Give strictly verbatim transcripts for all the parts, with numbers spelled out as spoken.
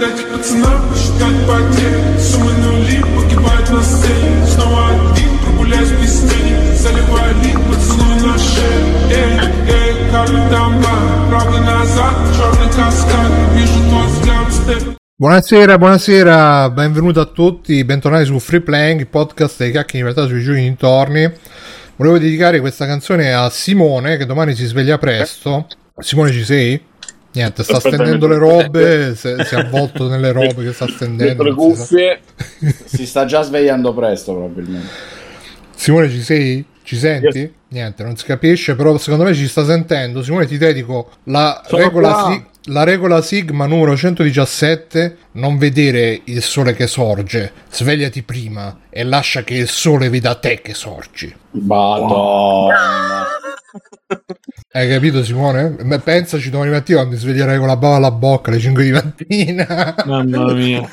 дайте пацанам посчитать потери. Суммы нули погибают на сцене. Снова один, прогуляюсь без тени. Заливаю лик, поцелуй на шею. Эй, эй, карты дома, правый назад, черный каскад. Вижу твой взгляд, степ. Buonasera, buonasera, benvenuti a tutti, bentornati su Free Playing, il podcast dei cacchi in realtà sui giochi dintorni. Volevo dedicare questa canzone a Simone, che domani si sveglia presto. Simone, ci sei? Niente, sta Aspetta, stendendo mi... le robe, si è avvolto nelle robe che sta stendendo. Le cuffie. Si sta già svegliando presto probabilmente. Simone, ci sei? Ci senti? Yes. Niente, non si capisce, però secondo me ci sta sentendo. Simone, ti dedico la Sono regola, qua. si- la regola Sigma numero centodiciassette: non vedere il sole che sorge, svegliati prima e lascia che il sole veda te che sorgi. Madonna. Hai capito, Simone? Beh, pensaci domani mattina quando mi sveglierai con la bava alla bocca alle cinque di mattina. Mamma mia.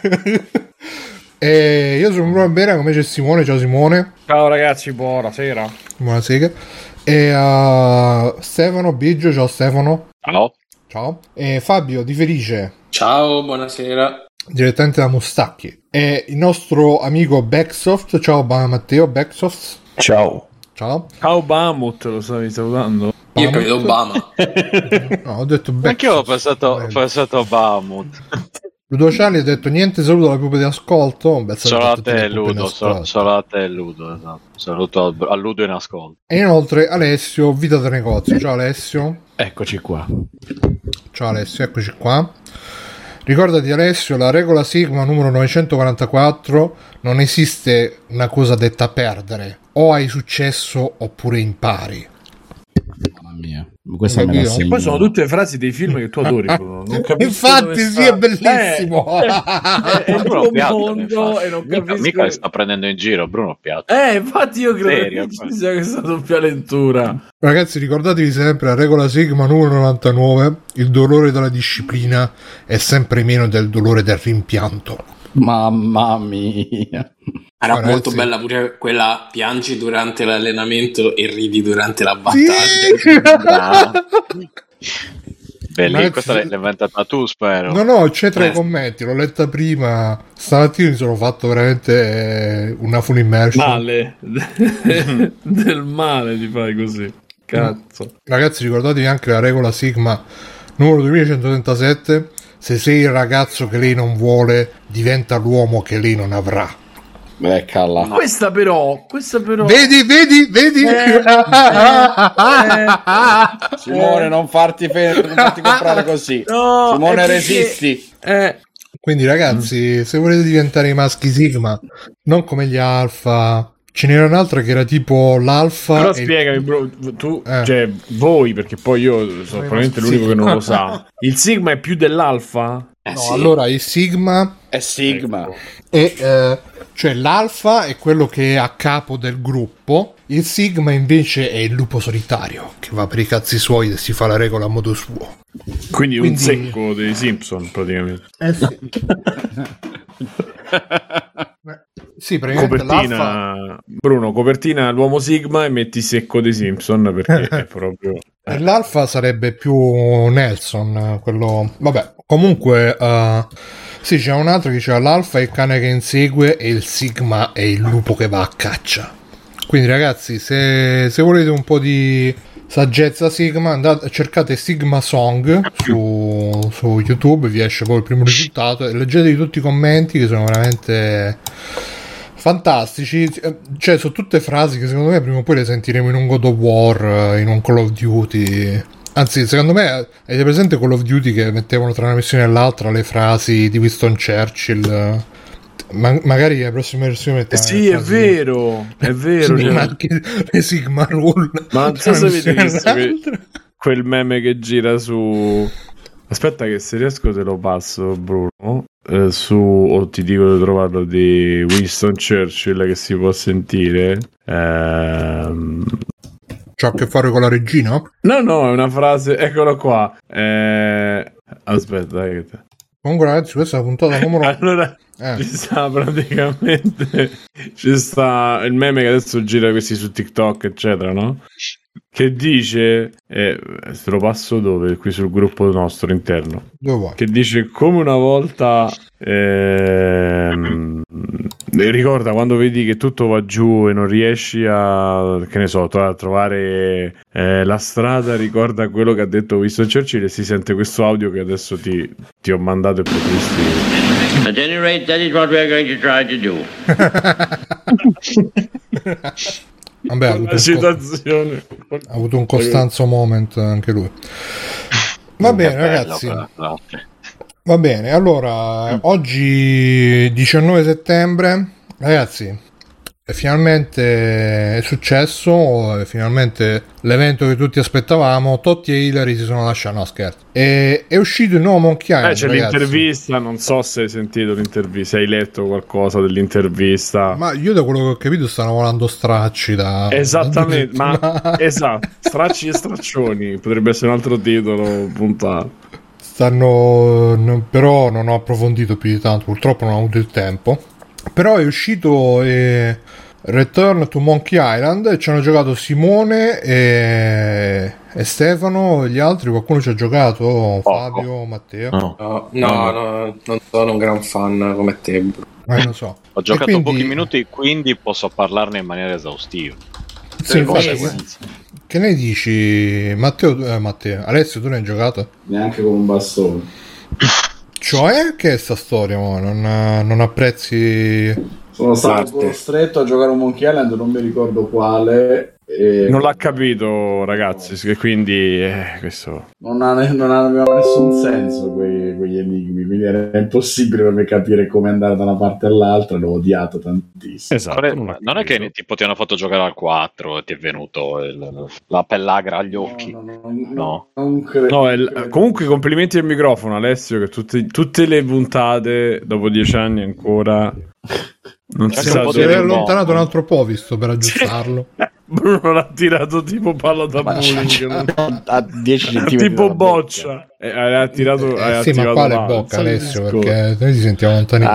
E io sono Bruno Bera, come c'è Simone. Ciao Simone. Ciao ragazzi, buonasera. Buonasera. E uh, Stefano Biggio, ciao Stefano. Ciao. Ciao. E Fabio Di Felice, Ciao, buonasera. direttamente da Mustacchi. E il nostro amico Backsoft. Ciao Matteo Backsoft. Ciao. Ciao. Ciao Bamut, lo stavi salutando? Io credo Obama. No, ho detto Anche io ho Backsoft. pensato, ho pensato a Bahamut. Ludo Ciali ha detto niente saluto alla pupa di ascolto. Un bel saluto Solo a tutte le te pupe in Ludo, ascolto. solo, solo a te Ludo, esatto. Saluto a, a Ludo in ascolto. E inoltre Alessio, Vita da Negozio. Ciao Alessio. Eccoci qua. Ciao Alessio, eccoci qua. Ricordati Alessio, la regola Sigma numero novecentoquarantaquattro: non esiste una cosa detta perdere. O hai successo oppure impari. Mamma mia. Questa me la Io? segno. Poi sono tutte frasi dei film che tu adori, Bruno. Non capisco Infatti dove sì, sta. è bellissimo. Eh, è, è il Bruno tuo piace, mondo infatti. e non mica, capisco. mica le sta prendendo in giro, Bruno piace. Eh, infatti io credo Serio, che ci sia questa doppia lettura. Ragazzi, ricordatevi sempre la regola Sigma numero novantanove: il dolore della disciplina è sempre meno del dolore del rimpianto. Mamma mia. Era Ragazzi. molto bella pure quella piangi durante l'allenamento e ridi durante la battaglia. Belli, Ragazzi, questa l'hai l'hai inventata tu, spero. No, no, c'è tra i Eh. commenti, l'ho letta prima. Stamattina mi sono fatto veramente eh, una full immersion. Male. Del male ti fai così. Cazzo. Ragazzi, ricordatevi anche la regola Sigma numero duemilacentotrentasette: se sei il ragazzo che lei non vuole, diventa l'uomo che lei non avrà. Beh, calla. Questa però, questa però. Vedi, vedi, vedi? Eh, eh, eh. Simone, non farti, fe- non farti comprare così. No, Simone, è perché- resisti. Eh, Quindi ragazzi, se volete diventare i maschi Sigma, non come gli alfa, ce n'era un'altra che era tipo l'alfa. però e il- spiegami, bro, tu, Eh. cioè voi, perché poi io sono probabilmente l'unico che non lo sa. Il sigma è più dell'alfa? Eh No, sì. allora il Sigma È Sigma. è eh, cioè l'alfa è quello che è a capo del gruppo, il Sigma invece è il lupo solitario che va per i cazzi suoi e si fa la regola a modo suo. Quindi, un Quindi- secco dei Simpson praticamente. Eh sì. Sì, praticamente l'alfa. Copertina, Bruno, copertina l'uomo sigma e metti secco dei Simpson perché è proprio... E l'alfa sarebbe più Nelson, quello. Vabbè, comunque, uh, sì, c'è un altro che diceva l'alfa è il cane che insegue e il Sigma è il lupo che va a caccia. Quindi, ragazzi, se, se volete un po' di saggezza Sigma, andate, cercate Sigma Song su, su YouTube, vi esce poi il primo risultato e leggetevi tutti i commenti che sono veramente fantastici. Cioè, sono tutte frasi che secondo me prima o poi le sentiremo in un God of War, in un Call of Duty. Anzi, secondo me avete presente Call of Duty che mettevano tra una missione e l'altra le frasi di Winston Churchill? Ma- magari la prossima versione Eh sì, è vero, è vero. Sì, cioè- ma anche le Sigma Rule. Ma non so tra se una avete missione e visto que- l'altra. quel meme che gira su... Aspetta che se riesco te lo passo, Bruno. Eh, su, o ti dico di trovarlo, di Winston Churchill che si può sentire. Ehm... C'ha a che fare con la regina? No, no, è una frase, eccolo qua. Eh... Aspetta, dai che te... Comunque ragazzi, questa è la puntata numero... Allora, Eh. ci sta praticamente, ci sta il meme che adesso gira questi su TikTok, eccetera, no? che dice, eh, te lo passo dove? Qui sul gruppo nostro interno. Dove vuoi? Che dice come una volta ehm, ricorda quando vedi che tutto va giù e non riesci a, che ne so, a trovare eh, la strada, ricorda quello che ha detto Winston Churchill e si sente questo audio che adesso ti, ti ho mandato e potresti. At any rate, that is what we are going to try to do. Vabbè, ha avuto, situazione. Co- ha avuto un Costanzo moment anche lui. Va bene, ragazzi. Va bene, allora, oggi diciannove settembre, ragazzi, è finalmente è successo, è finalmente l'evento che tutti aspettavamo. Totti e Hillary si sono lasciati, no scherzo, e, è uscito il nuovo Monkey Island. Eh, c'è ragazzi. L'intervista, non so se hai sentito l'intervista, se hai letto qualcosa dell'intervista. Ma io da quello che ho capito stanno volando stracci da... Esattamente, da ma esatto, stracci e straccioni, potrebbe essere un altro titolo puntato. Stanno, no, però non ho approfondito più di tanto, purtroppo non ho avuto il tempo. Però è uscito eh, Return to Monkey Island e ci hanno giocato Simone e, e Stefano, gli altri qualcuno ci ha giocato? Fabio, Matteo? No, no, no, no, non sono un gran fan come te. Eh, non so. Ho giocato quindi... pochi minuti, quindi posso parlarne in maniera esaustiva. Sì, infatti, che ne dici, Matteo? Eh, Matteo, Alessio, tu ne hai giocato? Neanche con un bastone. Cioè, che è sta storia? Mo? Non, non apprezzi? Sono stato costretto a giocare un Monkey Island, non mi ricordo quale. E... Non l'ha capito, ragazzi, che quindi eh, questo non, ha, non aveva nessun senso quei, quegli enigmi, quindi era impossibile per me capire come andare da una parte all'altra. L'ho odiato tantissimo. Esatto, non, non, è, non è che tipo ti hanno fatto giocare al quattro e ti è venuto il, la pellagra agli occhi. No, no, no, no. Non credo, no, non il, credo. comunque complimenti al microfono, Alessio, che tutte, tutte le puntate dopo dieci anni ancora non si Si sa è dove allontanato un altro po' visto per aggiustarlo. Bruno l'ha tirato tipo palla da bowling, a dieci centimetri tipo boccia. E ha tirato, Eh, ha sì, ma attivato quale la- bocca, il Alessio? discorso. Perché noi ti sentiamo lontanissimi.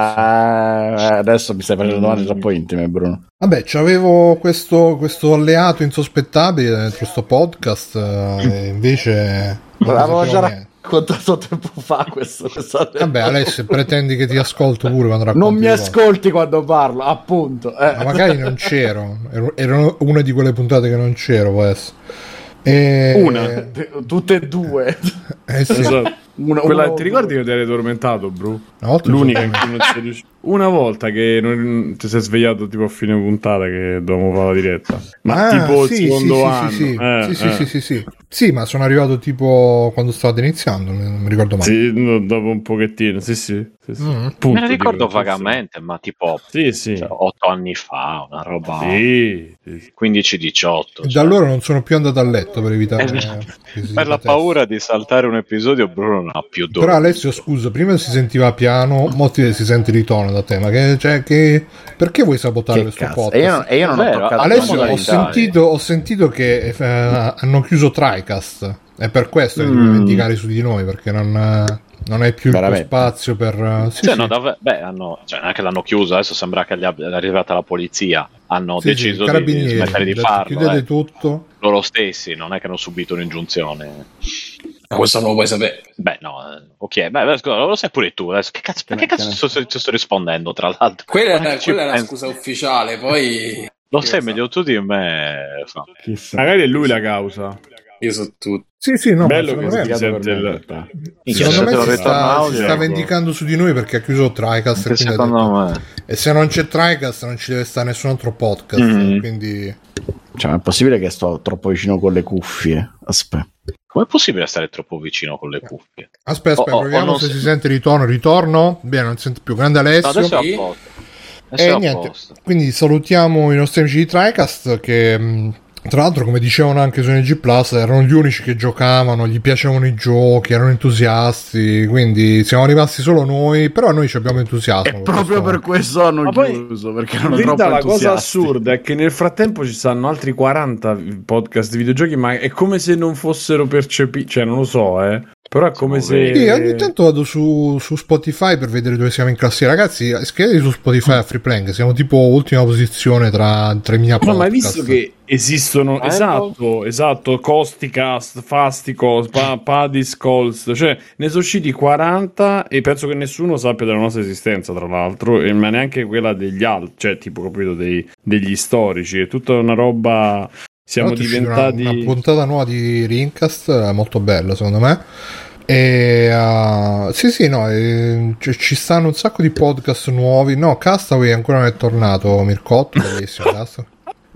Ah, adesso mi stai facendo domande troppo intime, Bruno. Vabbè, c'avevo questo, questo alleato insospettabile dentro sto podcast, eh, e invece non ne L'avevo sapevo già niente. raccontato tempo fa questo. questo Vabbè, Alessio, pretendi che ti ascolto pure quando racconti non mi le cose. ascolti quando parlo, appunto. Eh. Ma magari non c'ero, ero, ero una di quelle puntate che non c'ero, può essere. E... Una. Tutte e due. Eh sì. Esatto. Una- Quella- uno- ti ricordi che ti eri tormentato, Bru? Una volta L'unica mi in sono- cui non sei riuscito. Una volta che non ti sei svegliato tipo a fine puntata che dovevamo fare la diretta. Ma Ah, tipo il sì, secondo sì, anno. sì, sì, Eh, sì, sì, eh. sì, sì, sì. Sì, ma sono arrivato tipo quando stavate iniziando, non mi ricordo mai. Sì, no, dopo un pochettino, sì, sì. sì, sì. Mm. Punto, Me ne ricordo dico, vagamente, ma tipo Sì, sì. cioè, otto anni fa, una roba Sì, sì, sì. quindici diciotto. Da cioè. allora non sono più andato a letto per evitare Eh, crisi di Per la testa. paura di saltare un episodio, Bruno non ha più Però dormito. Alessio, scusa, prima si sentiva piano, mo ti- si sente di tono da te, ma che, cioè, che perché vuoi sabotare Che questo cazzo? podcast? E io, non- e io non ho Vero, toccato Alessio, la ho modalità. sentito, ho sentito che eh, hanno chiuso TriCast, è per questo che Mm. devi vendicare su di noi, perché non, eh, non hai più il tuo Veramente? spazio per... eh, sì, Cioè, sì. no, davvero- beh, hanno, cioè, non è che l'hanno chiuso, adesso sembra che gli abbia- è arrivata la polizia. Hanno Sì, sì, deciso di, di carabinieri, smettere di detto, farlo. chiudete eh. tutto. Loro stessi, non è che hanno subito un'ingiunzione. Ma questo non lo puoi sapere. Beh, no, eh, ok, beh, beh, scusa, lo sai pure tu. Adesso, che cazzo, perché cazzo sto, sto, sto rispondendo, tra l'altro? Quella, Ma è, ci quella è la penso. scusa ufficiale, poi... Lo Io sai so. meglio tu di me. Fa. Chissà. Magari è lui la causa. Io so tutto. Sì, sì, no, Bello ma che secondo si me, Spiegato sente per me, in il... realtà. secondo me Se lo si ritorno sta, audio, si sta ecco. vendicando su di noi perché ha chiuso TriCast, e, Anche quindi ha secondo detto- me. e se non c'è TriCast non ci deve stare nessun altro podcast, Mhm. quindi... Cioè, è possibile che sto troppo vicino con le cuffie? Aspetta. Com'è possibile stare troppo vicino con le cuffie? Aspetta, aspetta, Oh, oh, proviamo oh, non se si- si sente ritorno. Ritorno? Bene, non sente più. Grande No, Alessio. adesso è Sì. a posto. Adesso E è a niente, posto. quindi salutiamo i nostri amici di TriCast che mh, tra l'altro, come dicevano anche su N G Plus, erano gli unici che giocavano, gli piacevano i giochi, erano entusiasti, quindi siamo rimasti solo noi, però noi ci abbiamo entusiasmo. E proprio questo- per questo hanno Ma poi, chiuso, perché in erano verità troppo la cosa entusiasti. assurda è che nel frattempo ci stanno altri quaranta podcast di videogiochi, ma è come se non fossero percepiti, cioè non lo so, eh. Però è come se... Sì, ogni tanto vado su, su Spotify per vedere dove siamo in classe. Ragazzi, scrivete su Spotify a Freeplank, siamo tipo ultima posizione tra tremila podcast. No, ma hai visto che esistono, Ah, esatto, esatto, Costicast, Fasticos, pa- Padiscols, cioè ne sono usciti quaranta e penso che nessuno sappia della nostra esistenza, tra l'altro, e, ma neanche quella degli altri, cioè tipo, capito, dei, degli storici, è tutta una roba... Siamo diventati una, una puntata nuova di Rincast molto bella secondo me e uh, sì sì no e, c- ci stanno un sacco di podcast nuovi. No, Castaway ancora non è tornato. Mircotto, bellissimo Castaway.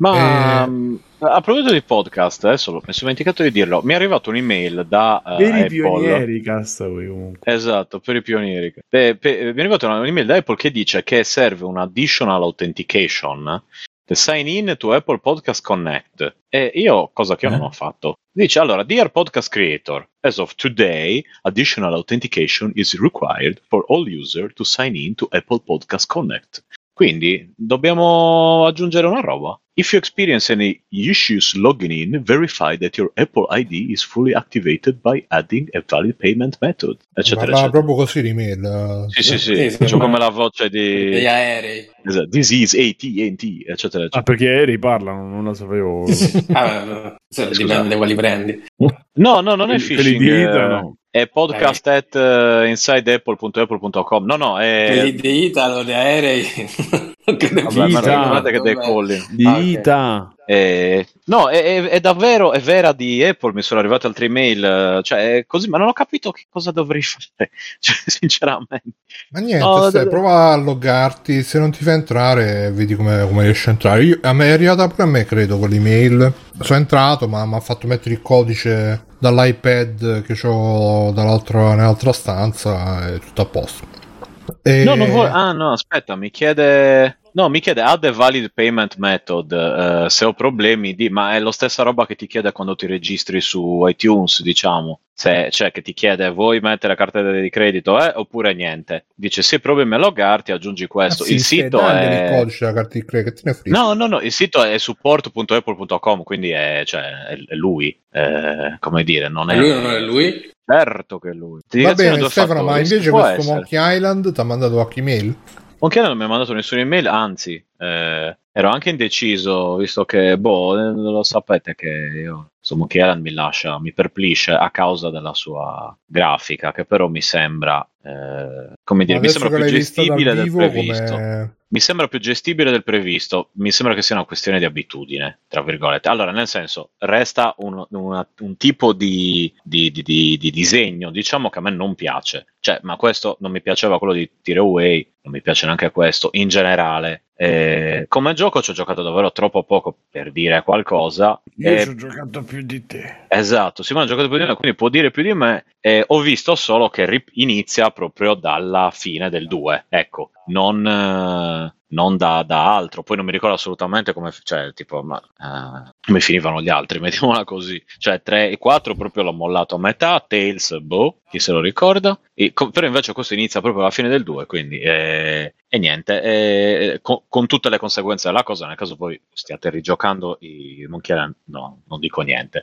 Ma E... um, a proposito di podcast, adesso mi sono dimenticato di dirlo, mi è arrivata un'email da uh, per i Apple. pionieri, Castaway comunque. Esatto, per i pionieri. Pe- pe- mi è arrivata un'email da Apple che dice che serve un additional authentication, the sign in to Apple Podcast Connect. E io, cosa che io Eh? non ho fatto. Dice, allora, dear podcast creator, as of today, additional authentication is required for all users to sign in to Apple Podcast Connect. Quindi, dobbiamo aggiungere una roba. If you experience any issues logging in, verify that your Apple I D is fully activated by adding a valid payment method, eccetera, Parlava eccetera. proprio così di mail. Sì, sì, sì, Sì, sì, c'ho ma- come la voce di... Degli aerei. Esatto, this is A T and T, eccetera, Ah, eccetera. perché gli aerei parlano, non la sapevo. Ah, no, cioè, dipende da quali prendi. No, no, non è Quelli- quelli phishing. di Ita, eh, no. È podcast at uh, insideapple punto apple punto com. No, no, Quelli è... di Italo, di aerei. Non credo Vabbè, che- ma Ita. guardate che dei Vabbè. colli. Di Ah, ok. Ita. Eh, no, è, è- è davvero, è vera di Apple, mi sono arrivate altre email, eh, cioè è così, ma non ho capito che cosa dovrei fare, cioè, sinceramente. Ma niente, No, stai, d- prova a loggarti, se non ti fa entrare vedi come, come riesci a entrare. Io, a me è arrivata pure a me, credo, quell'email. Sono entrato, ma mi ha fatto mettere il codice dall'iPad che ho dall'altra, nell'altra stanza e tutto a posto. E... No, non vuole... Ah, no, aspetta, mi chiede... No, mi chiede add a valid payment method, eh, se ho problemi di... Ma è la stessa roba che ti chiede quando ti registri su iTunes, diciamo. Se, cioè, che ti chiede, vuoi mettere la carta di credito, eh, oppure niente. Dice, se problemi a loggarti, aggiungi Ah, questo. sì, il sì, sito dagli è... il codice della carta di credito, che te ne frega. No, no, no, il sito è support punto apple punto com, quindi è, cioè, è, è lui, eh, come dire, non è... Lui non è lui? Certo che è lui. Ti Va dichiarazione bene, due Stefano, fattori, ma invece può questo essere. Monkey Island ti ha mandato qualche email? Monkey Island non mi ha mandato nessuna email, anzi, eh, ero anche indeciso, visto che, boh, eh, lo sapete che io, insomma, Monkey Island mi lascia, mi perplisce a causa della sua grafica, che però mi sembra, eh, come dire, Ma mi adesso sembra che più l'hai vista dal gestibile del vivo, previsto. come... Mi sembra più gestibile del previsto, mi sembra che sia una questione di abitudine, tra virgolette. Allora, nel senso, resta un, una- un tipo di, di- di- di- di disegno, diciamo, che a me non piace. Cioè, ma questo non mi piaceva quello di Tearaway, non mi piace neanche questo, in generale. Eh, come gioco ci ho giocato davvero troppo poco per dire qualcosa. Io Eh, ci ho giocato più di te. Esatto, Simone ha giocato più di me, quindi può dire più di me. Eh, ho visto solo che rip- inizia proprio dalla fine del due, ecco, non, eh, non da, da altro. Poi non mi ricordo assolutamente come, cioè, tipo, ma, eh, come finivano gli altri, mettiamola così. Cioè, tre e quattro proprio l'ho mollato a metà, Tales, boh, chi se lo ricorda. E, co- però invece questo inizia proprio alla fine del due, quindi... eh, e niente, eh, con, con tutte le conseguenze della cosa, nel caso poi stiate rigiocando i Monkey Island, no, non dico niente.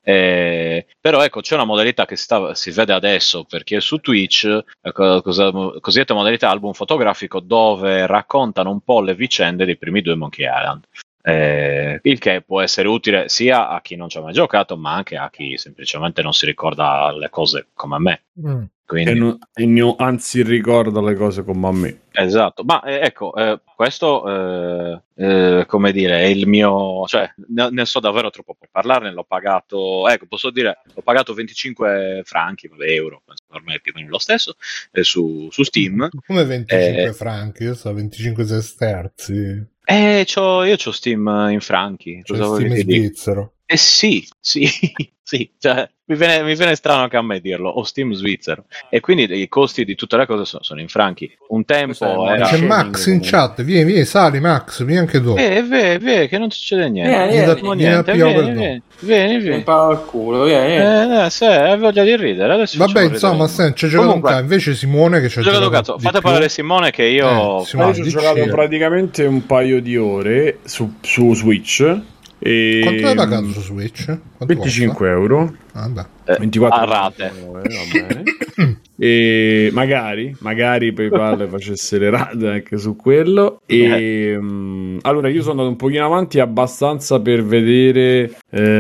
Eh, però ecco, c'è una modalità che sta, si vede adesso perché su Twitch, eh, cosa, cosiddetta modalità album fotografico, dove raccontano un po' le vicende dei primi due Monkey Island. Eh, il che può essere utile sia a chi non ci ha mai giocato, ma anche a chi semplicemente non si ricorda le cose come me. Mm. Quindi... E non- e no- anzi, ricorda le cose come a me. Esatto, ma eh, ecco, eh, questo eh, eh, come dire, è il mio, cioè ne, ne so davvero troppo per parlarne, l'ho pagato, ecco, posso dire, l'ho pagato venticinque franchi, vabbè, euro, per me è più o meno lo stesso, eh, su, su Steam. Come venticinque Eh, franchi? Io so venticinque sesterzi. Eh, c'ho, io c'ho Steam in franchi, Cioè cosa vuoi Steam che ti dica? svizzero. Eh sì, sì, sì, cioè, mi viene, mi viene strano anche a me dirlo, ho Steam svizzero, e quindi i costi di tutte le cose sono, sono in franchi. Un Questo è tempo il era... C'è shaming, Max in comunque. chat, vieni, vieni, sali Max, vieni anche tu. Eh, vieni, vieni, che non succede niente. Vieni, Vieni da- vieni, Non vieni a niente, Pio vieni, Verdun. vieni, vieni, Mi vieni. pa al culo, vieni, vieni. Eh, eh, sì, hai voglia di ridere. Adesso Vabbè, facciamo insomma, ridere. Sen, c'è giocato un Comunque, cazzo. Invece Simone che c'è ho giocato giocato cazzo. di Fate più. parlare Simone che io... Eh, Simone, Ma io ci ho dici- giocato praticamente un paio di ore su, su Switch E... Quanto hai pagato su Switch? Quanto venticinque euro. Ah, beh. Eh, ventiquattro a rate. euro, eh, va bene. E magari, magari PayPal facesse le rate anche su quello. E um, allora io sono andato un pochino avanti abbastanza per vedere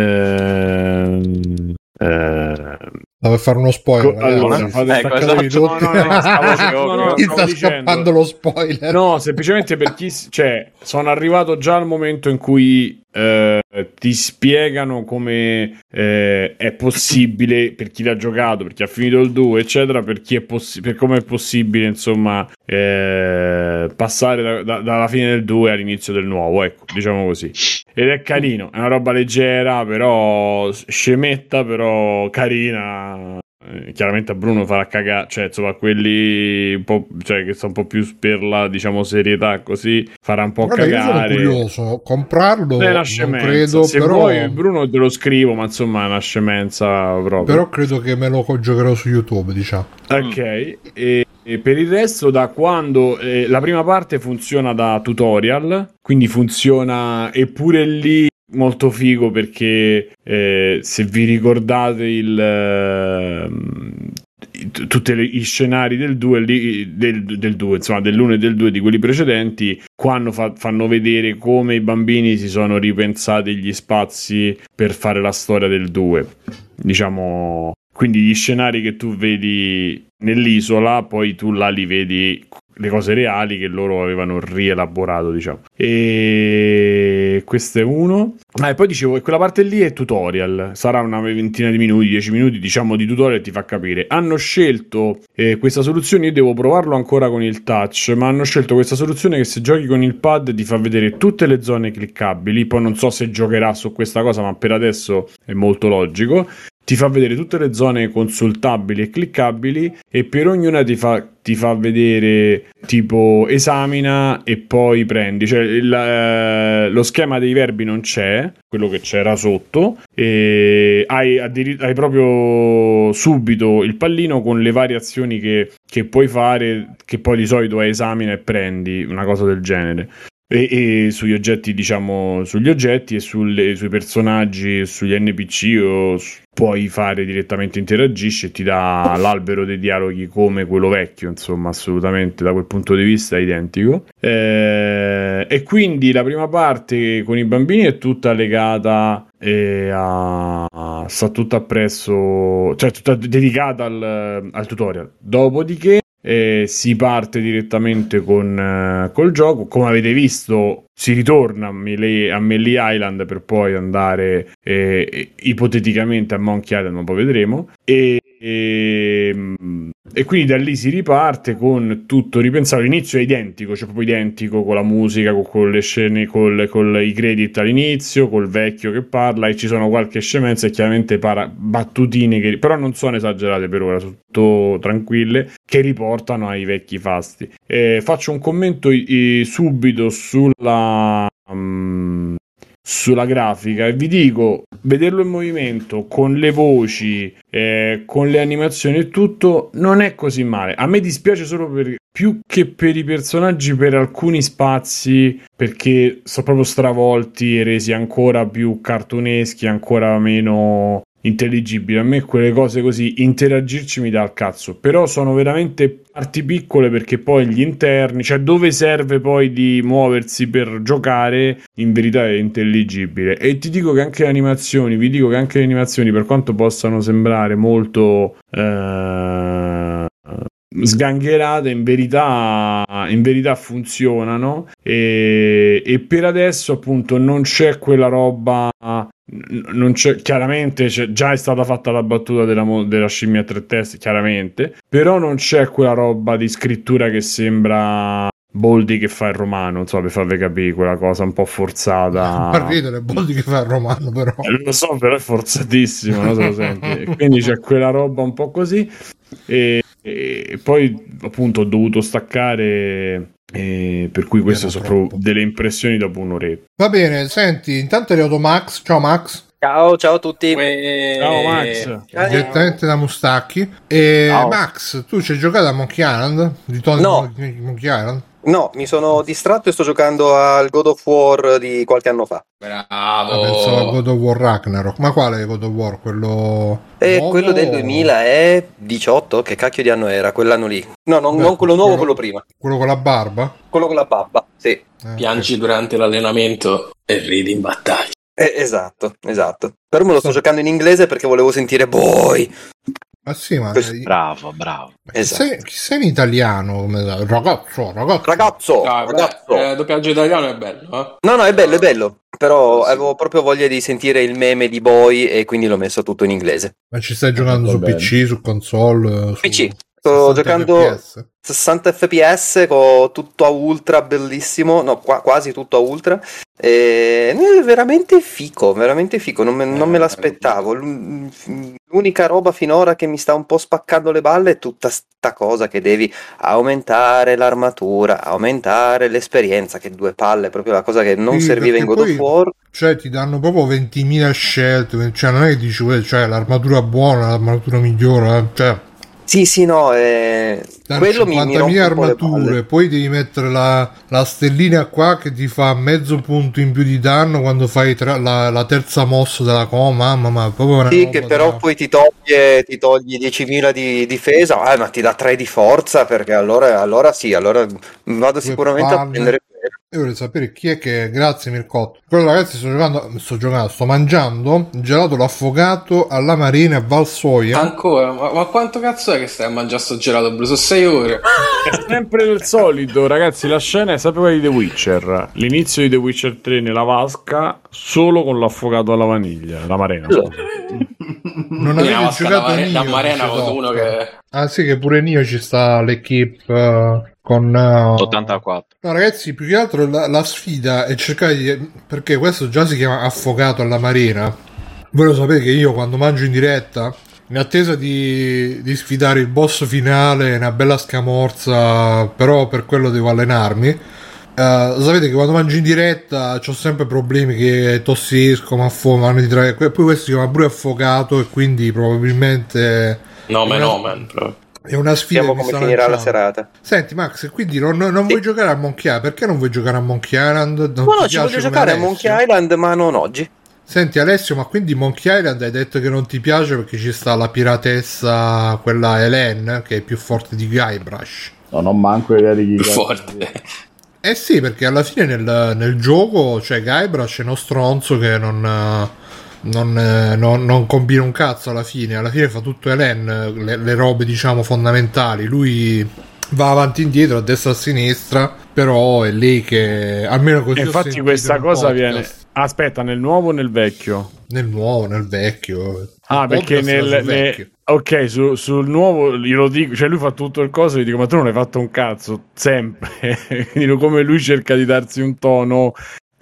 ehm, eh, Dove fare uno spoiler? Co- allora, ragazzi. fate ecco, staccatevi esatto. tutti. No, no, no, stavo- no, no, Chi stavo sta dicendo- scappando lo spoiler? No, semplicemente per chi, cioè, sono arrivato già al momento in cui eh, ti spiegano come eh, è possibile per chi l'ha giocato, per chi ha finito il due, eccetera, per chi è possi- per come è possibile, insomma, eh, passare da- da- dalla fine del due all'inizio del nuovo, ecco, diciamo così. Ed è carino, è una roba leggera, però scemetta, però carina. Eh, chiaramente a Bruno farà cagare, cioè insomma quelli un po', cioè che sono un po' più per la, diciamo, serietà, così farà un po' Guarda, io sono cagare. curioso, comprarlo È una non scemenza. credo, Se però, vuoi Bruno te lo scrivo, ma insomma è una scemenza proprio. però credo che me lo giocherò su YouTube, diciamo. Ok, e, e per il resto da quando eh, la prima parte funziona da tutorial, quindi funziona, eppure lì molto figo perché eh, se vi ricordate il eh, t- tutti gli scenari del due lì, del, del due, insomma dell'uno e del due di quelli precedenti, quando fa- fanno vedere come i bambini si sono ripensati gli spazi per fare la storia del due, diciamo. Quindi gli scenari che tu vedi nell'isola, poi tu là li vedi le cose reali che loro avevano rielaborato, diciamo. E questo è uno. Ah, e poi dicevo che quella parte lì è tutorial, sarà una ventina di minuti, dieci minuti, diciamo, di tutorial, ti fa capire. Hanno scelto eh, questa soluzione, io devo provarlo ancora con il touch, ma hanno scelto questa soluzione che se giochi con il pad ti fa vedere tutte le zone cliccabili. Poi non so se giocherà su questa cosa, ma per adesso è molto logico. Ti fa vedere tutte le zone consultabili e cliccabili, e per ognuna ti fa, ti fa vedere tipo esamina e poi prendi, cioè il, eh, lo schema dei verbi non c'è, quello che c'era sotto, e hai, addir- hai proprio subito il pallino con le varie azioni che, che puoi fare, che poi di solito è esamina e prendi, una cosa del genere. E, e sugli oggetti, diciamo, sugli oggetti e sulle, sui personaggi, sugli N P C, o su, puoi fare direttamente interagisci e ti dà l'albero dei dialoghi come quello vecchio, insomma, assolutamente da quel punto di vista è identico. Eh, e quindi la prima parte con i bambini è tutta legata eh, a, a sta tutta appresso, cioè tutta dedicata al, al tutorial. Dopodiché Eh, si parte direttamente con eh, col gioco, come avete visto si ritorna a Melee, a Melee Island per poi andare eh, ipoteticamente a Monkey Island, ma poi vedremo, e, e, e quindi da lì si riparte con tutto ripensato. L'inizio è identico, cioè proprio identico, con la musica, con, con le scene, con, con i credit all'inizio, col vecchio che parla, e ci sono qualche scemenza e chiaramente para, battutine che però non sono esagerate per ora, sono tutto tranquille, che riportano ai vecchi fasti. Eh, faccio un commento i, subito sulla um, sulla grafica e vi dico, vederlo in movimento con le voci, eh, con le animazioni e tutto, non è così male. A me dispiace solo per, più che per i personaggi, per alcuni spazi, perché sono proprio stravolti e resi ancora più cartuneschi, ancora meno intelligibili. A me quelle cose così, interagirci mi dà il cazzo, però sono veramente parti piccole, perché poi gli interni, cioè dove serve poi di muoversi per giocare, in verità è intelligibile. E ti dico che anche le animazioni, vi dico che anche le animazioni, per quanto possano sembrare molto eh, sgangherate, in verità in verità funzionano, e, e per adesso appunto non c'è quella roba, non c'è, chiaramente c'è, già è stata fatta la battuta della, della scimmia a tre teste, chiaramente, però non c'è quella roba di scrittura che sembra Boldi che fa il romano, insomma, per farvi capire quella cosa un po' forzata. Per ridere, Boldi che fa il romano, però eh, lo so, però è forzatissimo, non so lo senti. Quindi c'è quella roba un po' così, e, e poi appunto ho dovuto staccare, e per cui queste sono proprio delle impressioni dopo un'oretta. Va bene, senti, intanto è arrivato Max. Ciao Max. Ciao, ciao a tutti. Ciao Max. Ciao. Direttamente da Mustacchi. E Ciao. Max, tu ci hai giocato a Monkey Island? Di Tony No. Monkey Island? No, mi sono distratto e sto giocando al God of War di qualche anno fa. Bravo. Ah, pensavo a God of War Ragnarok. Ma quale God of War? Quello È nuovo quello del o- duemiladiciotto, che cacchio di anno era? Quell'anno lì. No, non, Beh, non quello nuovo, quello prima. Quello con la barba? Quello con la babba, sì. Eh, Piangi durante l'allenamento e ridi in battaglia. Eh, esatto, esatto. Però me lo sto Sto- giocando in inglese perché volevo sentire boy. Ma sì, ma Questo- Bravo, bravo. Esatto. chissà, chissà in italiano come ragazzo, ragazzo. Ragazzo, Ah, beh, ragazzo. eh, doppiaggio italiano è bello, eh? No, no, è bello, è bello. Però Sì. avevo proprio voglia di sentire il meme di boy e quindi l'ho messo tutto in inglese. Ma ci stai giocando Va su bene. P C, su console? Su P C. Sto sessanta giocando F P S? sessanta F P S con tutto a ultra, bellissimo. No, qua- quasi tutto a ultra. E è veramente fico, veramente fico. Non me, non me l'aspettavo. L'un- L'unica roba finora che mi sta un po' spaccando le balle è tutta sta cosa che devi aumentare l'armatura, aumentare l'esperienza. Che due palle, proprio la cosa che non Sì, serviva in perché God of poi- War. Cioè ti danno proprio ventimila scelte, cioè non è che dici "Uè, cioè, l'armatura buona, l'armatura migliore, eh", cioè Sì, sì, no, eh, danno quello mi, mi rompe cinquantamila un po' le armature, balle. poi devi mettere la, la stellina qua che ti fa mezzo punto in più di danno quando fai tra- la, la terza mossa della coma, mamma mia, proprio una Sì, roba che però da- poi ti toglie, ti togli diecimila di difesa, eh, ma ti dà tre di forza, perché allora, allora sì, allora vado Due sicuramente a palle. prendere quello. Io voglio sapere chi è che. Grazie Mircotto. Quello ragazzi sto giocando. Sto giocando, sto mangiando il gelato l'affogato alla Marina a Valsoia. Ancora? Ma, ma quanto cazzo è che stai a mangiare sto gelato blu? Sono sei ore. È sempre il solito, ragazzi. La scena è sempre quella di The Witcher. L'inizio di The Witcher tre nella vasca, solo con l'affogato alla vaniglia. La marena. Allora. Non Quindi avevi la vasca giocato da, Mare- da Nioh, Marena dice ha avuto Doc. uno che... Ah sì, che pure Nioh ci sta l'equipe eh, con eh, ottantaquattro. No ragazzi, più che altro la, la sfida è cercare di. Perché questo già si chiama affogato alla marina. Voi lo sapete che io quando mangio in diretta, in attesa di, di sfidare il boss finale, una bella scamorza, però per quello devo allenarmi. Uh, sapete che quando mangio in diretta ho sempre problemi che tossisco, ma affo, di tra... poi questo si chiama pure affogato e quindi probabilmente Nome, una- nomen, proprio. è una sfida Vediamo che mi come sta finirà la lanciando. serata. Senti Max, quindi non, non Sì. vuoi giocare a Monkey Island? Perché non vuoi giocare a Monkey Island? Non No, ti no, ci piace voglio come giocare a Alessio? Monkey Island, ma non oggi. Senti Alessio, ma quindi Monkey Island hai detto che non ti piace perché ci sta la piratessa, quella Helen, che è più forte di Guybrush. No, non manco idea di chi cazzo Forte. Eh sì, perché alla fine nel, nel gioco, cioè Guybrush è uno stronzo che non, eh, non, eh, non- non combina un cazzo alla fine. Alla fine fa tutto Helen, le, le robe diciamo fondamentali. Lui va avanti e indietro, a destra e a sinistra, però è lei che, almeno così E ho infatti sentito questa nel cosa podcast. viene... Aspetta, nel nuovo o nel vecchio? Nel nuovo, nel vecchio. Ah, Il perché podcast era nel, sul ne- vecchio. ok, su- sul nuovo glielo dico, cioè lui fa tutto il coso e gli dico, ma tu non hai fatto un cazzo, sempre. Quindi come lui cerca di darsi un tono,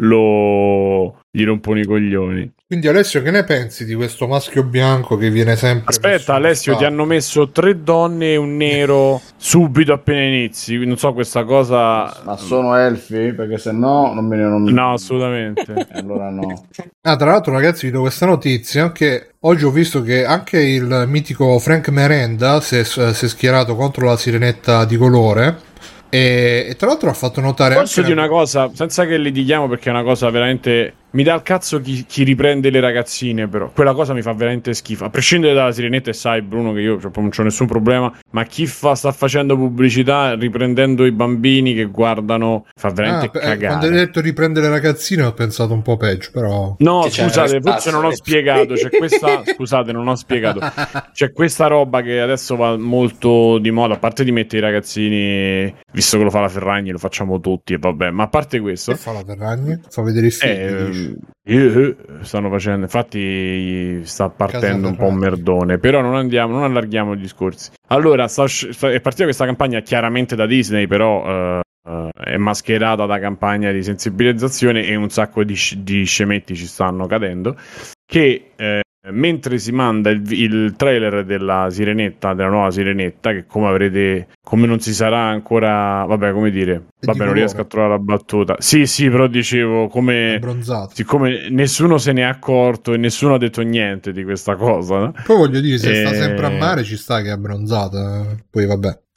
lo gli rompono i coglioni. Quindi Alessio, che ne pensi di questo maschio bianco che viene sempre messo Aspetta, in Alessio, ti spalla? hanno messo tre donne e un nero subito appena inizi. Non so, questa cosa. Ma sono elfi? Perché se no non me ne non... No, assolutamente. E allora no. Ah, tra l'altro, ragazzi, vi do questa notizia che oggi ho visto che anche il mitico Frank Merenda si è, si è schierato contro la sirenetta di colore. E, e tra l'altro ha fatto notare Posso anche dire una cosa, senza che litighiamo, perché è una cosa veramente. Mi dà il cazzo chi, chi riprende le ragazzine, però. Quella cosa mi fa veramente schifo. A prescindere dalla sirenetta, e sai, Bruno, che io cioè, non c'ho nessun problema. Ma chi fa, sta facendo pubblicità riprendendo i bambini che guardano fa veramente Ah, eh, cagare. quando hai detto riprendere le ragazzine ho pensato un po' peggio, però No, Che c'è scusate, il forse non ho tasso. spiegato. C'è questa. Scusate, non ho spiegato. C'è questa roba che adesso va molto di moda. A parte di mettere i ragazzini, visto che lo fa la Ferragni, lo facciamo tutti. E vabbè, ma a parte questo, che fa la Ferragni? Fa vedere i figli, dici. eh, eh, stanno facendo. Infatti, sta partendo un po' un Ferragni. merdone. Però non andiamo, non allarghiamo i discorsi. Allora, sta, sta- è partita questa campagna chiaramente da Disney, però. eh, eh, è mascherata da campagna di sensibilizzazione e un sacco di, sc- di scemetti ci stanno cadendo che eh, mentre si manda il, il trailer della Sirenetta, della nuova Sirenetta, che come avrete, come non si sarà ancora, vabbè, come dire, È di vabbè, non colore. riesco a trovare la battuta. Sì, sì, però dicevo, È come bronzato. siccome nessuno se ne è accorto e nessuno ha detto niente di questa cosa, no? Poi voglio dire, se sta Eh, sempre a mare ci sta che è abbronzata. Poi vabbè.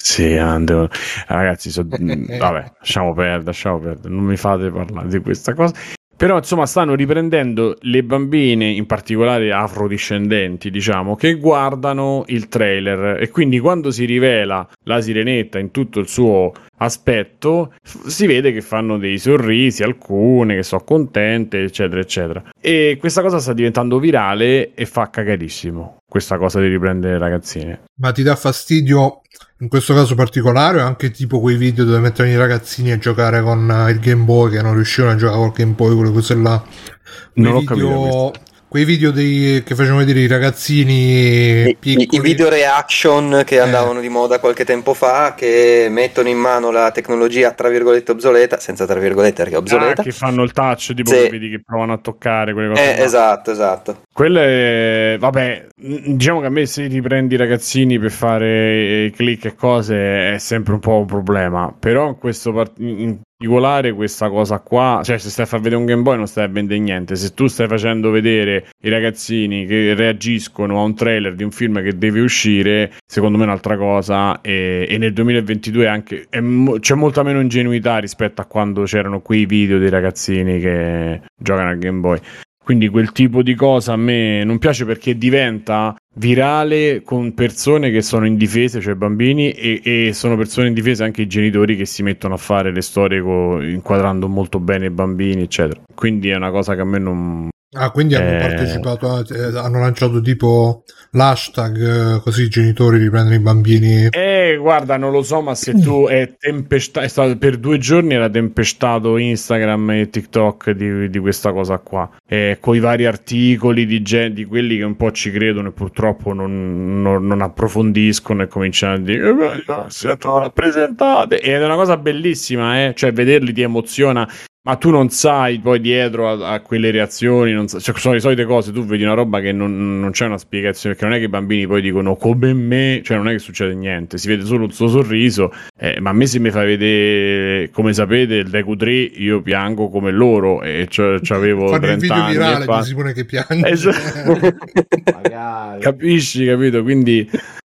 Sì, ando... ragazzi, so... vabbè, lasciamo perdere, lasciamo perdere, non mi fate parlare di questa cosa. Però insomma stanno riprendendo le bambine, in particolare afrodiscendenti, diciamo, che guardano il trailer, e quindi quando si rivela la sirenetta in tutto il suo aspetto si vede che fanno dei sorrisi, alcune che sono contente, eccetera eccetera, e questa cosa sta diventando virale e fa cagarissimo, questa cosa di riprendere le ragazzine. Ma ti dà fastidio in questo caso particolare, o anche tipo quei video dove mettono i ragazzini a giocare con uh, il Game Boy, che non riuscivano a giocare col Game Boy, quelle cose là? Quei Non ho video, capito quei video dei, che facevano vedere i ragazzini I, piccoli. i video reaction che andavano Eh. di moda qualche tempo fa, che mettono in mano la tecnologia tra virgolette obsoleta, senza tra virgolette perché è obsoleta. Ah, che fanno il touch, tipo Sì. che vedi che provano a toccare quelle cose Eh, là. esatto, esatto. Quelle, vabbè, mh, diciamo che a me se riprendi i ragazzini per fare i click e cose è sempre un po' un problema, però in questo part- in particolare questa cosa qua, cioè se stai a far vedere un Game Boy non stai a vendere niente, se tu stai facendo vedere i ragazzini che reagiscono a un trailer di un film che deve uscire, secondo me è un'altra cosa, e, e nel duemilaventidue anche è mo- c'è molta meno ingenuità rispetto a quando c'erano quei video dei ragazzini che giocano al Game Boy. Quindi quel tipo di cosa a me non piace, perché diventa virale con persone che sono indifese, cioè bambini, e, e sono persone indifese anche i genitori che si mettono a fare le storie co- inquadrando molto bene i bambini, eccetera. Quindi è una cosa che a me non... Ah, quindi hanno Eh. partecipato, a- eh, hanno lanciato tipo l'hashtag, eh, così i genitori riprendono i bambini. Eh, guarda, non lo so, ma se tu è tempestato, è stato per due giorni era tempestato Instagram e TikTok di, di questa cosa qua, eh, con i vari articoli di, gen- di quelli che un po' ci credono e purtroppo non, non- non approfondiscono e cominciano a dire eh, beh, no, siete rappresentate, ed è una cosa bellissima, eh? Cioè vederli ti emoziona. Ma tu non sai poi dietro a, a quelle reazioni, non sa, cioè sono le solite cose, tu vedi una roba che non, non c'è una spiegazione, perché non è che i bambini poi dicono come me, cioè non è che succede niente, si vede solo il suo sorriso, eh, ma a me se mi fai vedere, come sapete, il Deku tre io piango come loro, e cioè, avevo Fanno il trenta video anni virale e fa... di Simone che piange. Esatto. Magari. Capisci, capito? Quindi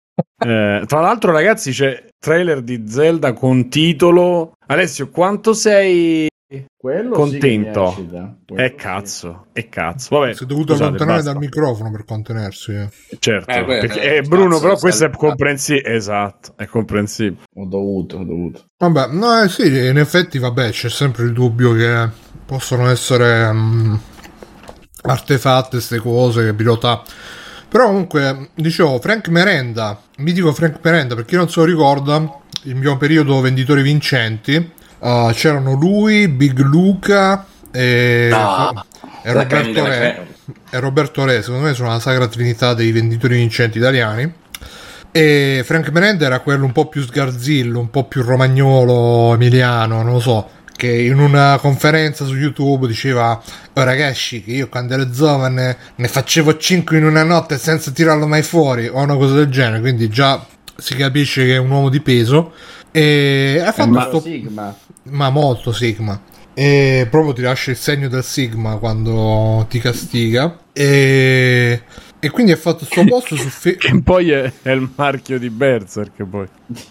eh, tra l'altro ragazzi c'è trailer di Zelda con titolo. Alessio, quanto sei Quello contento? sì che mi eccita. Quello E sì. cazzo, e cazzo. Vabbè, Si è dovuto scusate, allontanare basta. dal microfono per contenersi. eh. Certo, Eh, quello perché, è eh, Bruno, cazzo, però questo è Zelda. comprensibile. Esatto, è comprensibile. Ho dovuto, ho dovuto. Vabbè, no, eh, sì, in effetti, vabbè, c'è sempre il dubbio che possono essere mm, artefatte queste cose, pilota. Però comunque, dicevo, Frank Merenda, mi dico Frank Merenda perché non se lo ricorda, il mio periodo venditori vincenti, uh, c'erano lui, Big Luca e, No, e la Roberto creme Re. della creme. E Roberto Re, secondo me sono la sacra trinità dei venditori vincenti italiani. E Frank Merenda era quello un po' più sgarzillo, un po' più romagnolo, emiliano, non lo so, che in una conferenza su YouTube diceva oh ragazzi, che io quando ero giovane ne facevo cinque in una notte senza tirarlo mai fuori, o una cosa del genere, quindi già si capisce che è un uomo di peso. E ha fatto Ma sto... Sigma. ma molto Sigma, e proprio ti lascia il segno del Sigma quando ti castiga, e, e quindi ha fatto sto post su fe- Che poi è, è il marchio di Berserk, poi.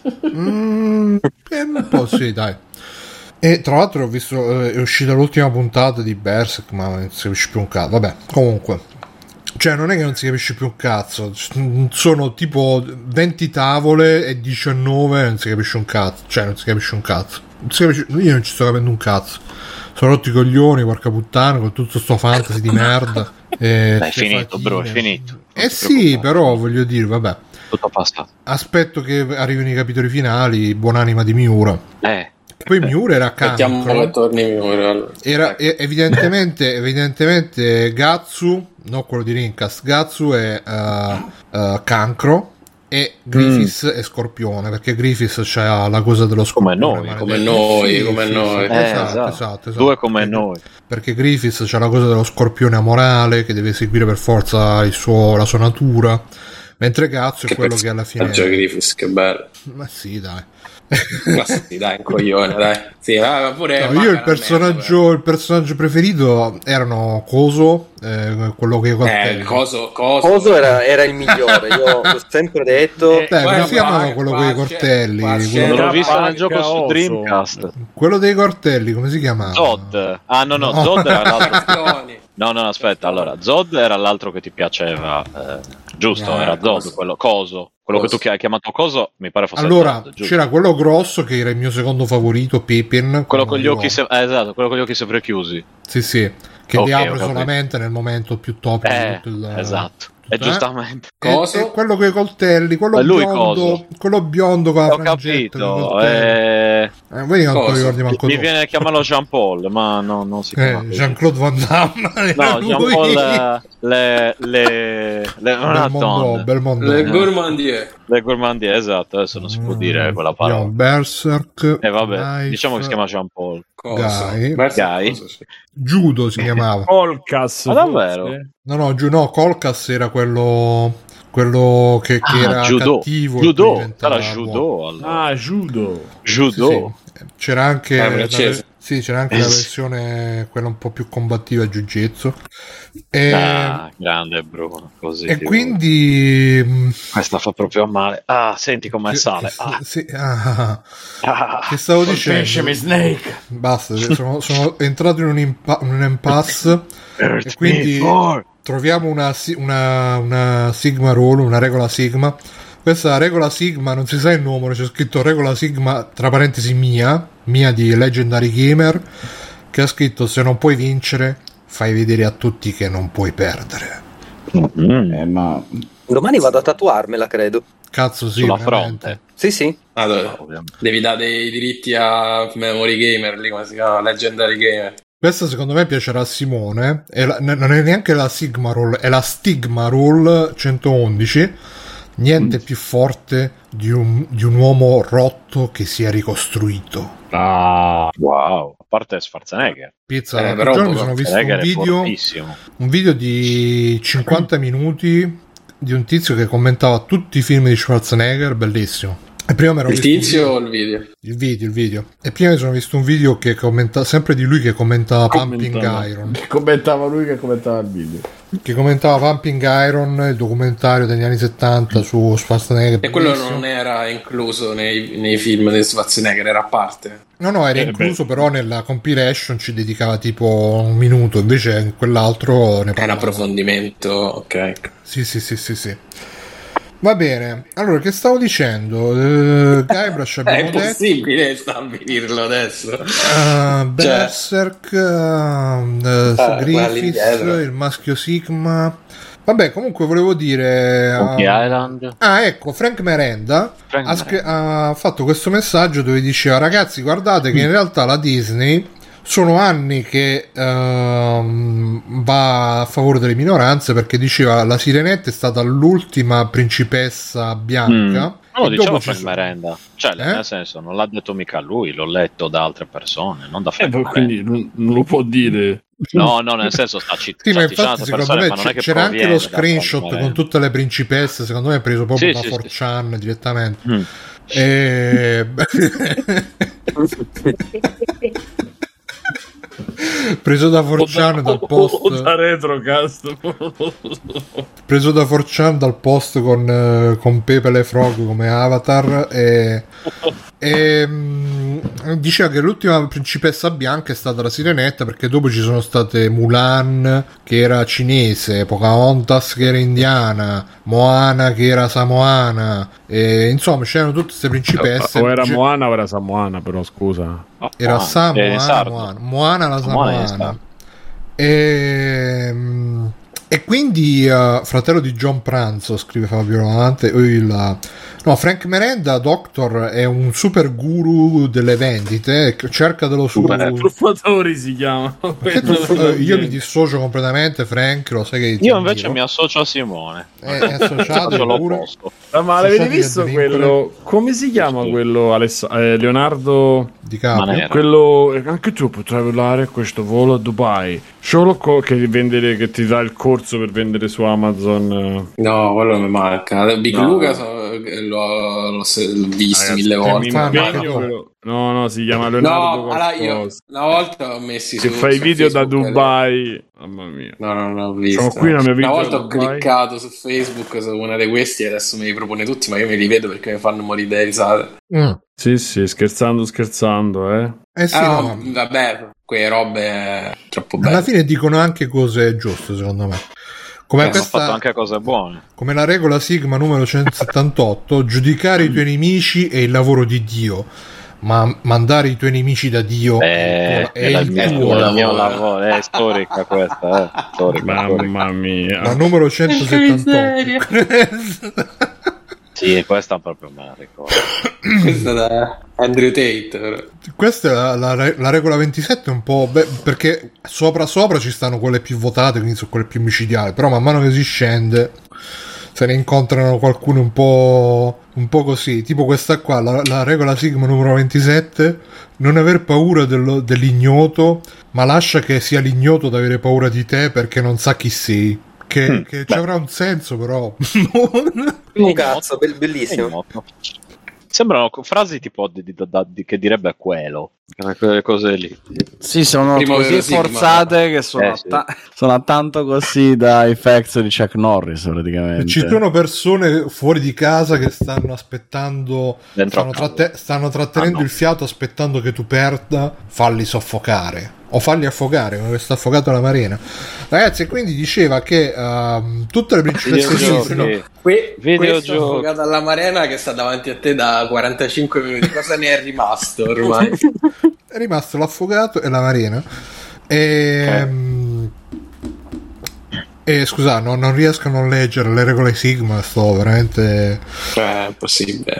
mm, eh, un po' sì, dai. E tra l'altro ho visto, eh, è uscita l'ultima puntata di Berserk, ma non si capisce più un cazzo. Vabbè, comunque, cioè non è che non si capisce più un cazzo, sono tipo venti tavole e diciannove non si capisce un cazzo, cioè non si capisce un cazzo, non si capisce, io non ci sto capendo un cazzo, sono rotti i coglioni, porca puttana, con tutto sto fantasy di merda. E Dai, è ste finito, bro, è fatine. finito. Non Eh ti sì, preoccupare. però voglio dire, vabbè, Tutto passato. aspetto che arrivino i capitoli finali, buonanima di Miura. Eh, Poi Miura era Aspettiamo che cancro, torni Miura, allora. era e- evidentemente evidentemente Gatsu, no quello di Rincast, Gatsu è uh, uh, cancro, e Griffiths è Scorpione, perché Griffiths c'ha la cosa dello Come Scorpione noi, maledetto. come noi, come noi. Eh, esatto, esatto. esatto, esatto. Due come Perché- noi. perché Griffiths c'ha la cosa dello Scorpione amorale che deve seguire per forza il suo, la sua natura, mentre Gatsu è Che quello che alla fine personaggio Griffiths, che bello. Ma sì, dai. Ma sì, dai, un coglione, dai. Sì, ah, pure No, io il personaggio, merda, il personaggio preferito erano Coso, eh, quello che eh, Coso, Coso. Coso era, era il migliore, io l'ho sempre detto. Eh, come si chiamava quello con i cortelli? Quello... Non l'ho visto nel gioco su Dreamcast. Quello dei cortelli, come si chiamava? Zod. Ah no, no, no. Zod era l'altro. No, no, aspetta, allora, Zod era l'altro che ti piaceva, eh, giusto? No, era Zod, quello, Coso. Quello Coso. Che tu hai chiamato Coso, mi pare fosse allora, Zod, c'era quello grosso che era il mio secondo favorito, Pippin. Quello con gli occhi, se... eh, esatto, quello con gli occhi sempre chiusi. Sì, sì, che okay, li apre okay, solamente okay. nel momento più top. Eh, di tutto il... esatto. E giustamente e, e quello con i coltelli, quello lui biondo, coso. quello biondo con la Ho frangetta, capito, eh... eh, vedi non ti ricordi manco mi tu. viene a chiamarlo Jean Paul, ma no, non si chiama eh, Jean-Claude Van Damme. No, Jean Paul le le le Belmondo, Belmondo. Le gourmandier. Le gourmandier, esatto, adesso non si può dire quella parola. No, Berserk. E eh, vabbè, Life, diciamo che si chiama Jean Paul. Guy. Guy. Judo si chiamava. Colcas. Ma davvero? No, no, giù, no, Colcas era quello quello che, che ah, era judo. cattivo. Judo, era judo. Allora. Ah, judo. Judo. Sì, sì. C'era anche eh, la, sì, c'era anche la versione quella un po' più combattiva jiu-jitsu. E, ah, grande Bruno, così. E quindi questa fa proprio male. Ah, senti com'è che, sale. Ah. Sì, ah, ah. Che stavo dicendo? Snake. Basta, sono, sono entrato in un, impa- un impasse e quindi troviamo una, una, una Sigma Rule, una regola Sigma. Questa regola Sigma, non si sa il numero, c'è scritto regola Sigma, tra parentesi mia, mia di Legendary Gamer, che ha scritto: se non puoi vincere, fai vedere a tutti che non puoi perdere. Mm. Eh, ma domani vado a tatuarmela, credo. Cazzo, sì, sulla veramente. Fronte. Sì, sì. Allora, devi dare dei diritti a Memory Gamer, lì come si chiama, Legendary Gamer. Questa secondo me piacerà a Simone. È la, non è neanche la Sigma Rule, è la Stigma Rule centoundici. Niente mm. più forte di un, di un uomo rotto che si è ricostruito. Ah, wow. A parte Schwarzenegger. Pizza, eh, l'altro giorno mi sono visto un video, un video di cinquanta minuti di un tizio che commentava tutti i film di Schwarzenegger, bellissimo. E prima mi ero il visto tizio o il video? Il video, il video. E prima mi sono visto un video che commenta sempre di lui che commentava Pumping Iron. Che commentava lui che commentava il video. Che commentava Pumping Iron, il documentario degli anni settanta su Schwarzenegger. E quello non era incluso nei, nei film di Schwarzenegger, era a parte. No, no, era eh, incluso, beh. Però nella compilation ci dedicava tipo un minuto, invece in quell'altro ne parlava. È un approfondimento, ok. Sì, sì, sì, sì, sì. Va bene, allora che stavo dicendo? Uh, Guybrush abbiamo detto. È possibile stabilirlo adesso. Uh, Berserk, uh, uh, ah, Griffiths, il maschio Sigma. Vabbè, comunque volevo dire. Uh, Island. Ah, ecco, Frank Merenda Frank ha, sc- ha fatto questo messaggio dove diceva: ragazzi, guardate che in realtà la Disney sono anni che uh, va a favore delle minoranze, perché diceva la Sirenetta è stata l'ultima principessa bianca. Mm. No, lo diceva Frank sono... Merenda, cioè eh? nel senso non l'ha detto mica lui, l'ho letto da altre persone, non da Frank eh, quindi non, non lo può dire. No, no, nel senso sta, ci- sì, sta ma infatti secondo persone, me ma non è che c'era anche lo screenshot con tutte tutte le principesse, secondo me è preso proprio sì, da sì, four chan sì. direttamente. Mm. E... preso da four chan dal post o da Retrocast preso da four chan dal post con, con Pepe le Frog come avatar e, e mh, diceva che l'ultima principessa bianca è stata la Sirenetta, perché dopo ci sono state Mulan che era cinese, Pocahontas che era indiana, Moana che era samoana, e insomma c'erano tutte queste principesse. O era G- Moana o era Samoana, però scusa. Oh, era ah, Samoana, Moana, Moana la Samoana. E, e quindi uh, fratello di John Pranzo, scrive Fabio Rolante, il, no, Frank Merenda, Doctor, è un super guru delle vendite, cerca dello suo truffatori si chiama. Truff- io mi dissocio completamente, Frank, lo sai che io invece mi associo a Simone, è, è associato pure. Ah, ma l'avete visto quello, come si chiama quello Aless- eh, Leonardo DiCaprio, quello, anche tu potrai volare questo volo a Dubai, solo co- che, vendere, che ti dà il corso per vendere su Amazon. No, quello mi manca. Big no. Luca so, l'ho, l'ho, l'ho visto Ragazzi, mille volte. mi impegno, però- No, no, si chiama Leonardo. No, allora io qualcosa. una volta ho messi Se su, fai su video da Facebook, Dubai, mamma mia. No, no, non ho visto. Sono qui, non mi ho visto Una volta da ho Dubai. cliccato su Facebook su uno di questi e adesso me li propone tutti, ma io me li vedo perché mi fanno morire da risate. Mm. Sì, sì, scherzando, scherzando, eh. Eh sì, Ah, no, no, vabbè, quelle robe è troppo belle. alla fine dicono anche cose giuste, secondo me. Come, Hanno questa, fatto anche cose buone. come la regola Sigma numero centosettantotto, giudicare i tuoi nemici è il lavoro di Dio, ma mandare i tuoi nemici da Dio Eh, è il mio, tuo è il mio lavoro. lavoro, è storica questa, eh. Storica, storica. Mamma mia. La numero centosettantotto. Sì, questa proprio me la ricordo. Questa da Andrew Tate, però. Questa è la, la, la regola ventisette, è un po' beh, perché sopra sopra ci stanno quelle più votate, quindi sono quelle più micidiali, però man mano che si scende se ne incontrano qualcuno un po' un po' così, tipo questa qua, la, la regola Sigma numero ventisette: non aver paura dello, dell'ignoto, ma lascia che sia l'ignoto ad avere paura di te perché non sa chi sei. Che, Mm, che beh. ci avrà un senso, però. Un cazzo, bel- bellissimo. Sembrano co- frasi tipo di, di- da- di- che direbbe Quello, quelle cose lì. Sì, sono Primo così vero Sigma. forzate che sono, Eh, sì. ta- sono tanto così da effects di Chuck Norris praticamente. Ci sono persone fuori di casa che stanno aspettando, Dentro stanno, a casa. tratte- stanno trattenendo Ah, no. il fiato aspettando che tu perda, falli soffocare o falli affogare come sta affogato la Marina. Ragazzi, e quindi diceva che ehm, tutte le principesse Videogiochi. Disney, Que- Videogiochi. questo avvocato alla Marena che sta davanti a te da quarantacinque minuti, cosa ne è rimasto ormai? è rimasto l'affogato e la Marina. E, e scusa, no, non riesco a non leggere le regole Sigma, sto veramente. Cioè, è possibile.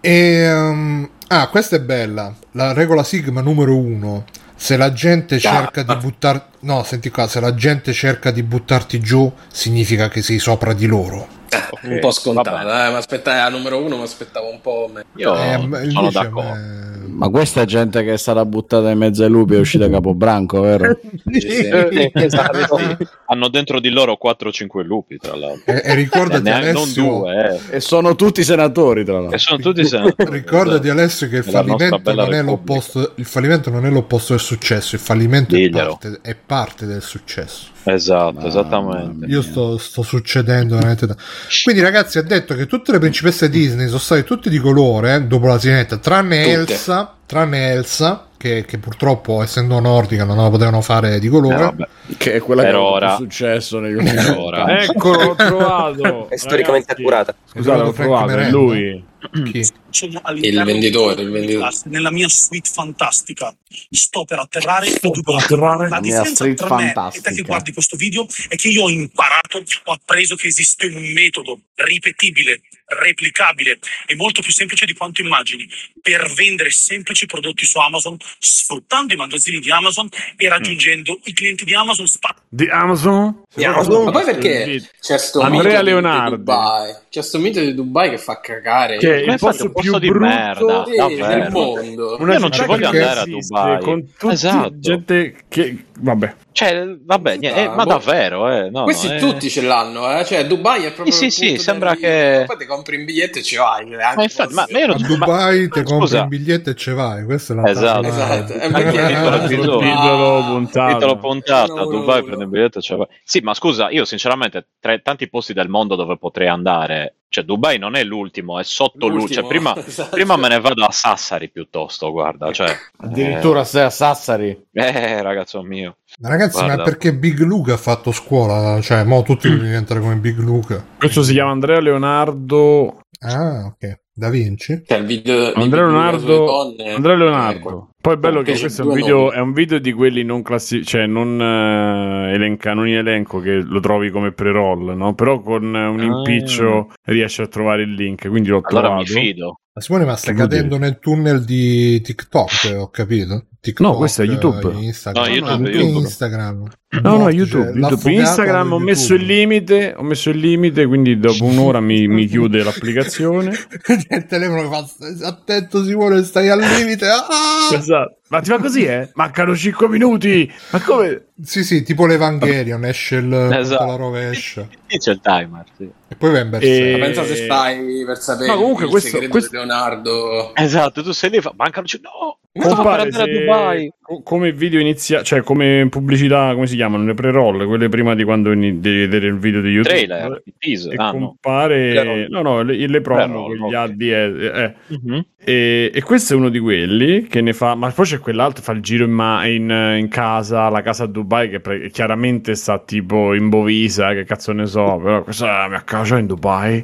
E, um, ah, questa è bella. La regola Sigma numero uno: se la gente cerca di buttar no, senti qua, se la gente cerca di buttarti giù, significa che sei sopra di loro. Eh, Ok, un po' scontato, vabbè. eh, ma aspettare la numero uno mi aspettavo un po' me. Io Eh, ma sono invece a d'accordo. me- Ma questa è gente che è stata buttata in mezzo ai lupi e è uscita Capobranco, vero? Sì, sì. Esatto. Hanno dentro di loro quattro cinque lupi, tra l'altro. E, e ricordati, Ne- non Alessio, due, eh. E sono tutti senatori, tra E l'altro. sono tutti senatori. ricordati Alessio che il Della nostra fallimento bella non è Repubblica. l'opposto, il fallimento non è l'opposto del successo, il fallimento è Diglielo. parte, è parte del successo. Esatto, Mamma esattamente. Io sto, sto succedendo veramente da- quindi ragazzi, ha detto che tutte le principesse Disney sono state tutte di colore eh, dopo la sirenetta, tranne Tutte. Elsa tranne Elsa che, che purtroppo essendo nordica non la potevano fare di Eh, colore. vabbè. Che è quella Per che ha ora. avuto successo negli ultimi Per ora. anni. Eccolo, l'ho trovato. È storicamente Ragazzi, accurata. Scusate, l'ho Frank trovato, è Merenda. lui. Chi? Sono all'interno Il venditore, di- il venditore. nella mia suite fantastica. Sto per atterrare. Sto per atterrare. La La mia differenza suite tra me e te fantastica. che guardi questo video è che io ho imparato, ho appreso che esiste un metodo ripetibile, replicabile e molto più semplice di quanto immagini per vendere semplici prodotti su Amazon, sfruttando i magazzini di Amazon e raggiungendo i clienti di Amazon. Spa- Di Amazon? Ma poi perché c'è sto Andrea mito di- Leonardi. di Dubai? C'è sto mito di Dubai che fa cagare. Che è Ma il infatti posto è un posto più di brutto merda, Sì, davvero. del mondo. Una Io non ci città voglio che andare a esiste, Dubai. con tutti Esatto. gente che vabbè. Cioè, vabbè, niente, eh, Ah, ma boh. davvero, eh, no, Questi no, eh. tutti ce l'hanno, eh? Cioè Dubai è proprio Sì, il sì, punto sì, sembra d'arrivo. che- Poi ti compri un biglietto e ci vai. anche Ma infatti, ma, ma io A non Dubai ma- ti compri scusa, un biglietto e ce vai, questa è la Esatto. Esatto. E Anche perché- il titolo, Ah, titolo, Titolo puntata. titolo puntata, Uno, uno, Dubai uno. prende il biglietto, cioè... Sì, ma scusa, io sinceramente tra i tanti posti del mondo dove potrei andare, cioè Dubai non è l'ultimo, è sotto l'ultimo, L'ultimo, cioè, prima, esatto. prima me ne vado a Sassari piuttosto, guarda, cioè Addirittura sei a Sassari. eh, ragazzo mio. Ma ragazzi, Guarda. ma perché Big Luca ha fatto scuola? Cioè, mo tutti vogliono diventare come Big Luca. Questo si chiama Andrea Leonardo. Ah, ok. Da Vinci? Cioè, il video di Andrea Big Luca Leonardo. sulle donne, Andrea eh, Leonardo. Poi è bello che Fece questo è un due video, nomi. è un video di quelli non classi, cioè non eh, elenca, non in elenco, che lo trovi come pre-roll, no? Però con eh, un Ah. impiccio riesci a trovare il link, quindi l'ho Allora mi trovato. fido. Ma Simone, ma stai Che vuol cadendo nel tunnel di TikTok, ho capito? TikTok, No, questo è YouTube. Instagram. No, YouTube, anche YouTube. Instagram. No, no, Boh, YouTube, cioè, YouTube. l'affogato Instagram ho di messo il YouTube. limite, ho messo il limite, quindi dopo un'ora mi, mi chiude l'applicazione. Il telefono che fa "Stai attento Simone, stai al limite". Ah! Esatto. Ma ti fa così, eh? Mancano cinque minuti. Ma come? Sì, sì, tipo l'Evangelion, esce il Esatto. la rovescia. Lì c'è il timer, sì. E poi va in bersaglio. E- Ma pensa se stai per sapere No, comunque il questo- segreto questo- di Leonardo. Esatto, tu sei lì e fa, mancano c- no, sto per Compare andare a se- Dubai. co- come video inizia, cioè come pubblicità, come si chiamano? Le pre-roll, quelle prima di quando ini- devi vedere il video di YouTube. Trailer, il teaser, E ah, no. compare, Pre-roll. no, no, le, le promo Pre-roll, con gli ok. A D S. Eh. Mhm. E, e questo è uno di quelli che ne fa, ma poi c'è quell'altro, fa il giro in, ma- in, in casa, la casa a Dubai, che pre- chiaramente sta tipo in Bovisa, che cazzo ne so, però questa è la mia casa in Dubai.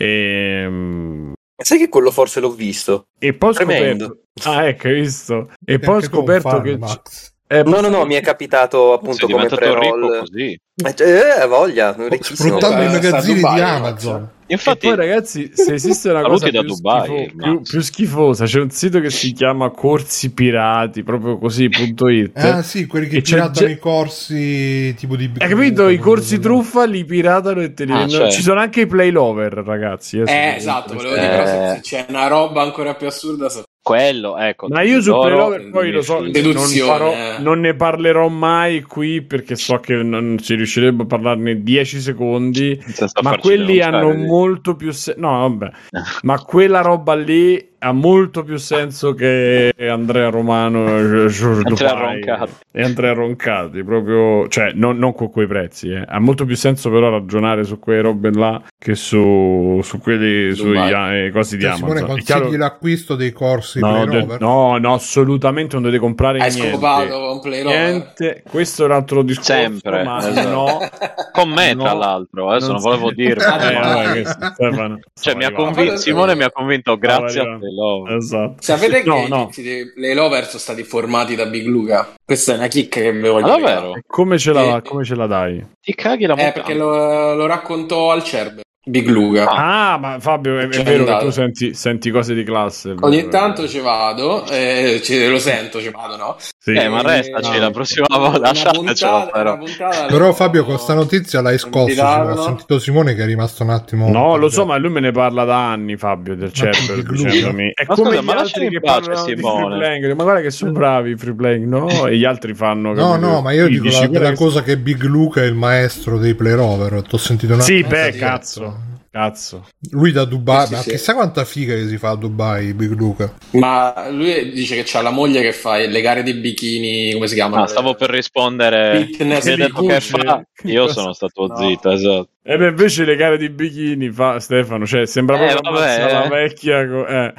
E, Sai che quello forse l'ho visto? e poi ho Tremendo. scoperto, ah, ecco, hai visto? E E poi ho anche tu un scoperto fan, che Max. eh, No, no, no, mi è capitato appunto Sei come diventato ricco pre-roll. così. Eh, eh, voglia, ricchissimo. Sfruttando i Sta- sta a magazzini Dubai, di no? Amazon. Infatti, E poi ragazzi, se esiste una Saluti cosa da più, Dubai, schifo- Max. più, più schifosa, c'è un sito che si chiama Corsi Pirati, proprio così, punto it. Ah sì, quelli che E c'è piratano ge- i corsi tipo di... Hai capito? I corsi truffa li piratano e te li Ah, vendono. cioè. Ci sono anche i play lover, ragazzi. Eh, se- esatto, volevo Eh. dire, però se, se c'è una roba ancora più assurda, so- quello, ecco. Ma io su loro- play lover poi lo so, non, Deduzione, farò- eh. non ne parlerò mai qui perché so che non si riuscirebbe a parlarne dieci secondi. Senza Ma farci quelli denunciare, hanno sì. molto più senso. No, vabbè, ma quella roba lì ha molto più senso che Andrea Romano eh, Giorgio Andrea Dubai Roncati. e Andrea Roncati, proprio, cioè non, non con quei prezzi, eh. Ha molto più senso però ragionare su quelle robe là che su, su quelli sui Dubai. eh, cosi di Cioè, Simone, Amazon. È consigli chiaro- l'acquisto dei corsi No, Play de- Rover? no, no, assolutamente non dovete comprare hai niente. scopato con Play Rover. Niente, questo è un altro discorso, Sempre, ma esatto. no. Con me, No. tra l'altro, adesso non, Non volevo si- dirlo. Eh, vabbè, che- Stefano, Cioè, stavo mi ha arrivando. convinto, Ma- Simone mi ha convinto grazie Stavo a arrivando. Play Lover. Esatto. Sapete che No, i no. tizi dei Play Lover sono stati formati da Big Luca? Questa è una chicca che vi voglio Ma dire. davvero? Come ce la, Eh, come ce la dai? Ti caghi la Eh, montagna. perché lo, lo raccontò al Cerbe. Big Luca. Ah, ma Fabio, è, è C'è vero che andato. tu senti, senti cose di classe. è vero, Ogni è tanto vero. ci vado, eh, ci- lo sento, ci vado, no? Sì. Eh, ma restaci Eh, la prossima volta, una lasciatecelo puntata- però. una puntata Però lo- Fabio con sta notizia l'hai scosso, invitarlo. ho sentito Simone che è rimasto un attimo... No, lo so, ma lui me ne parla da anni, Fabio, del Cerber, Big Luca? dicendomi. È Ma come scusa, gli ma altri lasciali in che pace, parlano di Simone. free playing. Ma guarda che sono bravi i free playing, no? E gli altri fanno... No, capito? no, ma io dico quindici, la, guarda la che- cosa che Big Luca è il maestro dei Play Rover. T'ho sentito una Sì, cosa beh, di cazzo. Cazzo. Lui da Dubai, Sì, ma sì. chissà quanta figa che si fa a Dubai, Big Luca. Ma lui dice che c'ha la moglie che fa le gare di bikini, come si chiamano? Ah, stavo per rispondere. Fitness Mi hai di detto che Gucci. fa. Io Cosa? sono stato No. zitto, esatto. E beh, invece le gare di bikini fa Stefano, cioè sembra Eh, proprio vabbè, ammazza la eh. vecchia. co- eh.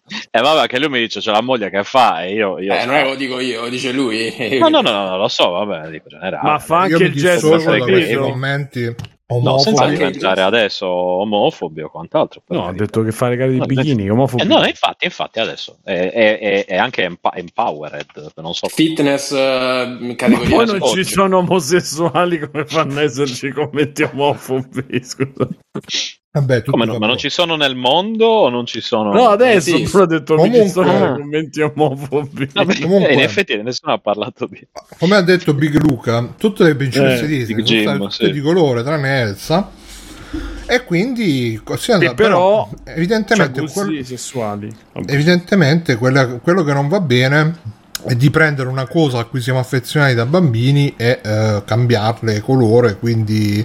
E vabbè, che lui mi dice c'è la moglie che fa e io... io Eh, non è che lo dico io, lo dice lui. No, no, no, no, lo so, vabbè, dico generale. Ma fa Io anche mi il gesto dissocio da sai questi che- commenti No, senza omofobi. diventare adesso omofobi o quant'altro. per No, ha carità. detto che fa le gare di No, bikini, Eh, omofobi. no, infatti, infatti adesso è, è- è- è anche empa- empowered, non so. Fitness eh, Ma categoria poi non sport. ci sono omosessuali, come fanno a esserci commenti omofobi? Scusa. Vabbè, tutto Come no? Ma non ci sono nel mondo o non ci sono? No, adesso sì. però ho detto non ci Comunque- sono commenti omofobi. Vabbè, Comunque- in effetti nessuno ha parlato di... Come ha detto Big Luca, tutte le principesse Eh, Disney Big sono Jim, state tutte sì. di colore, tranne Elsa. E quindi così è Che andato. però evidentemente, cioè, gusti quel- sessuali. Vabbè. evidentemente quella- quello che non va bene è di prendere una cosa a cui siamo affezionati da bambini e eh, cambiarle colore, quindi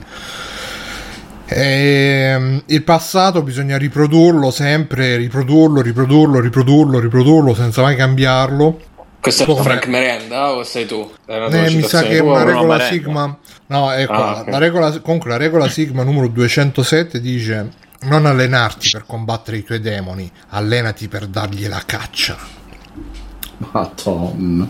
ehm, il passato bisogna riprodurlo sempre, riprodurlo, riprodurlo, riprodurlo, riprodurlo senza mai cambiarlo. Questo è Come- Frank Merenda o sei tu? È una tua Eh, mi sa citazione che è tua, una o no? regola Merenda. Sigma. No, ecco, Ah, ok. la regola, comunque la regola Sigma numero duecentosette dice: non allenarti per combattere i tuoi demoni, allenati per dargli la caccia. Madonna.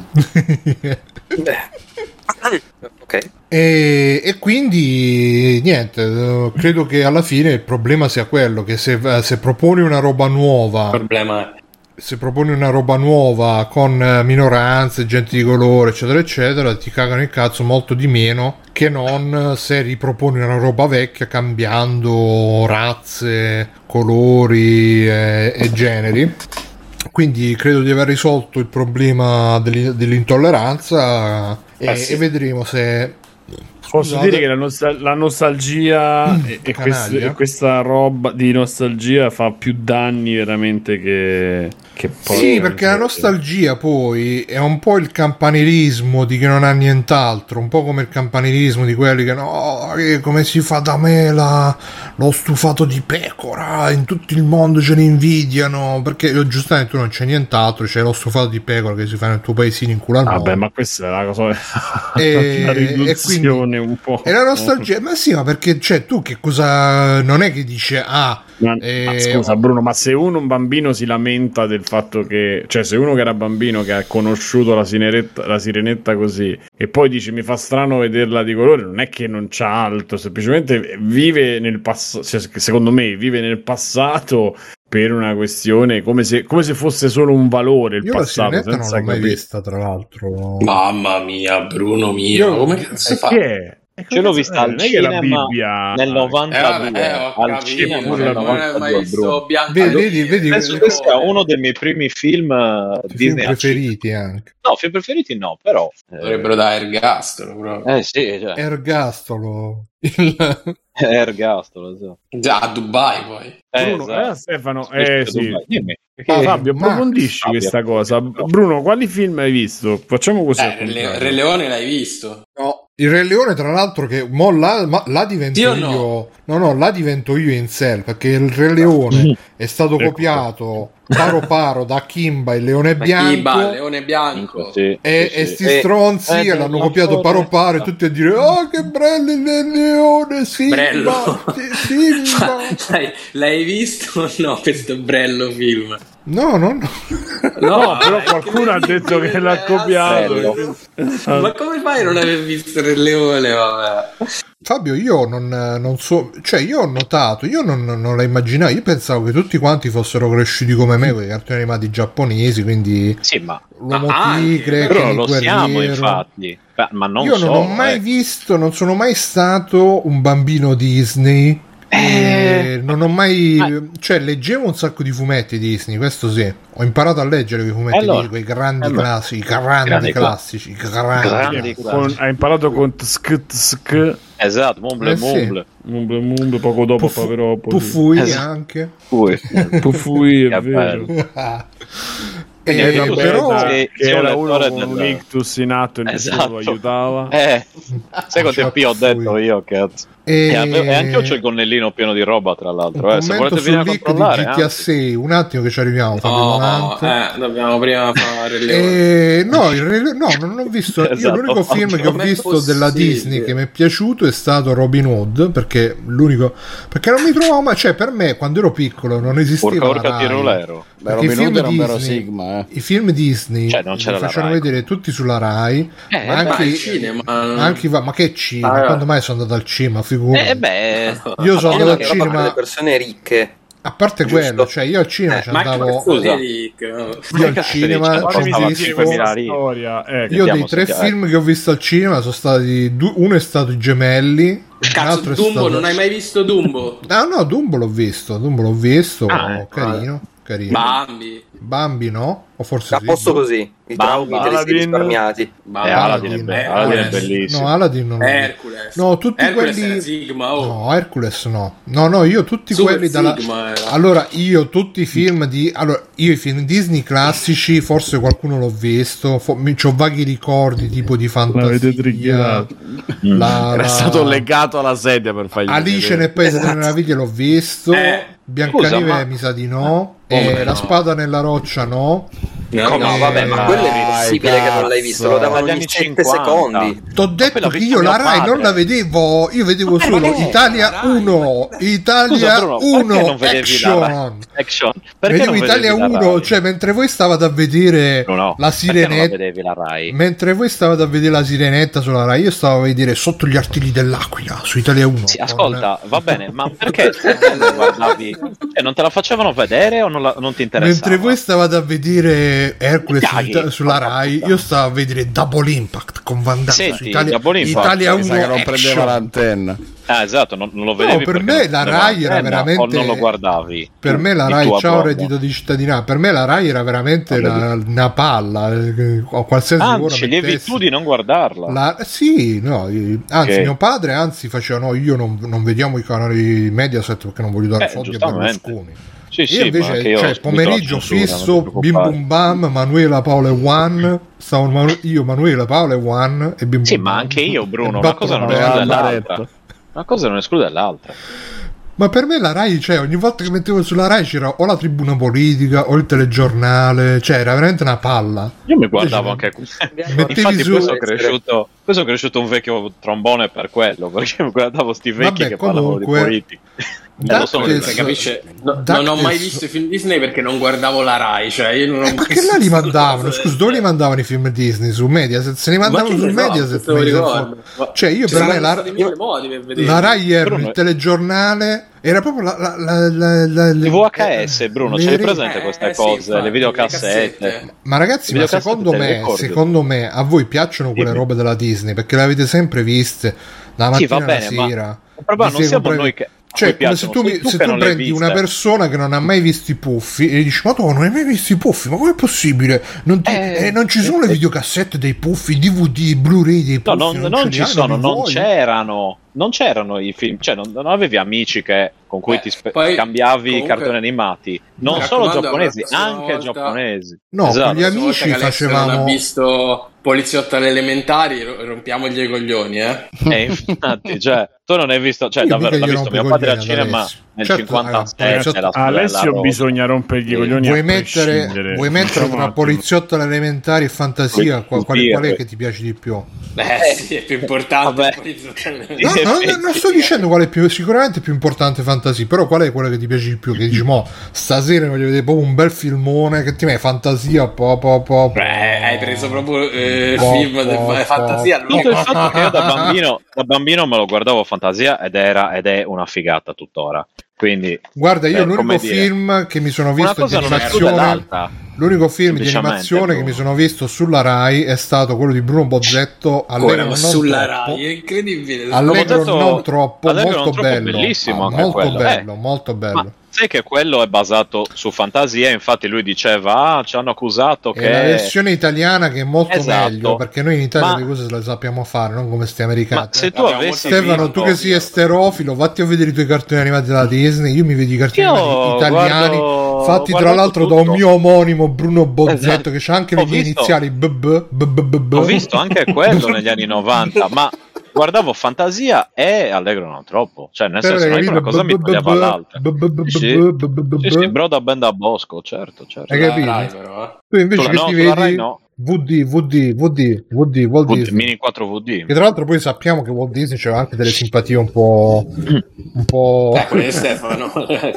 Ok. E, e quindi niente, eh, credo che alla fine il problema sia quello che se, se proponi una roba Il nuova, problema è se proponi una roba nuova con eh, minoranze, gente di colore, eccetera, eccetera, ti cagano il cazzo molto di meno che non se riproponi una roba vecchia cambiando razze, colori e, e generi. quindi credo di aver risolto il problema dell'in- dell'intolleranza e, Eh sì. e vedremo se... Posso Scusate. dire che la, nostal- la nostalgia Mm, e, e, canaglia. quest- e questa roba di nostalgia fa più danni veramente che, che poi Sì, perché la nostalgia poi è un po' il campanilismo di chi non ha nient'altro, un po' come il campanilismo di quelli che no, che come si fa da me la, lo stufato di pecora, in tutto il mondo ce ne invidiano, perché eh, giustamente tu non c'è nient'altro, c'è lo stufato di pecora che si fa nel tuo paesino in culo al mondo. Vabbè, ma questa è la cosa E- la e riduzione un po'. E la nostalgia, ma sì, ma perché cioè tu che cosa non è che dice ah Ma, eh, ma scusa Bruno, ma se uno un bambino si lamenta del fatto che, cioè se uno che era bambino che ha conosciuto la sirenetta, la sirenetta così e poi dice mi fa strano vederla di colore, non è che non c'ha altro, semplicemente vive nel passato, cioè, secondo me vive nel passato per una questione come se, come se fosse solo un valore il io la passato, sirenetta non senza l'ho mai capire. vista, tra l'altro. Mamma mia, Bruno mio, Io- come cazzo eh, fa? che è? Ce l'ho vista al Non è che la cinema Bibbia nel Eh, novantadue, vabbè, ho al capito, cinema pure nel la- non hai mai novantadue, visto Bruno. Bianca Vedi, vedi, vedi, Penso che sia uno dei miei primi film eh, I film Disney al cinema. preferiti anche. No, film preferiti no, però eh, Dovrebbero dare ergastolo proprio. eh sì, cioè, Ergastolo. Il- è ergastolo, so. Già a Dubai poi. Eh, Bruno, esatto. eh, Stefano, Sì, eh sì, sì. Dubai. Dimmi. Ah, Eh, Fabio, Max. approfondisci Fabio. questa cosa. Bruno, quali film hai visto? Facciamo così. al Eh, Re, contrario. Re Leone l'hai visto? No, il Re Leone, tra l'altro, che mo là, ma, là divento Sì o io. no? No, no, là divento io in Cell, perché il Re Leone è stato Ecco. copiato paro paro da Kimba, il leone bianco. Kiba, Leone Bianco. Sì, E, sì, e sì. sti Eh, stronzi eh, l'hanno la copiato foto- paro paro e tutti a dire oh che bello il leone Simba, Brello. sì, Simba. L'hai, l'hai visto o no questo bello film? No, no, no. No, però è qualcuno ha che detto che l'ha film, copiato. bello. Ma come fai a non aver visto Re Leone? Vabbè. Fabio, io non, non so, cioè io ho notato, io non, non la immaginavo, io pensavo che tutti quanti fossero cresciuti come me con i cartoni animati giapponesi, quindi Sì, ma l'uomo Ah, anche, tigre, però Kenny lo siamo Guerriero. infatti. Beh, ma non Io so, non ho mai eh. visto, non sono mai stato un bambino Disney. E non ho mai, ma- cioè leggevo un sacco di fumetti Disney, questo sì, ho imparato a leggere quei fumetti Allora, lì, quei grandi allora. classici, i grandi, Grandi classici, i grandi, Grandi classici. Con- ha imparato con tsk, tsk, Esatto, mumble Eh, sì. mumble. mumble, mumble, poco dopo Puffu- però Puffui Esatto. anche. Ui. Puffui, è Che vero. bello. Eh, Eh, tu però sei- che sei un era uno lettore con un del- ictus in atto e nessuno Esatto. lo aiutava. Eh, sai quanti Cioè, P ho detto Puffui. io, cazzo. E, E, ave- e anche io c'ho il gonnellino pieno di roba, tra l'altro. un Eh. Se commento volete sul venire a leak di controllare, G T A anzi. sei, un attimo che ci arriviamo, Fabio No, Volante. eh, dobbiamo prima fare Re Leone. Eh, no, il Re- no, non ho visto. Io Esatto. l'unico film che ho Com'è visto della possibile? Disney che mi è piaciuto è stato Robin Hood. Perché l'unico. Perché non mi trovavo mai. Cioè, per me, quando ero piccolo, non esisteva. Porca la porca Rai. tirolero. Beh, Perché i Robin film Hood era un vero Disney- Sigma, eh. I film Disney Cioè, non c'era li la facevano Rai. vedere tutti sulla Rai. Eh, ma beh, anche, al cinema. anche ma che cinema? Ah. Quando mai sono andato al cinema? Figurati. Eh beh, Io sono andato al Che roba per cinema. le persone ricche. A parte Giusto. quello, cioè io al cinema Eh, ci Ma che andavo. cazzo Scusa. di Rick? Io al cinema Fatemi ci ho Fammi Fatemi sentire visto. questa lì. storia. Ecco. Io Sentiamo, dei tre sentiamo. film che ho visto al cinema sono stati du- uno è stato I Gemelli, Cazzo, l'altro è Dumbo, stato non hai mai visto Dumbo? Ah no, Dumbo l'ho visto, Dumbo l'ho visto, Ah, eh. carino, carino. Bambi. Bambi no? O forse A sì. posto così, i traumi Bamba, te li sei Aladdin. risparmiati. eh, Bambi. Aladdin è, Aladdin. be- Aladdin è Hercules. bellissimo. No, Aladdin non l'ho visto. Hercules. No, tutti Hercules quelli era Sigma, oh. No, Hercules no. No, no, io tutti Super quelli dalla Sigma era. Allora, io tutti i film di allora, io i film Disney classici, forse qualcuno l'ho visto, fo- mi c'ho vaghi ricordi tipo di fantasia. L'avete triggerato. La, Era la- stato legato alla sedia per fargli Alice vedere. nel Paese delle Meraviglie l'ho visto, Eh, Biancaneve scusa, ma- mi sa di no, Come e La no? Spada nella roccia no. No, No, Eh, vabbè, ma dai, quello è impossibile che non l'hai visto, lo davano Dagli ogni anni sette cinquanta. secondi. T'ho detto Quella che vecchia io la mio Rai padre. non la vedevo, io vedevo solo perché? Italia La Rai, uno, Italia Scusa, Bruno, perché uno non vedevi la Rai? action. Action. Perché Vedevo non Italia vedevi la uno, Rai? cioè mentre voi stavate a vedere No, no, la perché non la sirenetta, vedevi la Rai? mentre voi stavate a vedere la sirenetta sulla Rai, io stavo a vedere Sotto gli artigli dell'Aquila su Italia uno. Sì, ascolta, va bene, ma perché non guardavi? Cioè, non te la facevano vedere o non, la- non ti interessava? Mentre voi stavate a vedere vedere Hercules su, sulla Rai, io stavo a vedere Double Impact con Van Damme. Senti, su Italia, Double Impact, Italia uno che non Action. prendeva l'antenna. Ah, esatto, non, non lo vedevi. No, per perché me la non Rai era antenna, veramente. o non lo guardavi. Per me la di Rai, tua ciao broma. reddito di cittadinanza. Per me la Rai era veramente la, una palla. eh, O qualsiasi Ah, ora sceglievi mettessi. tu di non guardarla. La, sì, no, io- anzi, Ok. mio padre anzi faceva no, io non, non vediamo i canali Mediaset perché non voglio dare Eh, soldi a giustamente. Berlusconi. Sì, Io sì, ma invece, anche io cioè, ho subito pomeriggio la censura, non fisso, ti bim preoccupare. bum bam, Manuela Paola e One, stavo Manu- io, Manuela Paola e One e bim Sì, bum ma bam. anche io, Bruno, E una battono cosa non le esclude ali. l'altra. Una cosa non esclude l'altra. Ma per me la Rai, cioè, ogni volta che mettevo sulla Rai c'era o la tribuna politica o il telegiornale, cioè era veramente una palla. Io mi guardavo Invece, anche mettevi infatti su- poi sono cresciuto, poi sono cresciuto un vecchio trombone per quello, perché mi guardavo sti vecchi Vabbè, che parlavano di comunque, politica. da lo so, che- Cioè, capisce? No, da non ho che mai so- visto i film Disney perché non guardavo la Rai, cioè io non ho Eh, mai perché là li mandavano? Scusa, dove li mandavano i film Disney? Su Mediaset? Se li mandavano che su ne so, Mediaset. questo lo Mediaset ricordo. Ma cioè, io ci per me saranno la, stati mille modi per vederli. la Rai era Bruno- il telegiornale, era proprio la, la, la, la, la- Le V H S, Bruno, le ce l'hai re- presente Eh, queste eh, sì, cose, infatti, le videocassette? le cassette. Ma ragazzi, Le ma videocassette secondo te le me, ricordi? secondo me a voi piacciono quelle Dimmi. robe della Disney perché le avete sempre viste dalla Sì, mattina va bene, alla ma sera. il problema Vi non sei siamo comprato- noi che a Cioè, cui come se tu, piacciono, mi- sei tu se che tu non le hai prendi una viste. persona che non ha mai visto i puffi e gli dici: ma tu non hai mai visto i puffi? Ma com'è possibile? Non, ti- Eh, eh, non ci sono le videocassette dei puffi, D V D, Blu-ray dei No, puffi? non, non ce ci li hai, sono, li non vuoi? c'erano, non c'erano i film, cioè non, non avevi amici che, con cui Eh, ti spe- poi, scambiavi i comunque, cartoni animati, non mi solo raccomando, giapponesi, la prossima anche volta- giapponesi. No, Esatto. con gli La prossima amici volta che Alessio non facevamo. ha visto Poliziotto alle elementari, ro- rompiamogli i coglioni, eh. E infatti, cioè, tu non hai visto, cioè Io davvero, mica l'ho gli visto rompo mio i padre al coglioni ad cinema Alessio. nel Certo, cinquantasette, ragazzi, la A Alessio Stella bisogna rompergli i coglioni Vuoi a mettere, prescindere. vuoi mettere Diciamo tra un attimo. poliziotto alle elementari e fantasia? Qual, qual, qual è Sì, che ti piace di più? Eh, sì, è più importante. Vabbè. Poliziotto alle No, elementari. no, no, non sto dicendo qual è più, sicuramente più importante fantasia, però qual è quella che ti piace di più? Che dici, mo, stasera voglio vedere proprio un bel filmone che ti mette fantasia, po, po, po, po. Beh, hai preso proprio eh, Po, film di po, fantasia. po. Tutto il fatto che io da bambino, da bambino me lo guardavo fantasia ed era ed è una figata tuttora. Quindi Guarda, io eh, l'unico come dire, film che mi sono una visto di cosa non esclude animazione, l'altra. l'unico film di Semplicemente, animazione che Bruno. mi sono visto sulla Rai è stato quello di Bruno Bozzetto, Allegro Ancora, ma non sulla troppo. Rai, è incredibile. Allegro Bozzetto- non troppo, Allegro molto non troppo, bello, bellissimo Ah, anche molto quello. bello, Eh, molto bello. Ma sai che quello è basato su fantasia, infatti lui diceva, ah, ci hanno accusato È che... la versione italiana che è molto Esatto. meglio, perché noi in Italia Ma- le cose le sappiamo fare, non come sti americani. Ma se tu Abbiamo avessi molti Stefano, visto- tu che sei esterofilo, vatti a vedere i tuoi cartoni animati della Disney. Io mi vedo i cartoni Io animati italiani guardo- fatti tra guardo l'altro da tutto. un mio omonimo Bruno Bozzetto, Esatto. che c'ha anche Ho le mie visto- iniziali B B, B B B B. Ho visto anche quello negli anni novanta, ma guardavo fantasia e Allegro non troppo. Cioè, nel Però, senso, non è che una capito? cosa mi B- B- toglieva B- l'altra. B- B- B- Sì, sì. B- B- B- Sì, sì, Broda Ben da Bosco, certo, certo. Hai Sulla capito? Rai, però, eh. Tu invece Sulla- che no, ti sulla Rai vedi no. V D, V D, V D, V D, Walt V D, Disney. Mini quattro V D. Che tra l'altro poi sappiamo che Walt Disney c'aveva anche delle simpatie un po'... un po'... Eh, quello di Stefano.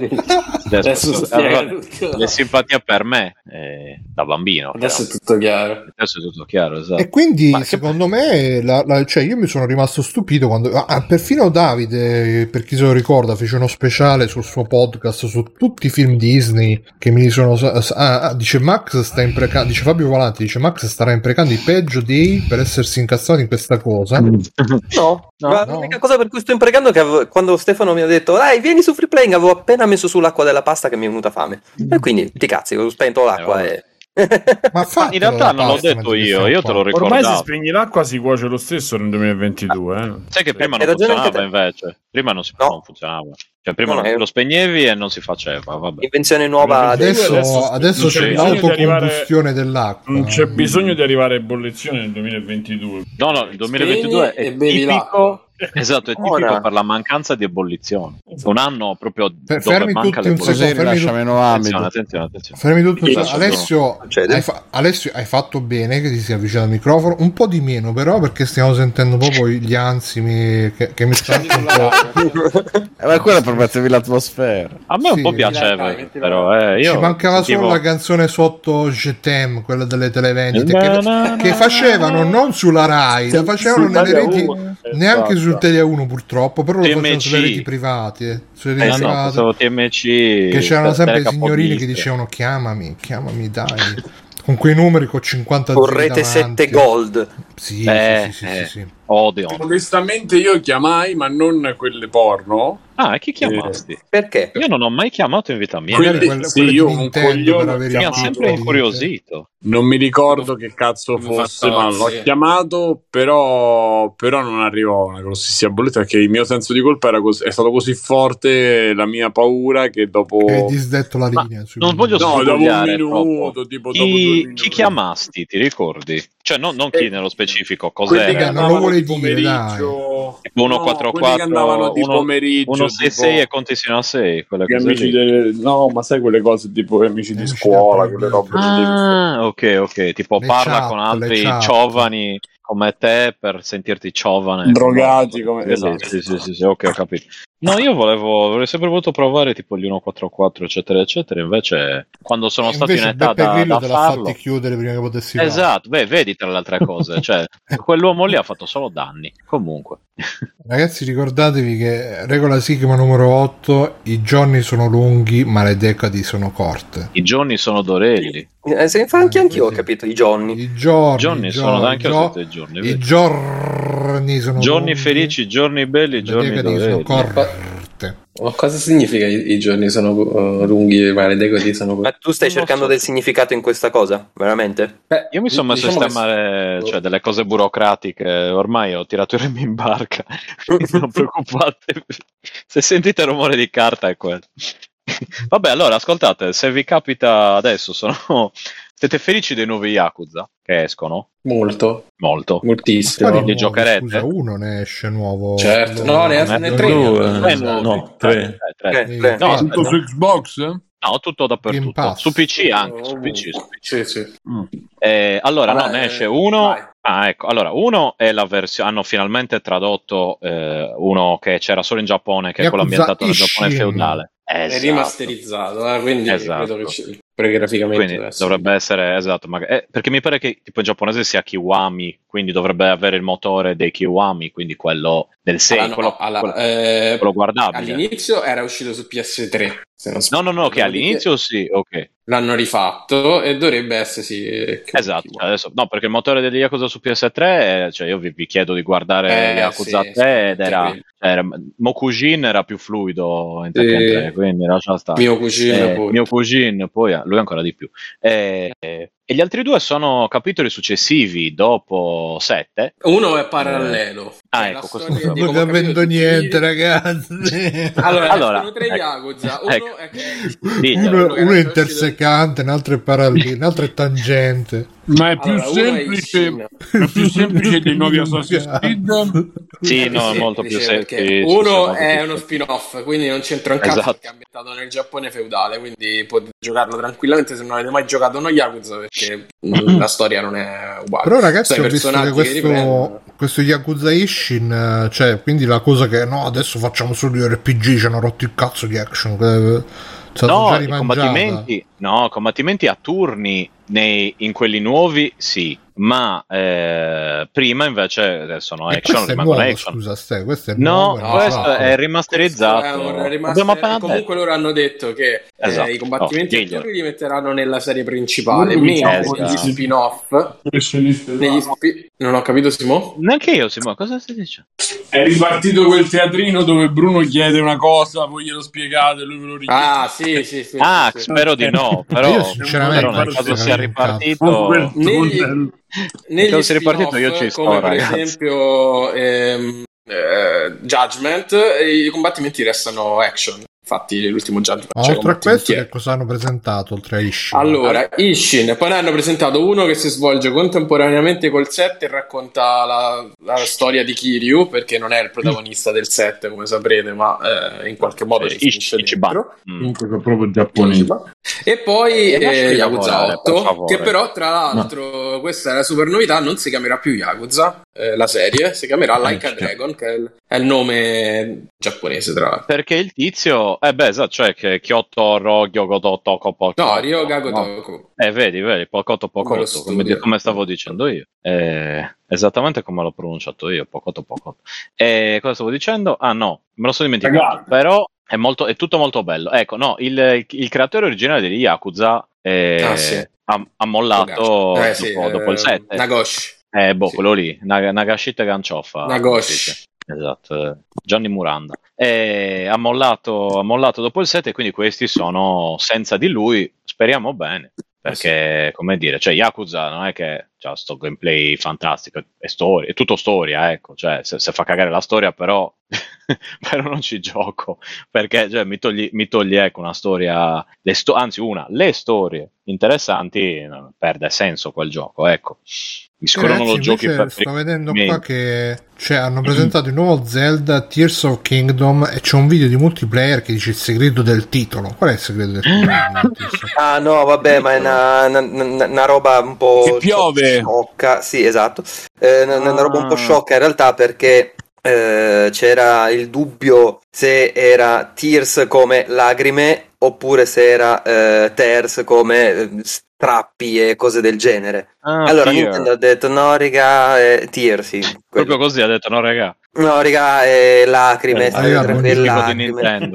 Adesso spiega Allora, tutto. le simpatie per me eh, da bambino. Adesso è però. tutto chiaro. Adesso è tutto chiaro, esatto. E quindi Ma che- secondo me la- la- cioè io mi sono rimasto stupito quando ah, perfino Davide, per chi se lo ricorda, fece uno speciale sul suo podcast su tutti i film Disney che mi sono ah, ah, dice Max sta imprecando, dice Fabio Volanti, dice Max starà imprecando i peggio dei per essersi incazzato in questa cosa. No, No, ma no. l'unica cosa per cui sto imprecando è che avevo- quando Stefano mi ha detto dai vieni su Free Playing avevo appena messo sull'acqua della pasta che mi è venuta fame e quindi ti cazzi ho spento l'acqua Eh, e Ma, Ma in realtà non l'ho detto io, io te lo Ormai se ricordavo. spegni l'acqua si cuoce lo stesso nel duemilaventidue. Eh. Sai che prima Hai non ragione funzionava anche te. invece. Prima non, si, No. non funzionava. Cioè, prima No, non- è- lo spegnevi e non si faceva. Vabbè. invenzione nuova adesso, adesso- adesso non c'è c'è bisogno di l'autocombustione arrivare- dell'acqua. Non c'è bisogno di arrivare a ebollizione nel duemilaventidue. No, no, il duemilaventidue Spegni è e bevi tipico. l'acqua. Esatto, è tipico Ora. per la mancanza di ebollizione. Un anno proprio Fer- dove fermi manca tutti un l'ebollizione. Così fermi rilascia tu- meno Attenzione, amido. attenzione, attenzione. Fermi tutto Sì, un- sì, Alessio, Succede. hai fa- Alessio, hai fatto bene che ti sia avvicinato al microfono, un po' di meno però perché stiamo sentendo proprio gli ansimi che, che mi stanno un po'. Eh, ma quella è per mettervi l'atmosfera. A me un Sì. po' Mettila piaceva, mettila però eh, io Ci mancava sentivo- solo la canzone sotto Je t'aime, quella delle televendite, Na, che, na, che na, facevano na. non sulla Rai, la facevano Su nelle Italia reti, uno. neanche Esatto. sul Telia uno purtroppo, però lo T M facevano C. sulle reti private, eh, sulle Eh, reti no, private. pensavo T M C Che c'erano per sempre i telecapodiste. signorini che dicevano chiamami, chiamami dai. con quei numeri con cinquanta Correte sette gold. Sì, Eh, sì, sì, eh. sì, sì. Odio. Onestamente io chiamai, ma non quelle porno. Ah, e chi chiamasti? Perché? Io non ho mai chiamato in vita mia. Magari Quelle- quelle, sì, quelle io di un Nintendo coglione per ho avere Mi ha chiamato- sempre di Nintendo. incuriosito. Non mi ricordo che cazzo Tipo fosse, ma l'ho Fantozzi. chiamato, però, però non arrivò una grossissima bolletta perché il mio senso di colpa era cos- è stato così forte, la mia paura che dopo... Che hai disdetto la Ma linea. sui non voglio No, dopo un sfogliare minuto, troppo. tipo dopo due Chi, minuti. chi chiamasti, ti ricordi? Cioè, non, non chi Eh, nello specifico, Quelli che Beh, cos'era? non lo andavano vuole di dire, pomeriggio, Tipo no, quelli che andavano di uno pomeriggio, uno sei tipo sei e conti sino a sei, quelle gli cose amici lì. del- no, ma sai quelle cose tipo gli amici di Amici scuola, del quelle robe lì. Ah, ok, ok. Tipo Le parla chat, con le altri chat. giovani come te per sentirti giovane. Drogati No, come- sì, esatto. sì, sì, sì, sì, ok, ho capito. No, io volevo, avrei sempre voluto provare tipo gli centoquarantaquattro, eccetera, eccetera. Invece, quando sono E stato in invece età Beppe da, Grillo da te l'ha farlo, fatti chiudere prima che potessi farlo. esatto, beh, vedi tra le altre cose, cioè, quell'uomo lì ha fatto solo danni. Comunque, Ragazzi, ricordatevi che regola Sigma numero otto: i giorni sono lunghi ma le decadi sono corte. i giorni sono d'orelli. Eh, se fa anche Eh, anch'io ho così. capito i giorni. I giorni, Giorni i sono giorni, anche io i ho gio- detto i giorni, i vedi? giorni sono Giorni lunghi, felici, giorni belli, le giorni decadi sono d'orelli. corte. Ma cosa significa i, i giorni sono uh, lunghi, ma le decadi sono Ma tu stai Non lo cercando so. del significato in questa cosa? Veramente? Beh, Io mi sono messo diciamo a sistemare che- cioè, delle cose burocratiche, ormai ho tirato i remi in barca, quindi non preoccupatevi. Se sentite rumore di carta è quello. Vabbè, allora ascoltate, se vi capita adesso, sono... siete felici dei nuovi Yakuza che escono? molto, Molto. moltissimo. Quali Li nuovi? giocherete? Scusa, uno ne esce nuovo. Certo, quello- no, ne, Ne ne escono tre. due. ne- Eh, nuovi. no, tre. Eh, tre. Eh, Sì, tre. No, ah, aspetta. Tutto su Xbox? No, tutto Game dappertutto. Pass. Su P C anche, su P C. Su P C. Sì, sì. Eh, allora, Vabbè, no, ne esce eh, uno. vai. Ah, ecco. Allora, uno è la versione. Hanno finalmente tradotto eh, uno che c'era solo in Giappone, che è quello Yakuza ambientato nel Giappone Ishin. feudale. È Esatto. rimasterizzato, eh, quindi Esatto. credo che ci- perché graficamente Quindi deve essere- dovrebbe essere esatto, magari- eh, perché mi pare che tipo in giapponese sia Kiwami, quindi dovrebbe avere il motore dei Kiwami, quindi quello del sei, Allora, no, quello, alla- quello- eh, quello guardabile. all'inizio era uscito su P S tre. Se non No, sbaglio. no, no, che Dopodiché all'inizio sì, ok. l'hanno rifatto e dovrebbe essere sì. che- Esatto, adesso, no, perché il motore degli Yakuza su P S tre, eh, cioè io vi, vi chiedo di guardare Eh, Yakuza sì, tre ed sì, era, sì. era Mokujin era più fluido in Sì. Tekken tre, quindi lascia stare. Mio cugino Eh, pure. mio cugino, poi eh, lui ancora di più. Eh, eh, e gli altri due sono capitoli successivi dopo sette. Uno è parallelo. Ah, Cioè, ecco, la questo storia lo di- Non come ho capito, capendo tutti i niente, video- ragazzi. Allora, Allora, escono tre ecco. Yakuza. Uno Ecco. è che Diglielo. Uno, quello che uno è era uscito- intersecante, un altro è parallelo, un altro è tangente. Ma è più Allora, uno è semplice, Ishin. è più semplice dei nuovi Assassin's Creed. Sì, È no, è più molto più semplice, semplice. perché sì, sì, uno sì, molto è più uno semplice. spin-off, quindi non c'entra un cazzo Esatto. perché è ambientato nel Giappone feudale, quindi potete giocarlo tranquillamente se non avete mai giocato uno Yakuza, perché mm, la storia non è uguale. Però ragazzi, Sono i ho visto che personaggi che riprendono. questo, questo Yakuza Ishin, eh, cioè, quindi la cosa che no, adesso facciamo solo gli R P G, ci hanno rotto il cazzo di action. eh, è stata No, già i rimangiata. combattimenti, no, combattimenti a turni nei- in quelli nuovi, sì, ma eh, prima invece adesso no, E action questo è rimangono nuovo, action. scusa, Ste, questo è No, nuovo. no, questo no. è rimasterizzato. Questo è un remaster- Abbiamo appena comunque detto. loro hanno detto che eh, Esatto. i combattimenti Oh, a diglielo. turni li metteranno nella serie principale, Mm, mentre esatto. negli spin-off negli spi- non ho capito, Simo? Neanche io, Simone, cosa stai dicendo? È ripartito quel teatrino dove Bruno chiede una cosa, voi glielo spiegate, lui ve lo richiede. Ah, sì, sì, sì. Ah, sì, sì. spero di no, però, Io sinceramente però nel non caso ci sia sarei in ripartito, Negli, negli caso sia ripartito, io ci spin-off, sto, come per ragazzi. esempio ehm, eh, Judgment, i combattimenti restano action. Infatti l'ultimo Judgment Ma c'è oltre a questo, combattimenti che cosa hanno presentato oltre a Ishin? Allora, Ishin, poi ne hanno presentato uno che si svolge contemporaneamente col set e racconta la, la storia di Kiryu, perché non è il protagonista del set, come saprete, ma eh, in qualche modo Eh, ci finisce Ichi- Ichiban. dentro. Mm. Comunque sono proprio giapponese. E poi Eh, lasciali eh, Yakuza lavorare, per otto, favore. che però tra l'altro, questa è la super novità, non si chiamerà più Yakuza, eh, la serie, si chiamerà Like a certo. Dragon, che è il, è il nome giapponese tra l'altro. Perché il tizio, eh beh, esatto, cioè che Kyoto Rogyo Godoto Kopo. No, Ryoga Gotoku. Eh, vedi, vedi, Pocoto Come lo Pocoto, come, studio. come stavo dicendo io. Eh, esattamente come l'ho pronunciato io, Pocoto Pocoto. E cosa stavo dicendo? Ah no, me lo sono dimenticato. Ragazzi. Però è, molto, è tutto molto bello. Ecco, no, il, il creatore originale degli Yakuza e Ah, sì. ha, ha mollato Eh, dopo, sì, dopo eh, il sette. Nagoshi. Eh, boh, Sì. quello lì, Nag- Nagashita Gancioffa. Nagoshi. Esatto, eh, Gianni Muranda. E ha mollato, ha mollato dopo il sette, quindi questi sono senza di lui, speriamo bene, perché, come dire, cioè Yakuza non è che c'ha sto gameplay fantastico, è storia, è tutto storia, ecco, cioè se, se fa cagare la storia però, però non ci gioco, perché cioè, mi togli, mi togli ecco, una storia, le sto- anzi una, le storie interessanti, no, perde senso quel gioco, ecco. Mi sicuro non lo giochi per sto vedendo me. qua che cioè, hanno presentato il nuovo Zelda Tears of Kingdom e c'è un video di multiplayer che dice il segreto del titolo. Qual è il segreto del titolo? Ah no, vabbè, ma è una, una, una- una roba un po' Che piove. sciocca. Sì, esatto. Eh, una, una roba un po' Ah. sciocca in realtà, perché eh, c'era il dubbio se era Tears come lacrime oppure se era eh, Tears come eh, strappi e cose del genere. Ah, Allora Tear. Nintendo ha detto no raga, eh, Tears sì, quello. Proprio così ha detto, no raga. No raga, eh, lacrime, Eh, state raga, tranquilli, non Tipico di lacrime. Nintendo.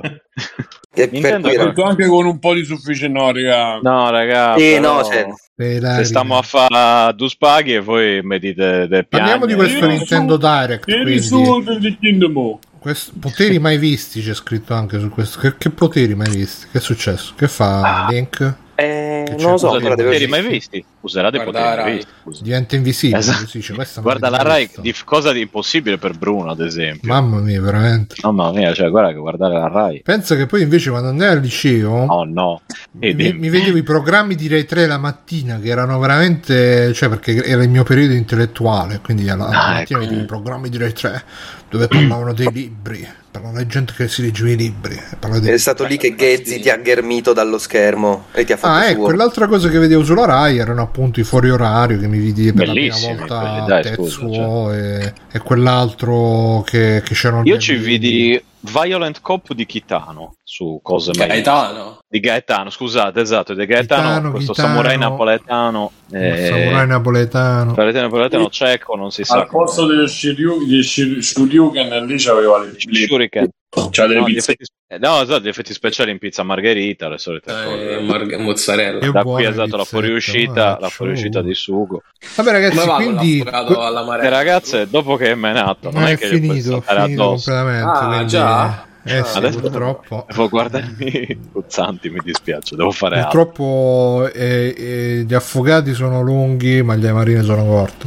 Che Nintendo per ha cui- detto Anche con un po' di sufficienza, no, raga. no raga, Sì, però no, cioè, se stiamo a fare due spaghi e voi mi dite del Parliamo di questo Tieni Nintendo su- Direct, Tieni su quindi il Kingdom. quest- poteri mai visti c'è scritto anche su questo. Che, che poteri mai visti? Che è successo? Che fa Ah. Link? eh, Che c'è? non lo so, usa ancora dei devo poteri mai visti, userà dei Guarda, poteri mai Rai. visti. Scusa. Diventa invisibile. Esatto. Così, cioè, questa non Guarda la l'avete Rai, visto. di cosa di impossibile per Bruno ad esempio. Mamma mia, veramente. Mamma mia, cioè guarda che guardare la Rai. Pensa che poi invece quando andai al liceo Oh no. mi, Vedi? mi vedevo i programmi di Rai tre la mattina che erano veramente, cioè perché era il mio periodo intellettuale, quindi alla, alla Ah, mattina ecco. vedevo i programmi di Rai tre dove parlavano dei libri, parlavano di gente che si leggeva i libri, parlavano dei- È stato lì che Ghezzi ti ha ghermito dallo schermo e ti ha fatto Ah, suo. ecco, l'altra cosa che vedevo sulla Rai erano appunto i fuori orario che mi vidi per Bellissimi la prima volta quelli, dai, Tetsuo scusa, e, e quell'altro che, che c'erano Io gli ci amici. vidi Violent Cop di Kitano su cose mai viste. Gaetano. Di Gaetano, scusate, esatto, di Gaetano, Gaetano, questo Gaetano, samurai napoletano. Il eh, samurai napoletano. Samurai napoletano cieco, non si sa. Al posto del Shiryu- di Shir- Shoryuken lì c'aveva le le- Shuriken. c'ha delle No, gli pizze. effetti, eh, no, esatto, gli effetti speciali in pizza margherita, le solite Eh, cose. mar- mozzarella. Che Da buona qui esatto la pizzetta, fuoriuscita, ma la fuoriuscita ciao. di sugo. Vabbè ragazzi, Come va con quindi l'affogato alla E marea? ragazze, dopo che è menato, non è, è che gli puoi finito, saltare finito addosso. completamente. Ah, quindi- già? Eh sì, Adesso purtroppo. devo guardarmi puzzanti, mi dispiace, devo fare altro. Purtroppo eh, eh, gli affogati sono lunghi, ma gli marine sono corti.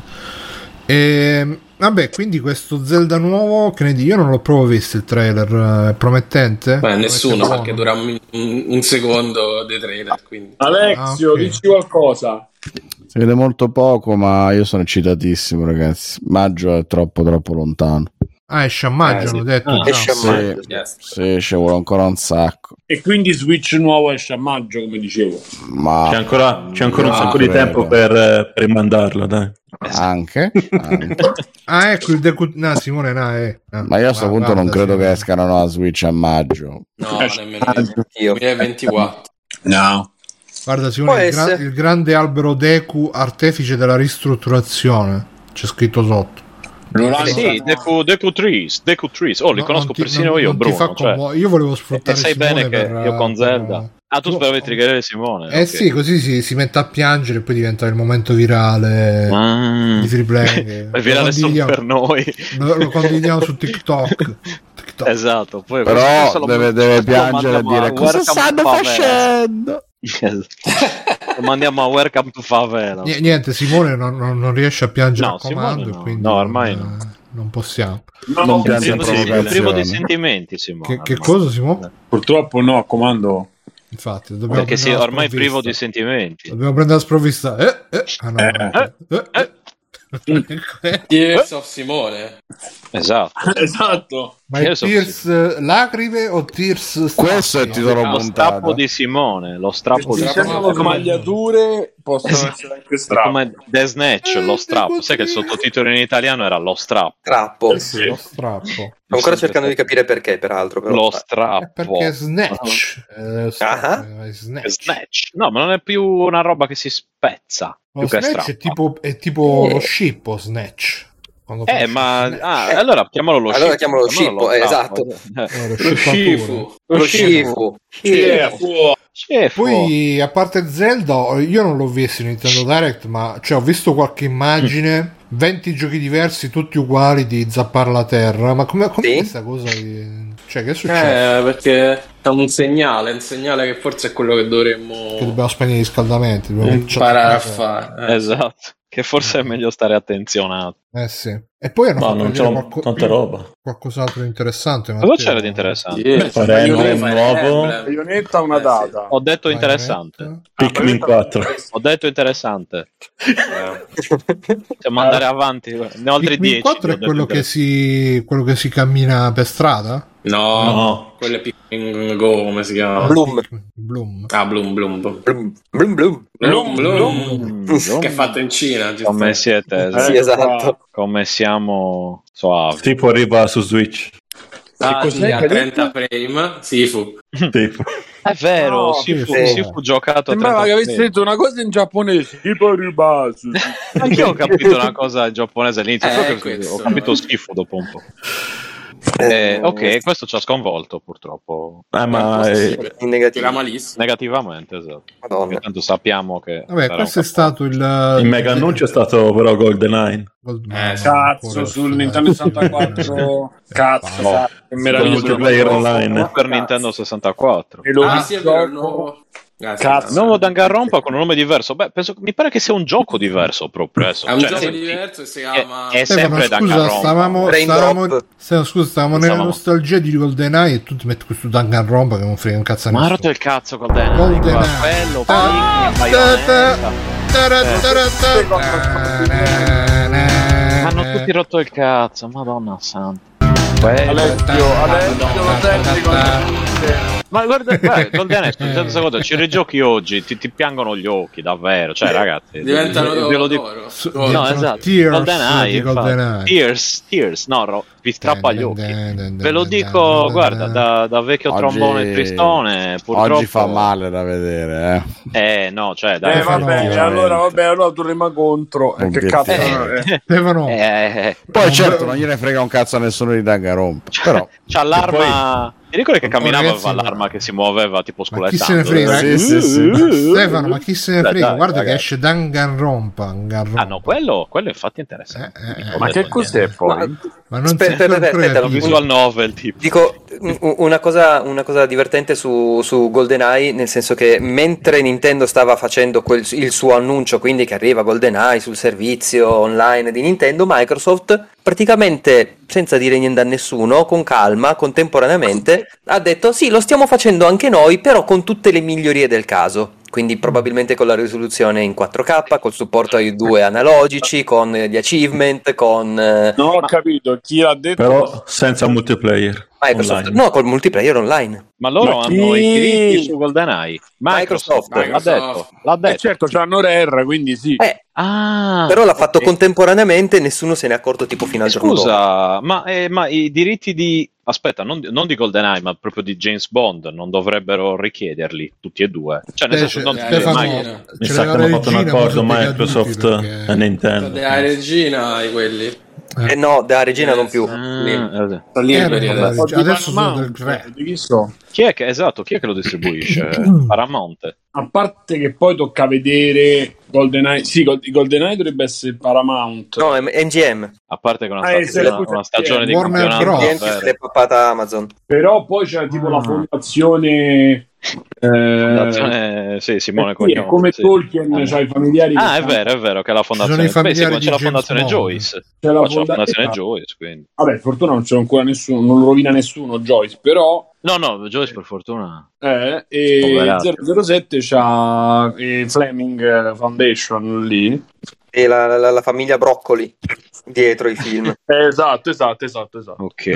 E, vabbè, quindi questo Zelda nuovo, che ne dico? Io non l'ho proprio visto il trailer, è promettente? Beh, nessuno, Promette perché buono? dura un, un- un secondo dei trailer. Quindi. Alexio, Ah, ok. dici qualcosa. Si vede molto poco, ma io sono eccitatissimo, ragazzi. Maggio è troppo troppo lontano. Ah, esce a maggio, Eh, sì. hanno detto. Ah, già. esce a Sì, maggio. Yes. sì, ci vuole ancora un sacco. E quindi Switch nuovo esce a maggio, come dicevo. Ma C'è ancora, c'è ancora un No, sacco di credo. tempo per, eh, per rimandarla, dai. anche, anche. Ah, ecco il decu... No, Simone, no, eh. No, Ma io a questo guarda, punto non guarda, credo Simone. che escano la Switch a maggio. No, Esce nemmeno a io. maggio. Io. duemilaventiquattro. No. Guarda Simone, Può il, gra- essere. il grande albero Deku, artefice della ristrutturazione. C'è scritto sotto. Lo Eh lanciano- sì, Deku, Deku Trees, Deku Trees. Oh, li No, conosco non ti- persino non- io, non ti fa Bruno. Cioè, commuo- io volevo e sfruttare sai Simone bene che per- io con per- Zelda. Ah, tu speravi triggerare Simone? Eh ok. sì, così si, si mette a piangere e poi diventa il momento virale Ah. di Free Play. È virale solo condividiamo- per noi. Lo, lo condividiamo su TikTok. TikTok. Esatto, poi Però questo lo- deve, deve questo lo piangere e mandiamo dire a cosa Welcome stanno to Favela." facendo. Lo mandiamo a Welcome to Favela. N- Niente, Simone non, non- non riesce a piangere No, a comando, Simone no. e quindi No, ormai non, no. non possiamo. No, Non no, piange in Privo di, provocazione. privo di sentimenti, Simone. Che, che ormai. cosa, Simone? purtroppo no, a comando. Infatti, dobbiamo Perché sì, prendere la ormai sprovvista. privo di sentimenti. Dobbiamo prendere la sprovvista. Eh, eh. Ah, no, Eh, eh, eh. Tears of Simone. Esatto. Esatto. Ma è Io so- Tears eh, lacrime o Tears Questo è il staffi? titolo Lo puntato. strappo di Simone, lo strappo di Sì, Simone. sì, Le sì. smagliature possono Esatto. essere anche È strappo. come The Snatch, Eh, lo strappo. devo Sai che il dire. sottotitolo in italiano era lo strappo. Trappo. Eh sì. Lo strappo. Sto ancora cercando di capire perché, peraltro. Però. Lo È strappo. perché Snatch. Eh, Ah. eh, Snatch. Snatch. No, ma non è più una roba che si spezza. Lo Più che Snatch strappo. è tipo, è tipo Eh. lo scippo Snatch. Eh, ma ah, allora chiamalo lo allora scifo. chiamalo lo scifo, eh, esatto. Lo scifo. Lo scifo. Poi, a parte Zelda, io non l'ho visto in Nintendo Direct, ma cioè, ho visto qualche immagine, venti giochi diversi, tutti uguali di zappare la terra. Ma come sì? questa cosa? Di... Cioè, che è successo? Eh, perché è un segnale, un segnale che forse è quello che dovremmo. Che dobbiamo spegnere gli scaldamenti, dobbiamo imparare a fare. Eh. Esatto. Che forse è meglio stare attenzionato. Eh sì. E poi hanno no, fatto non c'è qualco... tanta roba. Qualcos'altro di interessante. Cosa Matteo? c'era di interessante? Sì, Fare un nuovo. Bayonetta una data. Ho detto interessante. Pikmin quattro. Ho detto interessante. Possiamo andare avanti. Ne ho altri dieci. quattro è quello che, si... quello che si cammina per strada? No, no. quello è Pikmin Go, come si chiama? Bloom. Bloom. Ah, Bloom, Bloom, Bloom. Bloom, Bloom. Bloom, Bloom. Bloom. Bloom. Che è fatto in Cina. Come siete? Eh, sì, esatto. Come siamo suavi. Tipo arriva su Switch. Ah, sì, a trenta frame. Sifu. Tipo. È vero, No, Sifu, sì. Sifu giocato a sembrava che avessi frame. detto una cosa in giapponese. Tipo ribasso. Anche io ho capito una cosa in giapponese all'inizio, Eh, solo che questo. ho capito schifo dopo un po'. Eh, ok, questo ci ha sconvolto purtroppo. Eh, ma è... In negativo. Era malissimo. Negativamente, esatto. Madonna. Perché tanto sappiamo che. Vabbè, sarà questo è un stato il... il mega annuncio è stato però GoldenEye. Goldman, Eh, Cazzo, sul Nintendo sessantaquattro. Cazzo, No. cazzo, che meraviglia. Multiplayer online. per Nintendo sessantaquattro. E lo Ah, ah, sì, è vero, il nuovo. Ah, sì, Cazzo. Nuovo Danganronpa con un nome diverso. Beh, penso, mi pare che sia un gioco diverso proprio adesso. È un Cioè, gioco sì, diverso e si è, chiama. è Stefano, sempre scusa, Danganronpa. stavamo, Raindrop. stavamo, stavamo, scusa, stavamo nella Stavamo- nostalgia di GoldenEye e tu ti metti questo Danganronpa che non frega un cazzo a Ma ha nessuno. rotto il cazzo con Denai. GoldenEye. Quello, Ah, Pikmin, ta- ta- Bayonetta. tara- tara- ta- na- na- Hanno na- tutti rotto il cazzo, madonna santa. Quello. Alessio, Alessio, lo senti quando- Ma guarda, guarda GoldenEye, scusate secondo, ci rigiochi oggi, ti, ti piangono gli occhi, davvero. Cè, ragazzi, Diventano ve, ve lo dico. d'oro. Su- No, diventano esatto. Tears GoldenEye, di infatti. GoldenEye. Tears, Tears, no, ro- vi strappa gli occhi. Ve lo dico, guarda, da, da vecchio Oggi- trombone tristone, purtroppo. Oggi fa male da vedere, eh. Eh, no, cioè, dai. Eh, vabbè, no, allora, vabbè, allora tu rima contro. Eh, che cazzo Obiettivo. è? Stefano, Eh, Poi certo non gliene frega un cazzo a nessuno di Danganronpa, però c'ha l'arma. Ti ricordi che camminava ragazzi, aveva l'arma che si muoveva tipo ma chi sculettando? se ne frega? Sì, sì, sì. Stefano, ma chi se ne Dai, frega? dai, Guarda che ragazzi. esce Danganronpa. Danganronpa. Ah no, quello, quello infatti è interessante. Eh, eh, eh. Ma che cos'è poi? Ma non Aspetta, si aspetta, aspetta, aspetta, Un visual novel tipo. Dico u- una cosa, una cosa divertente su, su GoldenEye, nel senso che mentre Nintendo stava facendo quel- il suo annuncio, quindi che arriva GoldenEye sul servizio online di Nintendo, Microsoft praticamente senza dire niente a nessuno, con calma, contemporaneamente, ha detto sì, lo stiamo facendo anche noi, però con tutte le migliorie del caso. Quindi probabilmente con la risoluzione in quattro K, col supporto ai due analogici, con gli achievement, con eh, Non ho capito chi l'ha detto. Però senza multiplayer. Microsoft. online. No, col multiplayer online. Ma loro Ma hanno chi? i diritti su GoldenEye. Microsoft, Microsoft. l'ha detto. L'ha Eh, detto. certo, c'hanno Rare, quindi sì. Eh, Ah, però l'ha fatto ok. contemporaneamente e nessuno se ne è accorto tipo fino al giorno dopo. Scusa, ma, eh, ma i diritti di. Aspetta, non, di- non di GoldenEye, ma proprio di James Bond non dovrebbero richiederli tutti e due. Cioè, nel Eh, senso, c'è- non Stefano, Microsoft. Mi ce sa che l'aveva hanno fatto un Regina, accordo ma sono Microsoft decaduti perché- e Nintendo. Della regina hai quelli. Eh no, da regina non più. Ah, Lì. eh, Sono liberi Erano adesso. la- adesso sono del Paramount, tre. di chi so? chi è che, esatto, chi è che lo distribuisce? Paramount. A parte che poi tocca vedere GoldenEye. Sì, Gol- GoldenEye dovrebbe essere Paramount. No, è M G M. A parte che una, Ah, stagione, eh, se- una stagione di Warner campionato. Bros. M G M vero. che è pappata Amazon. Però poi c'è tipo la fondazione. eh, Fondazione, sì, Simone eh, sì, è Cognome. come sì. Tolkien, Ah. c'ha i familiari. che Ah, è stanno- vero, è vero che la sono i fondazione. Beh, sì, familiari ma di c'è la James fondazione Bond. Joyce. C'è la Qua c'è la fonda- fondazione esatto. Joyce, quindi. Vabbè, fortuna non c'è ancora nessuno, non lo rovina nessuno Joyce, però No, no, Joyce per fortuna. eh, e Poverato. zero zero sette c'ha il Fleming Foundation lì. E la, la- la famiglia Broccoli dietro i film. Eh, esatto, esatto, esatto, esatto. Ok.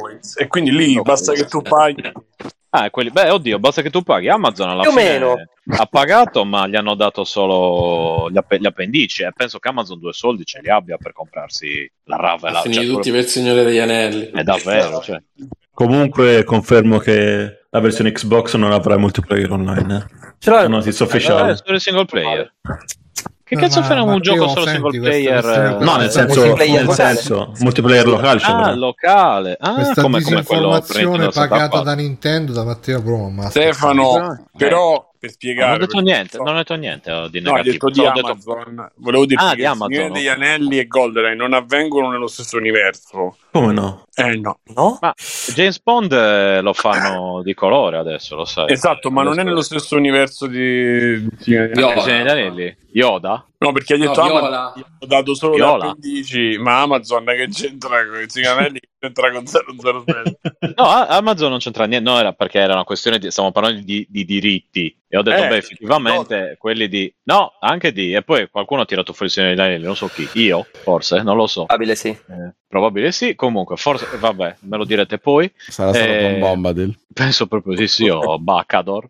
E quindi lì Ok. basta che tu paghi. Ah, quelli... Beh, oddio, basta che tu paghi. Amazon alla Più o fine meno. ha pagato, ma gli hanno dato solo gli, app- gli appendici. E penso che Amazon due soldi ce li abbia per comprarsi la rave. Ha La... finito cioè, tutti per il Signore degli Anelli. È davvero, cioè. Comunque confermo che la versione Xbox non avrà multiplayer online. Eh. Ce l'ha È una notizia Eh, ufficiale. solo il single player. Che No, cazzo ma- faremo un Matteo, gioco solo senti, single questa player? questione- No, nel eh, senso, multiplayer nel locale. senso multiplayer locale. cioè, Ah, però. locale. Ah, Questa come, come quello disinformazione Nintendo pagata sessantaquattro. da Nintendo da Matteo Bruno. Ma Stefano, Eh. però per Non spiegare, ho detto perché niente, so- non ho detto niente oh, di no, hai negativo. detto di Solo ho detto- Amazon. Volevo dirti Ah, che di il Amazon, Signore degli ok. Anelli e GoldenEye non avvengono nello stesso universo. Come no? Eh no. No? Ma James Bond eh, lo fanno di colore adesso, lo sai. Esatto, ma non è nello stesso universo di, di Signore degli Yoda. Anelli. Signore degli Anelli? Yoda? No, perché hai No, detto Viola. Amazon, ho dato solo le Viola. appendici, ma Amazon che c'entra con i Signore degli Anelli? Che c'entra con zero zero sette? No, a- Amazon non c'entra niente, no, era perché era una questione di, stiamo parlando di, di diritti, e ho detto, Eh, beh, effettivamente, quelli di, no, anche di, e poi qualcuno ha tirato fuori il Signore degli Anelli, non so chi, io, forse, non lo so, Probabile sì. Eh, probabile sì, comunque, forse, vabbè, me lo direte poi. Sarà stato Eh, con Bombadil. Penso proprio di sì, o Bacador.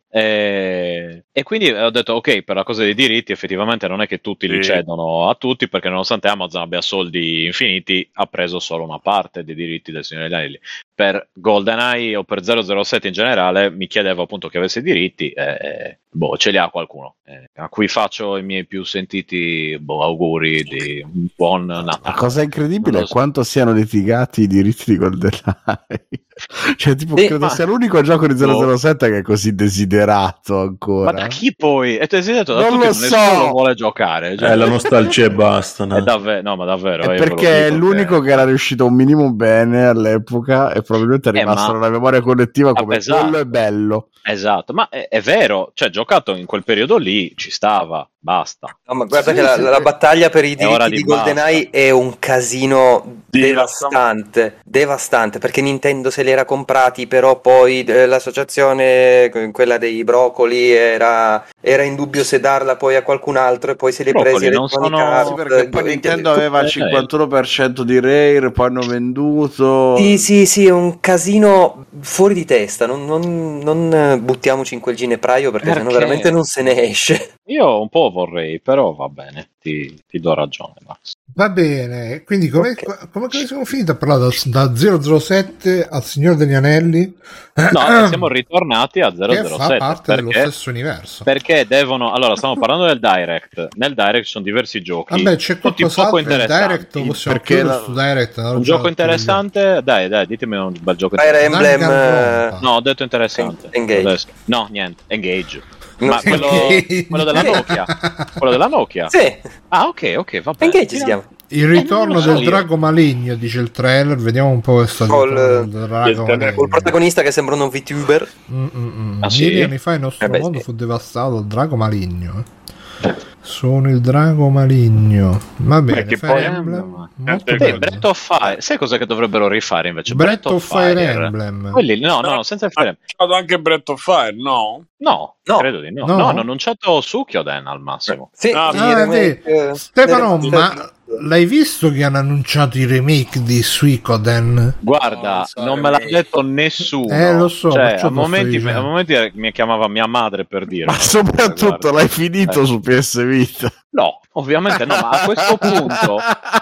E, e quindi ho detto, ok, per la cosa dei diritti effettivamente non è che tutti li Sì. cedono a tutti, perché nonostante Amazon abbia soldi infiniti, ha preso solo una parte dei diritti del Signore degli Anelli. Per GoldenEye o per zero zero sette in generale mi chiedevo appunto che avesse diritti, e boh, ce li ha qualcuno, eh, a cui faccio i miei più sentiti boh, auguri di un buon Natale. La cosa incredibile Non è lo so. quanto siano litigati i diritti di GoldenEye. Cioè, tipo, Sì, credo ma- sia l'unico gioco di zero zero sette che è così desiderato ancora. Ma da chi poi? E tu hai detto da Non tutti, lo ma nessuno so. lo vuole giocare. Cioè, Eh, la nostalgia e basta. no? è davvero, no, ma davvero. È eh, io ve lo perché è dico l'unico che... era riuscito un minimo bene all'epoca e probabilmente è Eh, rimasto ma- nella memoria collettiva come Ah, esatto. quello è bello. Esatto, ma è, è vero, cioè giocato in quel periodo lì ci stava, basta. No, ma guarda Sì, che la, sì. la battaglia per i È ora diritti di di GoldenEye è un casino Sì, devastante, devastante, perché Nintendo se li era comprati, però poi eh, l'associazione, eh, quella dei broccoli, era, era in dubbio se darla poi a qualcun altro e poi se li Broccoli presi non Electronic sono- Arts, Sì, perché poi eh, Nintendo eh, aveva il eh, cinquantuno per cento di Rare, poi hanno venduto. Sì, sì, sì, è un casino fuori di testa, non, non- non, eh, buttiamoci in quel ginepraio perché, sennò Perché? veramente non se ne esce. Io un po' vorrei, però va bene, ti, ti do ragione, Max. Va bene, quindi come, Ok. come, come siamo finiti a parlare da, da zero zero sette al Signore degli Anelli? No, e siamo ritornati a zero che zero fa sette parte dello perché, stesso universo. perché devono. Allora, stiamo parlando del Direct. Nel Direct ci sono diversi giochi. Vabbè, c'è tutti poco qualcos'altro nel interessanti. Direct, possiamo Perché chiudere la- su Direct. Un gioco interessante, dai, dai, ditemi un bel gioco Fire interessante. Emblem, Danganronpa. eh, No, ho detto interessante. Engage. Adesso- No, niente, Engage. No, Ma sì. quello, quello della Nokia. Quello della Nokia. Sì, Ah, ok, ok, va bene. Engage si chiama. Il ritorno Eh, non lo so del io. drago maligno, dice il trailer. Vediamo un po' questo Col- ritorno del drago il- maligno. Col protagonista che sembra un VTuber. Mm, mm, mm. Ah, sì? Mille anni fa il nostro Eh beh, mondo sì. fu devastato dal drago maligno. eh. Sono il drago maligno. Va bene, che Fire poi- Emblem. Molto Eh, Sì, bello. Breath of Fire. Sai cosa che dovrebbero rifare invece? Breath of Fire Emblem. Quelli, no, no, no, senza il Fire Ha giocato anche Breath of Fire, no? No, No. credo di no. No. No, hanno annunciato Sukkyoden al massimo. Sì, Ah, i Ah, remake, sì. eh, Stefano, delle- ma l'hai visto che hanno annunciato i remake di Suikoden? Guarda, No, so, non me l'ha remake. detto nessuno. Eh, lo so, Cioè, perciò a, te lo sto momenti, dicendo. a momenti mi chiamava mia madre per dire. Ma soprattutto l'hai finito Eh. su P S Vita. No, ovviamente no, ma a questo punto.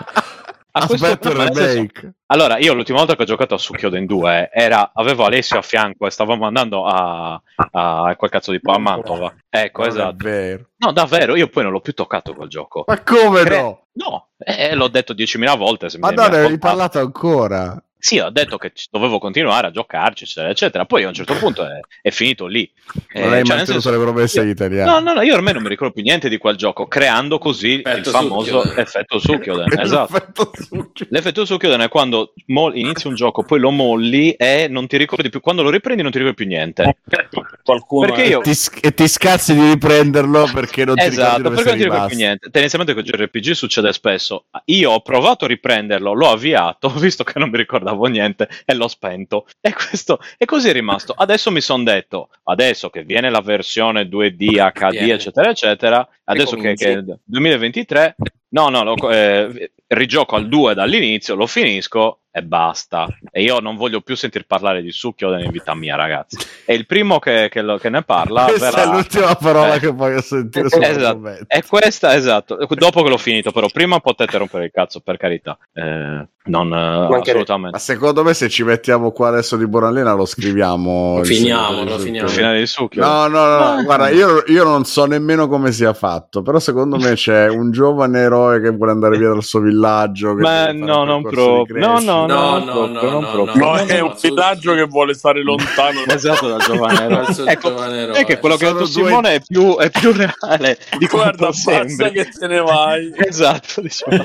A questo Aspetta il punto, nel senso- remake. Allora, io l'ultima volta che ho giocato a Sukkyoden due era, avevo Alessio a fianco e stavamo andando a, a quel cazzo di a Mantova. Ecco, Non è esatto. vero. No, davvero, io poi non l'ho più toccato quel gioco. Ma come Cre- no? No, eh, l'ho detto diecimila volte. Se Ma mi- no, mi ne ha avevi contato. parlato ancora. Sì, ho detto che ci- dovevo continuare a giocarci, eccetera, eccetera. Poi a un certo punto è, è finito lì. Eh, Non hai cioè, nel mantenuto senso- le promesse agli italiani. No, no, no, io ormai non mi ricordo più niente di quel gioco, creando così Effetto il famoso Sukkyoden. effetto Sukkyoden. Esatto. L'effetto Sukkyoden. L'effetto Sukkyoden è quando mo- inizi un gioco, poi lo molli e non ti ricordi più. Quando lo riprendi non ti ricordi più niente. Qualcuno Perché è- io- Ti sc- e ti scazzi di riprenderlo perché non ti Esatto, ricordi dove perché non sei ti ricordi più rimasto. niente. Tendenzialmente con J R P G succede spesso. Io ho provato a riprenderlo, l'ho avviato, ho visto che non mi ricordavo niente e l'ho spento. E questo e così è rimasto. Adesso mi sono detto, adesso che viene la versione due D, H D, Viene. eccetera, eccetera, adesso che, cominci. che è il duemilaventitré, no, no, lo- eh, rigioco al due dall'inizio, lo finisco e basta. E io non voglio più sentir parlare di Succhiode in vita mia, ragazzi. E il primo che, che, lo, che ne parla Questa verrà... è l'ultima parola eh. che voglio sentire. Esatto. E questa, esatto. Dopo che l'ho finito, però, prima potete rompere il cazzo, per carità. Eh, non eh, assolutamente. Ma secondo me, se ci mettiamo qua adesso di Borrallina, lo scriviamo. Finiamo, lo finiamo. Finale di Succhiode. No, no, no. Ah. Guarda, io, io non so nemmeno come sia fatto. Però, secondo me, c'è un giovane eroe che vuole andare via dal suo villaggio. Che Ma no, non proprio. No, no. No, no, no, no, non no, proprio. no, No, no, è no, un villaggio che vuole stare lontano. Esatto, dal giovane eroe. Verso il Ecco, giovane eroe. è che quello che ha detto Sono due- Simone è più, è più reale di Guarda, quanto basta sembri. che te ne vai. Esatto, diciamo.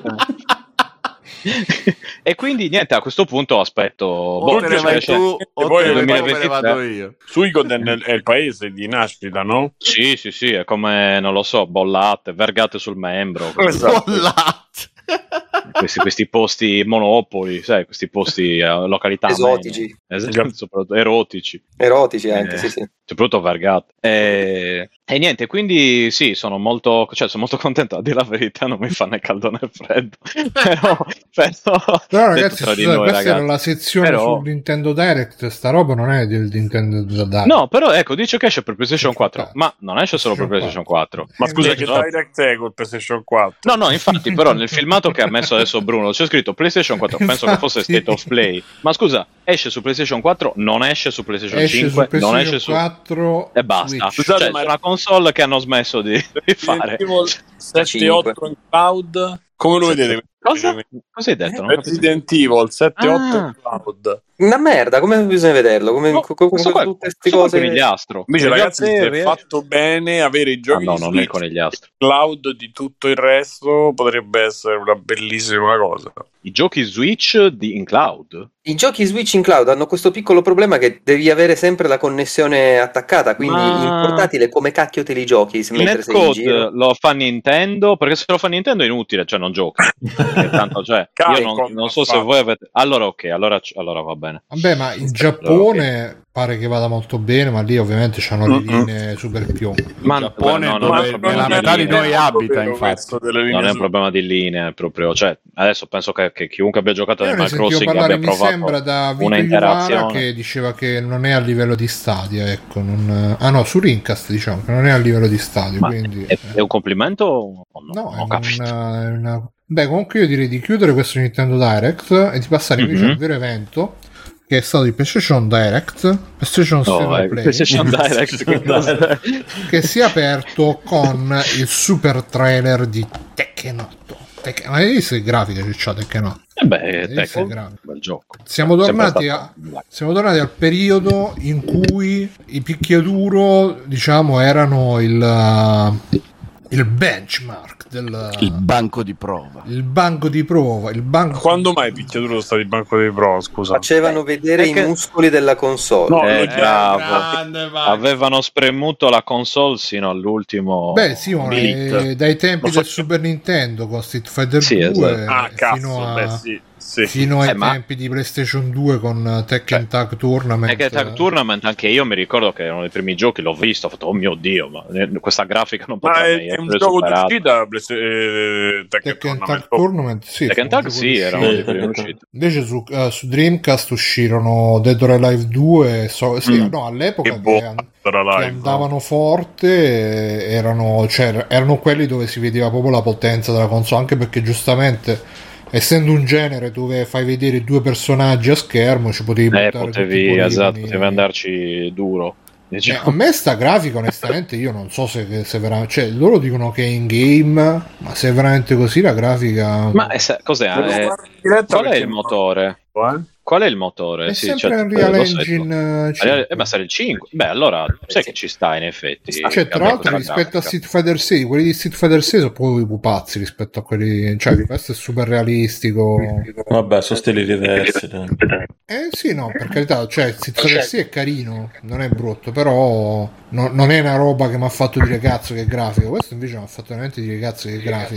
E quindi niente, a questo punto aspetto O te ne vai tu, o poi te ne nel vai, me ne vado io. Suicoden è il paese di nascita, no? Sì, sì, sì, è come, non lo so, bollate, vergate sul membro. Esatto. Bollate. Questi, questi posti monopoli, sai, questi posti eh, località Esotici. esatto, soprattutto erotici. Erotici anche, Eh, sì, sì. Soprattutto Vergate. E, e niente, quindi sì, sono molto, cioè, sono molto contento. A dire la verità, non mi fa né caldo né freddo. però, però, Però detto ragazzi, tra di scusate, noi, questa ragazzi. era la sezione Però- sul Nintendo Direct, sta roba non è del Nintendo Direct. No, però ecco, dice che esce per PlayStation quattro, ma non esce solo per PlayStation quattro. Ma scusa, Invece che no. Direct è col PlayStation quattro? No, no, infatti, però nel filmato che ha messo adesso Bruno c'è scritto PlayStation quattro, penso che fosse Infatti. State of Play. Ma scusa, esce su PlayStation quattro, non esce su PlayStation Esce su cinque, non PlayStation esce su... quattro E basta. Switch. Cioè, Scusate, c'è ma- una console che hanno smesso di, di fare. sette e otto in cloud? Come lo vedete? Cosa? Cosa hai detto? Non ho capito. Resident Evil sette e otto Ah. in cloud. Una merda, come bisogna vederlo? Come, No, co- come questo qua è- tutte queste questo qua è il cose. conigliastro. Invece, In ragazzi, realtà se è è- fatto bene avere i Ah, giochi no, di non è il Switch, conigliastro. cloud di tutto il resto potrebbe essere una bellissima cosa. I giochi Switch di, in cloud? I giochi Switch in cloud hanno questo piccolo problema che devi avere sempre la connessione attaccata, quindi Ma- in portatile come cacchio te li giochi se- Il mentre sei in netcode giro? lo fa Nintendo, perché se lo fa Nintendo è inutile, cioè non gioca. Perché tanto, cioè, io Capcom non, non so ha se fatto. voi avete... Allora ok, allora, allora va bene. Vabbè, ma in Giappone pare che vada molto bene, ma lì ovviamente c'hanno le linee super più. Ma Giappone no, dove non è un problema la di metà di linea. noi abita, infatti. Non è un problema di linea, è proprio, cioè, adesso penso che, che chiunque abbia giocato Io Animal ne sentivo Crossing parlare, abbia mi provato sembra, da Vito una Iuvara interazione. che diceva che non è a livello di Stadia, ecco, non... ah no, su Rincast diciamo che non è a livello di Stadia, Ma quindi... è, è un complimento o no? No, Non è ho capito. una, è una- Beh, comunque io direi di chiudere questo Nintendo Direct e di passare invece Mhm. al vero evento, che è stato il PlayStation Direct, PlayStation State No, of eh, Play, PlayStation Direct che cosa? che si è aperto con il super trailer di Tekken otto. Tekken... Ma hai visto che grafica c'ha Tekken otto? Eh beh, Hai visto Tekken, che grafica? bel gioco. Siamo Sempre tornati, stato- a, siamo tornati al periodo in cui i picchiaduro, diciamo, erano il, uh, il benchmark del Il banco di prova. il banco di prova, il banco Quando mai picchiaduro sono stati il banco dei pro? Scusa. Facevano vedere perché- i muscoli della console. No, Eh, lo- bravo. Grande, vai. Avevano spremuto la console sino all'ultimo Beh, Simone, Beat. eh, dai tempi Lo so- del Super Nintendo con Street Fighter Sì, due esatto. Ah, cazzo, fino, a, beh, sì, sì. fino ai Eh, ma- tempi di PlayStation due con Tekken Tag Tournament. E che Tag Tournament anche io mi ricordo che erano i primi giochi, l'ho visto, ho fatto oh mio dio, ma eh, questa grafica non Ma potrà è, mai è un essere gioco superata. d'uscita Playsta- eh, Tekken Tekken Tournament. Tag Tournament, sì, Tekken fu un Tag gioco sì, di era uscita. uno dei primi usciti. Invece su, eh, su Dreamcast uscirono Dead or Alive due, so- sì, Mm. no, all'epoca Che che, buono, an- era che live, andavano forte, eh, erano, cioè, erano quelli dove si vedeva proprio la potenza della console, anche perché giustamente essendo un genere dove fai vedere due personaggi a schermo ci potevi Eh, buttare tutti i potevi, poligoni. esatto, potevi andarci duro. Eh, Diciamo. a me sta grafica onestamente io non so se, se veramente, cioè loro dicono che è in game, ma se è veramente così la grafica Ma è se- cos'è? Devo Eh, guardare in diretta qual è perché il non- motore? Eh? Qual è il motore? è Sì, sempre cioè, Unreal lo so, Engine eh, cinque. Eh, ma sarà il cinque? Beh, allora sai che ci sta in effetti. Cioè, tra Cambia l'altro, questa rispetto a grafica. Street Fighter sei, quelli di Street Fighter sei sono proprio i pupazzi rispetto a quelli. Cioè, questo è super realistico. Vabbè, sono stili diversi. dai. Eh sì, no, per carità, cioè, Street Fighter sei è carino, non è brutto, però no- non è una roba che mi ha fatto dire cazzo che grafica. Questo invece mi ha fatto veramente dire cazzo che grafica.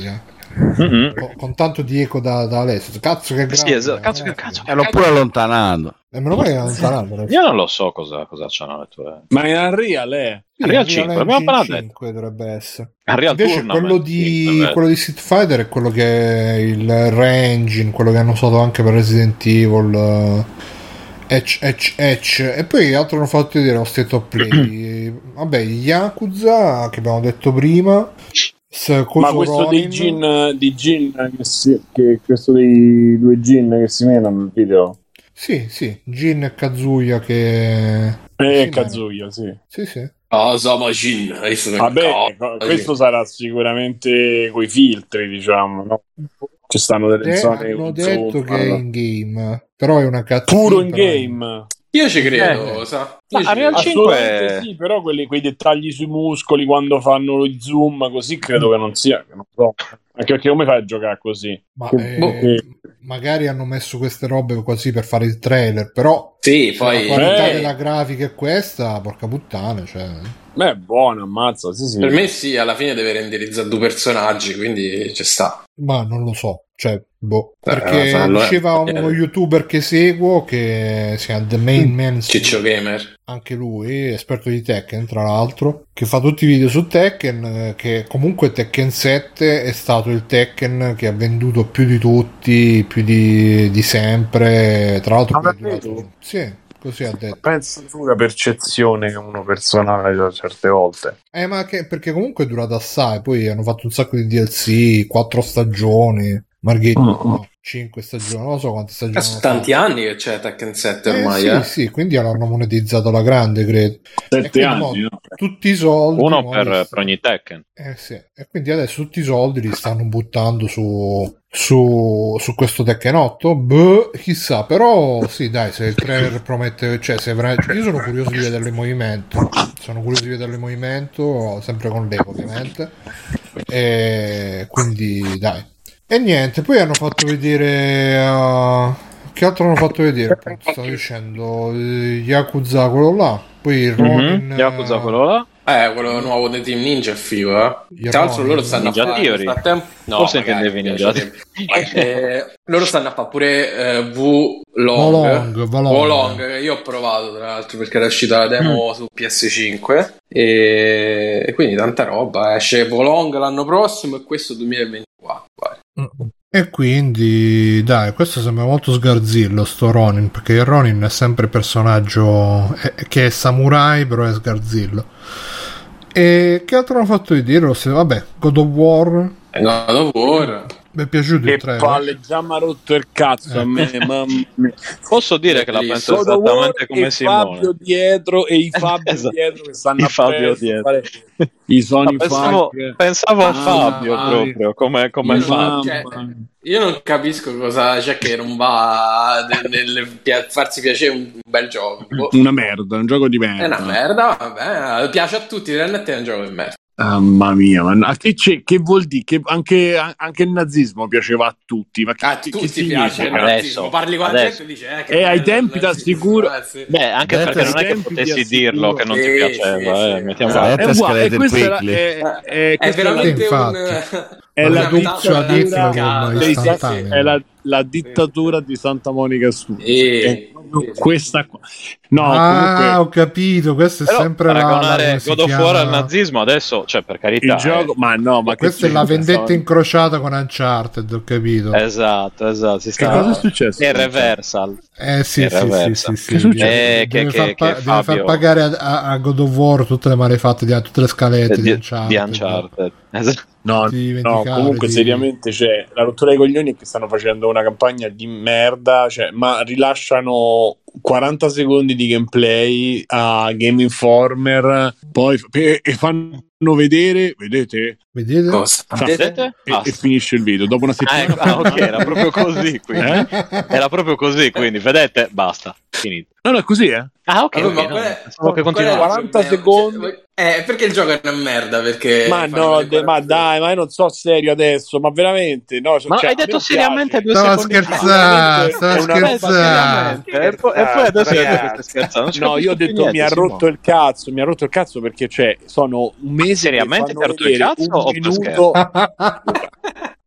con, con tanto di eco da, da Alessio. Cazzo che grande. Sì, esatto. Cazzo che cazzo. E l'ho pure allontanato. E meno male che allontanato. Io non lo so cosa, cosa c'hanno le tue. Ma è Unreal, eh? Sì, Unreal cinque, l'abbiamo appena detto. cinque dovrebbe essere. Unreal Invece Tournament, quello di, sì, quello di Street Fighter è quello che è il re-engine, quello che hanno usato anche per Resident Evil, uh, Edge, Edge, Edge. E poi altro hanno fatto vedere lo State of Play. Vabbè, Yakuza che abbiamo detto prima. Ma questo Ronin. dei Jin, di Jin che, si, che questo dei due Jin che si menano nel video. Sì, sì, Jin e Kazuya che eh, Kazuya, sì. Sì, sì. Oh, so, Jin. Vabbè, co- questo sarà sicuramente coi filtri, diciamo, no? Ci stanno delle De- zone hanno zoom, detto che allora. è in game, però è una cutscene puro in però... game. Io ci credo, eh. sa. Ma Unreal cinque sì, però quelli, quei dettagli sui muscoli quando fanno lo zoom così credo che non sia, che non so. Anche perché come fai a giocare così? Ma che, eh, che... magari hanno messo queste robe così per fare il trailer, però sì, se poi la qualità eh. della grafica è questa, porca puttana, cioè. Beh, è buono, ammazza, sì, sì. Per me sì, alla fine deve renderizzare due personaggi, quindi ci sta. Ma non lo so, cioè, boh, perché eh, allora, diceva eh. uno youtuber che seguo che si chiama The Main Man, Ciccio Gamer, anche lui, esperto di Tekken tra l'altro, che fa tutti i video su Tekken, che comunque Tekken sette è stato il Tekken che ha venduto più di tutti, più di, di sempre, tra l'altro Ma è durato... sì. Così ha detto. Penso sulla percezione che uno personale certe volte. Eh, ma che, perché comunque è durato assai. Poi hanno fatto un sacco di D L C, quattro stagioni, Margherita, mm. no, cinque stagioni, non lo so quante stagioni. Sono tanti anni che c'è Tekken sette ormai. Eh, eh. sì, sì, quindi l'hanno monetizzato alla grande, credo. Sette anni, mo, no? Tutti i soldi. Uno mo, per, adesso... per ogni Tekken. Eh sì. E quindi adesso tutti i soldi li stanno buttando su. Su, su questo Tekken otto, boh, chissà, però sì, dai, se il trailer promette, cioè, se avrà, io sono curioso di vederlo in movimento, sono curioso di vederlo in movimento, sempre con l'Evo ovviamente, e quindi dai. E niente, poi hanno fatto vedere, uh, che altro hanno fatto vedere? Appunto, stavo dicendo, Yakuza quello là, poi il Ronin, mm-hmm. Yakuza quello là. Eh, quello nuovo dei Team Ninja è figo, eh. Tra l'altro loro stanno Ninja a fare Theory. no, forse intendevi Ninja eh, loro stanno a fare pure eh, V Long Volong, io ho provato tra l'altro perché era uscita la demo mm. su P S cinque e... e quindi tanta roba, esce Volong l'anno prossimo e questo duemilaventiquattro, guarda. Mm. E quindi dai, questo sembra molto sgarzillo sto Ronin, perché il Ronin è sempre personaggio è, che è samurai però è sgarzillo. E che altro hanno fatto vedere? Vabbè, God of War. God of War. Mi è piaciuto il trailer. Che palle, già mi ha rotto il cazzo eh. a me, mamma mia. Posso dire che la penso esattamente come Simone. Fabio dietro e i Fabio esatto. dietro che stanno I a Fabio dietro. Fare i Sony pensavo, pensavo a Fabio ah, proprio come, come Fabio. Cioè, io non capisco cosa c'è che non va nel farsi piacere un bel gioco. Una merda, un gioco di merda. È una merda, vabbè, piace a tutti, realmente è un gioco di merda. Mamma mia, ma che, c'è, che vuol dire? Che anche, anche il nazismo piaceva a tutti. Ma che, a che, tutti che piace il nazismo. Parli con la gente e dice eh, che e ai tempi t'assicuro. Beh, anche perché non è che potessi dirlo che non ti piaceva. Eh, mettiamo è, è, è, questa è, è, è veramente un... È la, dittatura dei, è la, la dittatura di Santa Monica Studios. E... questa qua. No, ah, comunque... ho capito. Questo è però sempre paragonare God of War al nazismo adesso, cioè per carità. Il gioco, eh. ma no, ma questa è la vendetta sono... incrociata con Uncharted, ho capito. Esatto, esatto. Si sta... Che cosa è successo? È Reversal. Eh sì, è sì, reversal. sì, sì, sì. Eh, deve, che, far, che, pa- che deve Fabio... far pagare a, a God of War tutte le malefatte, di, tutte le scalette di, di Uncharted. Di Uncharted. Esatto. No, no, comunque di... seriamente cioè, la rottura dei coglioni è che stanno facendo una campagna di merda, cioè, ma rilasciano quaranta secondi di gameplay a Game Informer, poi e, e fanno vedere, vedete? Vedete? Cosa? Fa, vedete? E, e finisce il video dopo una settimana. Ah, ecco, ah, ok, era proprio così, quindi. Eh? Era proprio così, quindi vedete, basta, finito. No, no, è così, eh? Ah, ok, allora, okay, ma no, no, che continua. quaranta secondi. Cioè, eh, perché il gioco è una merda? Perché ma no, de, ma dai, ma io non so serio adesso, ma veramente, no, ma cioè, hai detto seriamente due stavo secondi scherzando, stavo scherzando. E poi, e poi adesso hai detto che stai scherzando. No, io ho detto niente, mi ha rotto Simone. il cazzo, mi ha rotto il cazzo perché cioè sono un mese seriamente ti ha rotto il cazzo o per minuto...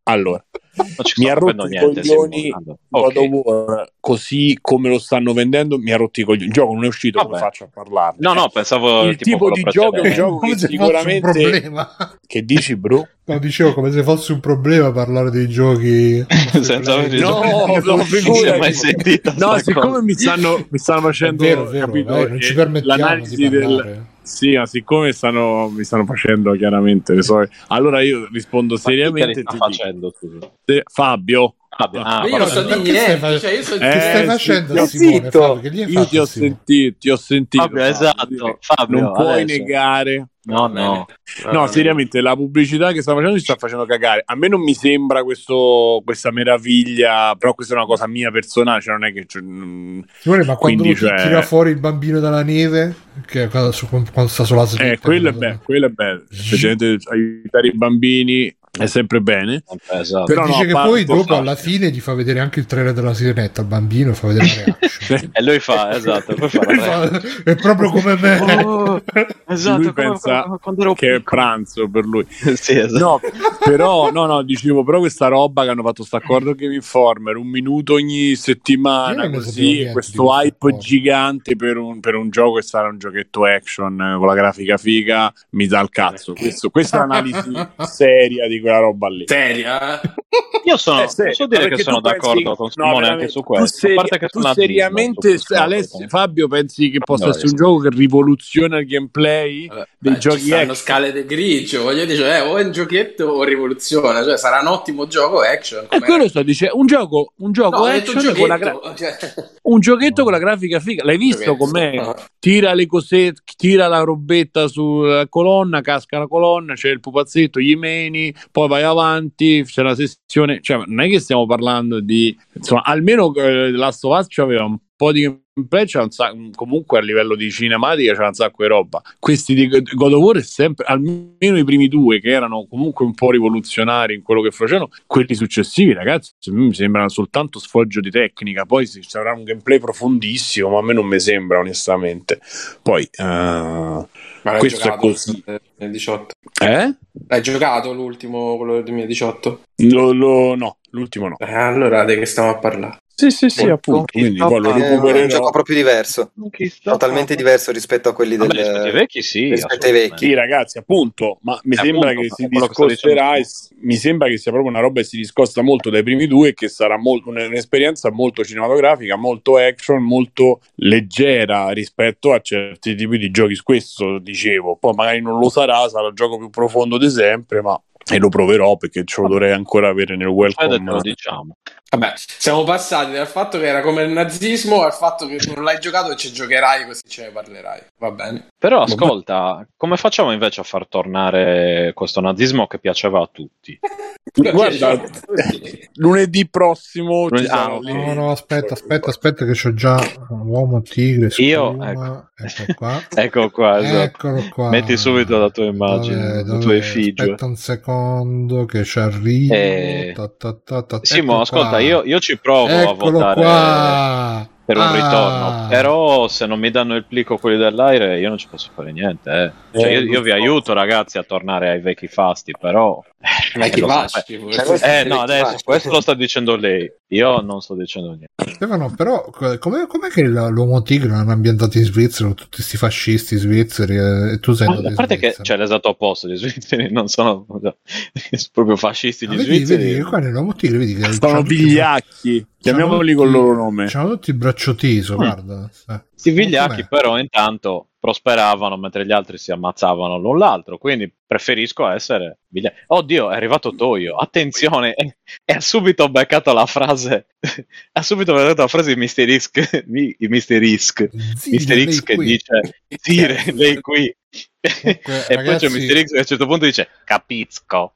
allora ci mi sto ha rotto capendo i niente, coglioni Simone. God Ok. of War così come lo stanno vendendo, mi ha rotto i coglioni. Il gioco non è uscito, come Vabbè. faccio a parlarne? No, no, pensavo Il tipo tipo quello di gioco è un precedente. gioco Come che se fosse un sicuramente problema. che dici, bro? No, dicevo come se fosse un problema parlare dei giochi Senza aver play. No, giocato. no, Non si è figurati. mai sentita No, sta siccome cosa. mi stanno, mi stanno facendo, È vero, è vero, capito, dai, non ci eh, permettiamo l'analisi di del parlare. sì, ma siccome stanno, mi stanno facendo chiaramente le solite, allora io rispondo Ma chi te li seriamente. sta Ti dico, facendo, scusa? se- Fabio. Fabio, ah, Ma io non so vabbè. di Perché stai niente, fa- cioè io so Che stai Eh, facendo sì, a Simone? zitto. Fabio? Che gli hai Io fatto ti ho a Simone? sentito, ti ho sentito. Fabio, Fabio, esatto, Fabio, non puoi adesso. negare. No, Va bene. no. Va No, bene. seriamente, la pubblicità che sta facendo si sta facendo cagare. A me non mi sembra questo, questa meraviglia, però questa è una cosa mia personale, cioè non è che... Cioè, mm, Simone, ma quando quindi, lo ti- cioè- tira fuori il bambino dalla neve, che è quando, su- quando sta sulla slitta, Eh, quello è quello- bello, quello è bello. Specialmente aiutare i bambini è sempre bene. Esatto. Però dice no, che a poi parte- dopo alla fine gli fa vedere anche il trailer della sirenetta al bambino, fa vedere la reaction. E lui fa, esatto, poi fa la re- È proprio come me. Oh, esatto, lui come- pensa come quando ero che è piccolo. pranzo per lui. Sì, esatto. No, però, no, no, dicevo, però questa roba che hanno fatto sta accordo Game Informer, un minuto ogni Io settimana, non ne sapevo così, niente di questo questo hype accordo. gigante per un, per un gioco che sarà un giochetto action eh, con la grafica figa, mi dà il cazzo. Questo, questa è l'analisi seria di quella roba lì. Seria? Io sono, Eh, sì, posso dire perché che sono tu pensi- d'accordo con no, Simone anche veramente, su tu questo. seri- a parte che tu sono seriamente, Alessio, Fabio, pensi che possa No, essere un gioco che rivoluziona il gameplay Vabbè, dei beh, giochi ci stanno action? scale di grigio, voglio dire, eh, o è un giochetto o rivoluziona, cioè sarà un ottimo gioco action. E come- quello sto dicendo, un gioco, un gioco No, ho detto action con la giochetto, gra- cioè- un giochetto con la grafica figa. L'hai visto Giochetto. com'è? No. Tira le cosette, tira la robetta sulla colonna, casca la colonna, c'è il pupazzetto, gli meni, poi vai avanti, c'è la sessione, cioè non è che stiamo parlando di, insomma, almeno eh, Last of Us c'aveva un po' di gameplay, c'era un sacco, comunque a livello di cinematica c'era un sacco di roba. Questi di God of War è sempre, almeno i primi due che erano comunque un po' rivoluzionari in quello che facevano, quelli successivi, ragazzi, a me mi sembrano soltanto sfoggio di tecnica. Poi ci sarà un gameplay profondissimo, ma a me non mi sembra onestamente. Poi eh, Ma l'hai questo è giocato così. nel duemiladiciotto? Eh? L'hai giocato l'ultimo, quello del duemiladiciotto? Lo, lo- no, l'ultimo no. Eh, allora di che stiamo a parlare? Sì, sì, sì, Con- appunto. con chi Quindi sto poi lo parlando? È un recupererò. gioco proprio diverso, totalmente diverso rispetto a quelli del Vabbè, rispetto ai vecchi sì, rispetto ai vecchi. Sì, ragzi, appunto, ma mi Eh, sembra appunto, che si è quello che sto discosterà, dicendo. e- mi sembra che sia proprio una roba che si discosta molto dai primi due e che sarà molto, un'esperienza molto cinematografica, molto action, molto leggera rispetto a certi tipi di giochi. Questo dicevo, poi magari non lo sarà, sarà il gioco più profondo di sempre, ma e lo proverò perché ce lo dovrei ancora avere nel Fede, te lo welcome. diciamo. Vabbè, siamo passati dal fatto che era come il nazismo al fatto che non l'hai giocato e ci giocherai così ce ne parlerai. Va bene. Però ascolta, come facciamo invece a far tornare questo nazismo che piaceva a tutti? Guarda, lunedì prossimo ci Lunedì- ah, sarà ok. lì. No, no, aspetta, aspetta, aspetta, che c'ho già uomo tigre. Io, scuma. Ecco qua. Ecco qua, esatto. Eccolo qua. Metti subito la tua immagine, Dov'è, le dov'è? tue effigie. Aspetta un secondo che ci arrivo. Eh, Ta, ta, ta, ta. Simo, Ecco ascolta, qua. io, io ci provo a Eccolo votare qua. per un Ah. ritorno, però se non mi danno il plico quelli dell'aire io non ci posso fare niente. Eh. Cioè, Eh, io, io vi aiuto ragazzi a tornare ai vecchi fasti, però... Vecchi lo so, fasci, eh, pure. eh, no, adesso questo lo sta dicendo lei, io non sto dicendo niente. Stefano, però, co- com'è, com'è che la- l'uomo tigre l'hanno ambientato in Svizzera con tutti questi fascisti svizzeri e, e tu sei andato A in parte che Svizzera? c'è l'esatto opposto, gli svizzeri non sono proprio fascisti, Ah, gli vedi, svizzeri. vedi che qua nell'uomo tigre vedi che Sono c'hanno tutti- vigliacchi, chiamiamoli col loro nome. C'hanno tutti il braccio teso, Mm. guarda. Eh. I vigliacchi Com'è? però intanto prosperavano mentre gli altri si ammazzavano l'un l'altro, quindi preferisco essere vigliacco. Oddio, è arrivato Toyo, attenzione, e, e ha subito beccato la frase, ha subito beccato la frase di mister X, di mister X, Zire, mister lei X che qui. dice, Zire, lei qui. Comunque, E poi ragazzi- c'è mister X che a un certo punto dice, capisco.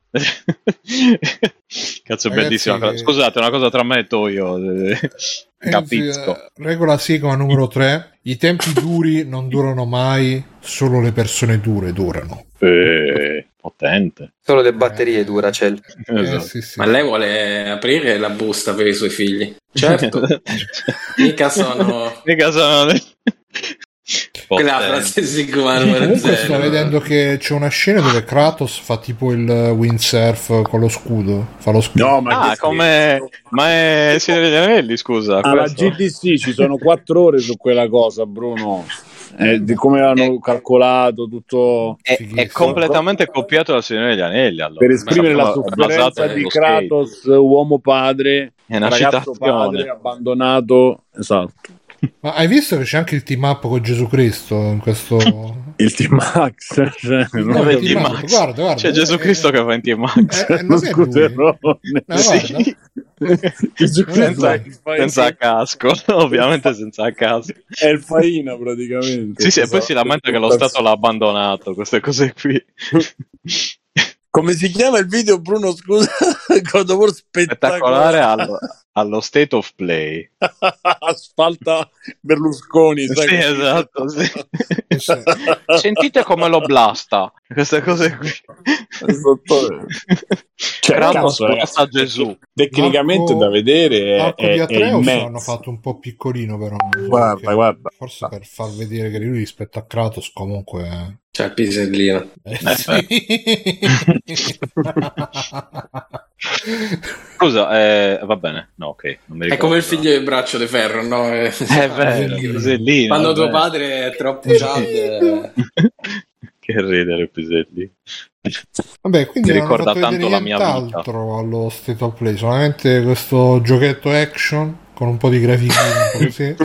Cazzo, Ragazzi, bellissima cosa. Scusate, una cosa tra me e Toyo. eh, Capisco. Eh, Regola Sigma numero tre. I tempi duri non durano mai, solo le persone dure durano. Eh, potente. Solo le batterie Duracell. Eh, Esatto. sì, sì. Ma lei vuole aprire la busta per i suoi figli. Certo. Mica sono... Mica sono... Quella frase Sigma numero Comunque zero. sto vedendo che c'è una scena dove Kratos fa tipo il windsurf con lo scudo. Fa lo scudo. No, ma Ah, come... Ma è Signore degli Anelli, scusa. alla questo? G D C ci sono quattro ore su quella cosa, Bruno. Eh, di come hanno calcolato tutto È, è completamente copiato dal Signore degli Anelli, allora. per esprimere la È basato sofferenza di nello skate. Kratos, uomo padre, È una ragazzo citazione. padre abbandonato. Esatto. Ma hai visto che c'è anche il team up con Gesù Cristo in questo... Il Team Max, cioè, No, non il è- team up, guarda, guarda. C'è Gesù eh, Cristo che fa in Team Max. eh, eh, non è lui. Scuterone. No, Sì. Gesù senza, Cristo è- senza casco, ovviamente senza casco. è il faina praticamente. Sì, sì, e poi Esatto. si lamenta che lo Stato l'ha abbandonato, queste cose qui. Come si chiama il video, Bruno? Scusa, God of War Spettacolare spettacolare. allo, allo State of Play. Asfalta Berlusconi. sai Sì, come- esatto. Sì. Sentite come lo blasta. Queste cose qui. Cioè, Kratos cazzo, blasta ragazzi, Gesù. Tecnicamente Marco- da vedere è, L'arco è, di è Atreus immenso. l'hanno fatto un po' piccolino, però. non so Guarda, perché. guarda. Forse per far vedere che lui rispetto a Kratos comunque... C'è il pisellino. Eh, sì. Scusa, eh, va bene. No, ok. Non mi È ricordo. come il figlio del braccio di ferro, no? È È vero, Pisellino. Quando è tuo vero. padre è troppo Chad. Che ridere Pisellino. Vabbè, quindi Mi non hanno ricorda fatto tanto vedere la mia vita. nient'altro allo State of Play, solamente questo giochetto action con un po' di grafichino così.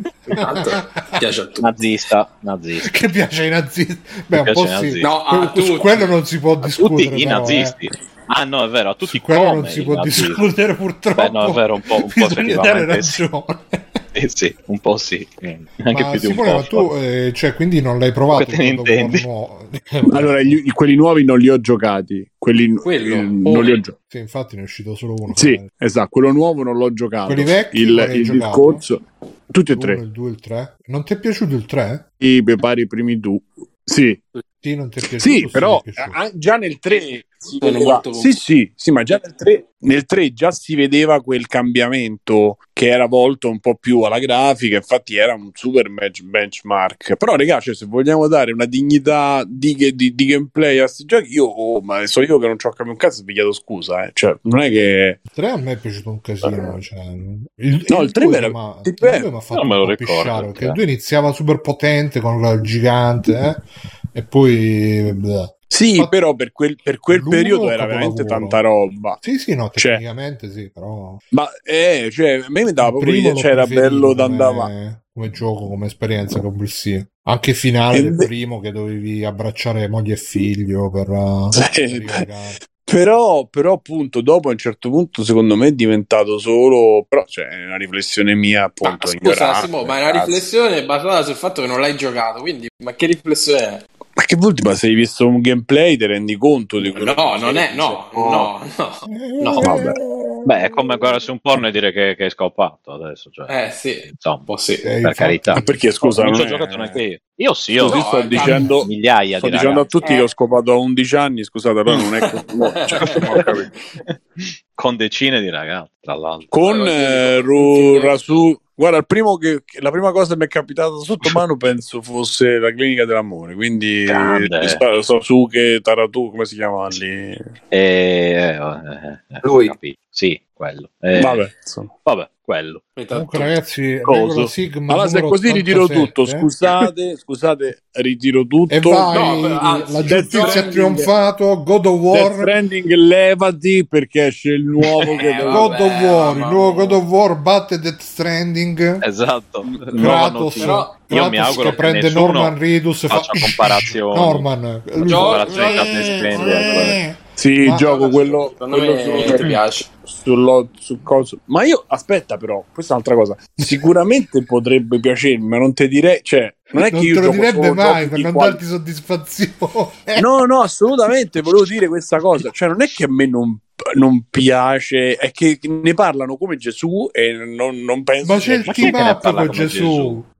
Piace a tutti. Nazista, nazista. Che piace ai nazisti. Beh, un Piace po' ai sì. nazisti. No, a Que- su tutti. quello non si può discutere. Tutti i però, nazisti. eh. Ah no, è vero, a tutti Su quello come non si i può nazisti. discutere purtroppo. Beh, no, è vero, un po', un po' Bisogna dare effettivamente sì. ragione. Sì, sì, un po' sì. Eh, Anche Ma più di un Simone, po'. ma tu, eh, cioè, quindi non l'hai provato Che te ne il God of War intendi? nuovo? Allora, gli- quelli nuovi non li ho giocati. Quelli Quello. eh, non li ho giocati. Sì, infatti ne è uscito solo uno. Sì, esatto, quello nuovo non l'ho giocato. Quelli vecchi il, quali hai il giocato? discorso, tutti e L'uno, tre. il due, il tre. Non ti è piaciuto il tre? I mi pare i primi due. Sì, Sì, non ti è piaciuto? sì, o però ti è piaciuto? ah, già nel tre si Sono vedeva. molto- Sì, sì, sì, ma già nel tre, nel tre già si vedeva quel cambiamento che era volto un po' più alla grafica, infatti era un super match benchmark. Però, raga, cioè, se vogliamo dare una dignità di, di, di gameplay a questi giochi, io, oh, ma so io che non ci ho capito un cazzo, vi chiedo scusa, eh. Cioè, non è che. Il tre a me è piaciuto un casino. Cioè, il, No, il tre due era- m'ha- il il tre- due mi ha fatto non me lo un po' ricordo, pisciare, il perché il tre. due iniziava super potente con il gigante, eh, e poi... bleh. Sì, Infatti, però per quel, per quel l'uno periodo era capolavoro. veramente tanta roba. Sì, sì, no, Cioè- tecnicamente sì, però... Ma eh, cioè, a me mi dava Il proprio primo l'idea, l'ho cioè, era preferito bello da come- andare avanti. come gioco, come esperienza complessiva. Anche il finale E del beh- primo che dovevi abbracciare moglie e figlio per, uh, Sì, per i regali. Però, però, appunto, dopo a un certo punto, secondo me è diventato solo. Però, cioè, è una riflessione mia, Ma appunto. scusa, ignorante, Simo, ma è una cazzo. riflessione basata sul fatto che non l'hai giocato, quindi ma che riflessione è? Ma che vuol dire? Ma se hai visto un gameplay, ti rendi conto di quello No, che non c'è? è, no, no, no, no. Vabbè. Beh, è come guardarsi un porno e dire che, che è scoppato adesso. Cioè, Eh sì, insomma, un po' sì. Eh, per infatti- carità. Ma perché, scusa, non ci ho non è- giocato neanche io. Io sì, io Scusi, No, sto eh, dicendo, migliaia sto di dicendo a ragazzi. tutti che ho scopato a undici anni, scusate, allora non è così. No, cioè, non ho capito. Con decine di ragazzi, tra l'altro. Con eh, Ru- Rasu. Guarda, il primo che, che- la prima cosa che mi è capitata sotto mano penso fosse la clinica dell'amore. Quindi Grande. Sa- Sasuke, Taratu, come si chiama lì? E, eh, eh, Lui. capito. Sì, quello. Eh, Vabbè, insomma. vabbè, quello. Comunque ragazzi, Coso. regola Sigma Allora, se numero così ritiro ottantasette. tutto. Scusate, scusate, ritiro tutto. E vai, No, però, anzi, la Death giustizia ha Stranding- trionfato, God of Death War, Stranding, levati perché esce il nuovo che Eh, God vabbè, of War, il mamma nuovo mia. God of War batte Death Stranding, Esatto. Nuova Kratos, notizia. Però- Io mi Kratos auguro che che prende nessuno Norman Reedus e fa faccia comparazioni. Norman, lui Gio- fa- comparazioni tra Death Stranding. Sì, Ma- il gioco quello, Secondo quello me su- ti piace. sullo, sul coso. Ma io aspetta, però, questa è un'altra cosa. Sicuramente potrebbe piacermi, ma non ti direi, cioè, non è non che io te lo gioco direbbe solo mai giochi per di non quali- darti soddisfazione. No, no, assolutamente, volevo dire questa cosa. Cioè, non è che a me non, non piace, è che ne parlano come Gesù e non, non penso Ma c'è sia- il Ma chi è team che ne up parla con come Gesù. Gesù?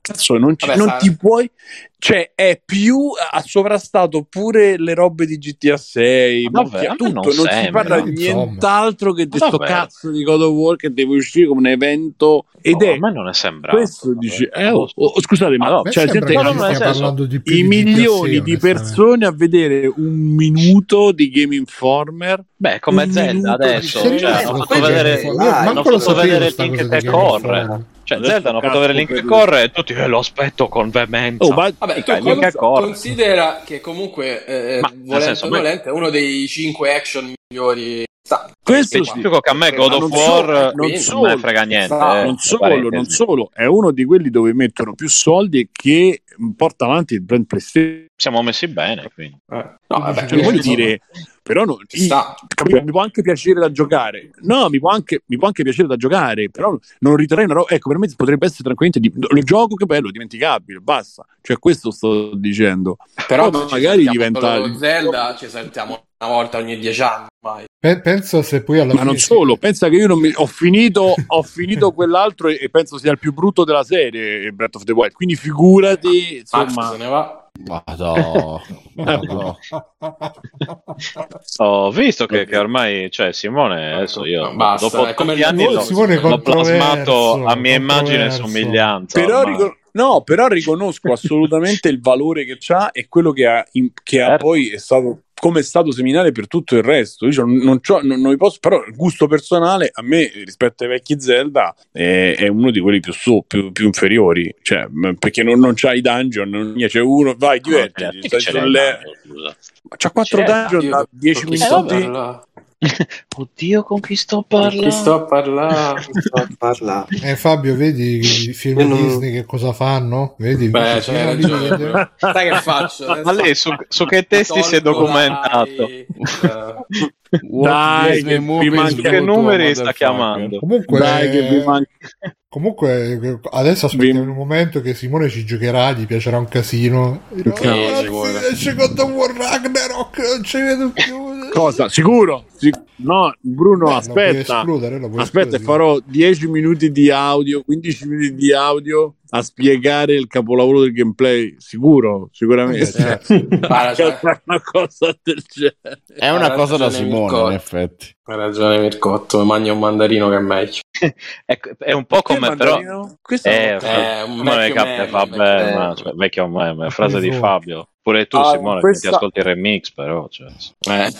Cazzo, non, ci, Vabbè, non sa- ti puoi, cioè è più, ha sovrastato pure le robe di G T A sei, Ma vabbè, Monkey- a me tutto, non non, si sembra, parla di insomma. nient'altro che di Ma sto vabbè. cazzo di God of War che deve uscire come un evento ed No, è a me non è sembrato. questo vabbè. dice eh, oh, oh, scusate ma Ah, no. A me cioè, sembra gente- che no, si no, nel stia senso, parlando di più i di G T A sei, milioni di onestamente. persone a vedere un minuto di Game Informer. Beh, come Un Zelda minuto adesso, di- cioè, Eh, hanno ma fatto poi vedere, Game Io Informer, hanno manco lo fatto sapevo vedere sta Link cosa che di Game corre. Informer. Cioè, Adesso Zelda hanno fatto cazzo vedere Link che per- corre e tutti eh, lo aspetto con veemenza. Oh, ma- Vabbè, tu Dai, Link che cons- corre. considera che comunque, eh, Ma, nel volente senso, o ma- nolente, è uno dei cinque action migliori. Sta. Questo Specifico che a me God Ma of non solo- War non non solo- me ne frega niente. no, eh, non tra solo, non parentesi. solo, è uno di quelli dove mettono più soldi e che porta avanti il brand PlayStation. Siamo messi bene, quindi. Eh, no, vabbè, Cioè, voglio insomma, dire, però no, ci sta. capito, mi può anche piacere da giocare. No, mi può anche, mi può anche piacere da giocare, però non riterrei una roba. Ecco, per me potrebbe essere tranquillamente. Di, lo gioco che bello, dimenticabile, basta. Cioè, questo sto dicendo. Però Poi ci magari saltiamo diventa. solo Zelda, ci saltiamo una volta ogni dieci anni ormai. Pe- penso se poi alla Ma fine non si- solo, pensa che io non mi, ho finito ho finito quell'altro e, e penso sia il più brutto della serie Breath of the Wild, quindi figurati Max insomma se ne va. Madò. Madò. Ho visto che, che ormai, cioè, Simone, adesso io Basta, dopo è come tanti anni il- l'ho, Simone è l'ho plasmato controverso, a mia immagine e controverso. somiglianza. però, ormai. ricon- no, però riconosco assolutamente il valore che c'ha e quello che ha, in- che ha Certo. poi è stato come è stato seminale per tutto il resto. Io non, non, c'ho- non, non mi posso, però il gusto personale a me rispetto ai vecchi Zelda è, è uno di quelli più su, più, più inferiori, cioè m- perché non, non c'ha i dungeon, non c'è uno, vai divertiti, Chi stai ce sul l'hai, le- scusa? c'ha quattro C'è, dungeon Io da dieci con chi sto a minuti. parlare? Oddio, con chi sto Con parlando? chi sto a parlare? Sto a parlare. Eh, Fabio, vedi i film Io non- Disney che cosa fanno? Vedi? Beh, Vicino c'hai li ragione. vede. Sai che faccio? Ma lei su, su che testi si è Tolgo documentato? Rai, eh, Dai, Disney che movies vi manca- Su che with numeri you, sta motherfucker. chiamando? Comunque, Dai, che vi manca. comunque adesso aspettiamo Vi- un momento che Simone ci giocherà, gli piacerà un casino. Dirà, Sì, "Ragazzi, sicuro." esce God of War Ragnarok, non ci vedo più. Cosa? Sicuro? Sì. No, Bruno, Beh, lo puoi aspetta. escludere, lo puoi Aspetta, e escludere. farò dieci minuti di audio, quindici minuti di audio a spiegare il capolavoro del gameplay. Sicuro, sicuramente. Guarda, cioè, Una cosa del genere. È una Ha cosa da ragione Simone, Mirko. in effetti. hai ragione Mircotto, mi mangia un mandarino che è meglio. Ecco, è un po' come Che però mandarino? Questo eh, è un come vecchio cap- meme, vabbè, vecchio ma, meme. cioè, vecchio meme, frase di Esatto. Fabio. Pure tu, Ah, Simone, questa- che ti ascolti il remix, però. Cioè, Eh.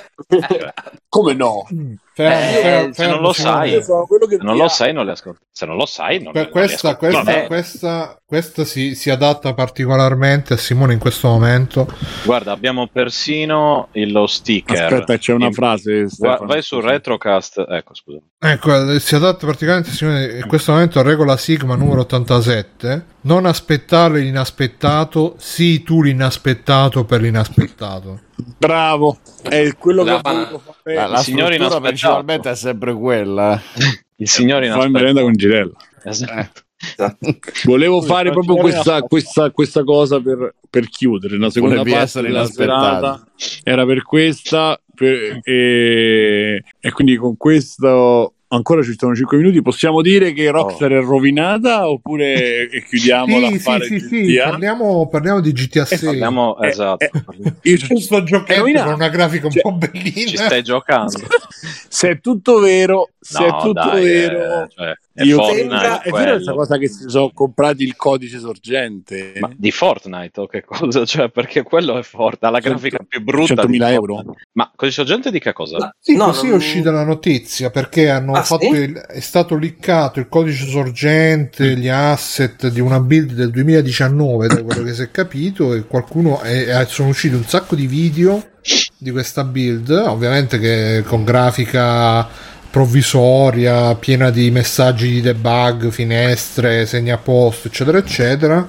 Come no? Fermo, eh, fermo, se non fermo, lo Simone. sai, Io sono quello che se non ti lo ha- sai, non li ascolti. Se non lo sai, non, Que- non li questa, ascolti. questa, Vabbè, questa, questa si, si adatta particolarmente a Simone in questo momento. guarda, abbiamo persino il- lo sticker. Aspetta, c'è una In- frase. Gua- Stefano. vai su Retrocast. Ecco, scusa. Ecco, si adatta praticamente a Simone in questo momento a regola Sigma numero ottantasette. Non aspettare l'inaspettato, sii tu l'inaspettato per l'inaspettato. Bravo, è quello che La- ho voluto fare. La, la signore struttura inaspettato. principalmente è sempre quella. Il signore Fai inaspettato. merenda con Girella. Esatto. Volevo fare non proprio ci questa, voleva- questa, questa cosa per, per chiudere una seconda Volevi parte essere della inaspettato. serata. Era per questa per- e, e quindi con questo ancora ci sono cinque minuti. Possiamo dire che Rockstar è rovinata oppure e chiudiamo Sì, l'affare sì, sì, sì, G T A? parliamo, parliamo di G T A sei. Parliamo, Eh, esatto. eh, Io ci- Io sto giocando rovinato. con una grafica un Cioè, po' Ci bellina. stai giocando? se è tutto vero, se No, è tutto dai, vero, eh, cioè, è io Fortnite sembra, è vero quello. questa cosa che si sono comprati il codice sorgente. Ma di Fortnite o che cosa? Cioè, perché quello è forte, ha la Cento- grafica più brutta. centomila di euro? Fortnite. Ma codice sorgente di che cosa? Sì, No, così non- è uscita la notizia perché hanno Ah, fatto sì? il- è stato liccato il codice sorgente, gli asset di una build del duemiladiciannove, da quello che si è capito, e qualcuno è, è- sono usciti un sacco di video di questa build, ovviamente che con grafica provvisoria, piena di messaggi di debug, finestre, segnaposto, eccetera, eccetera.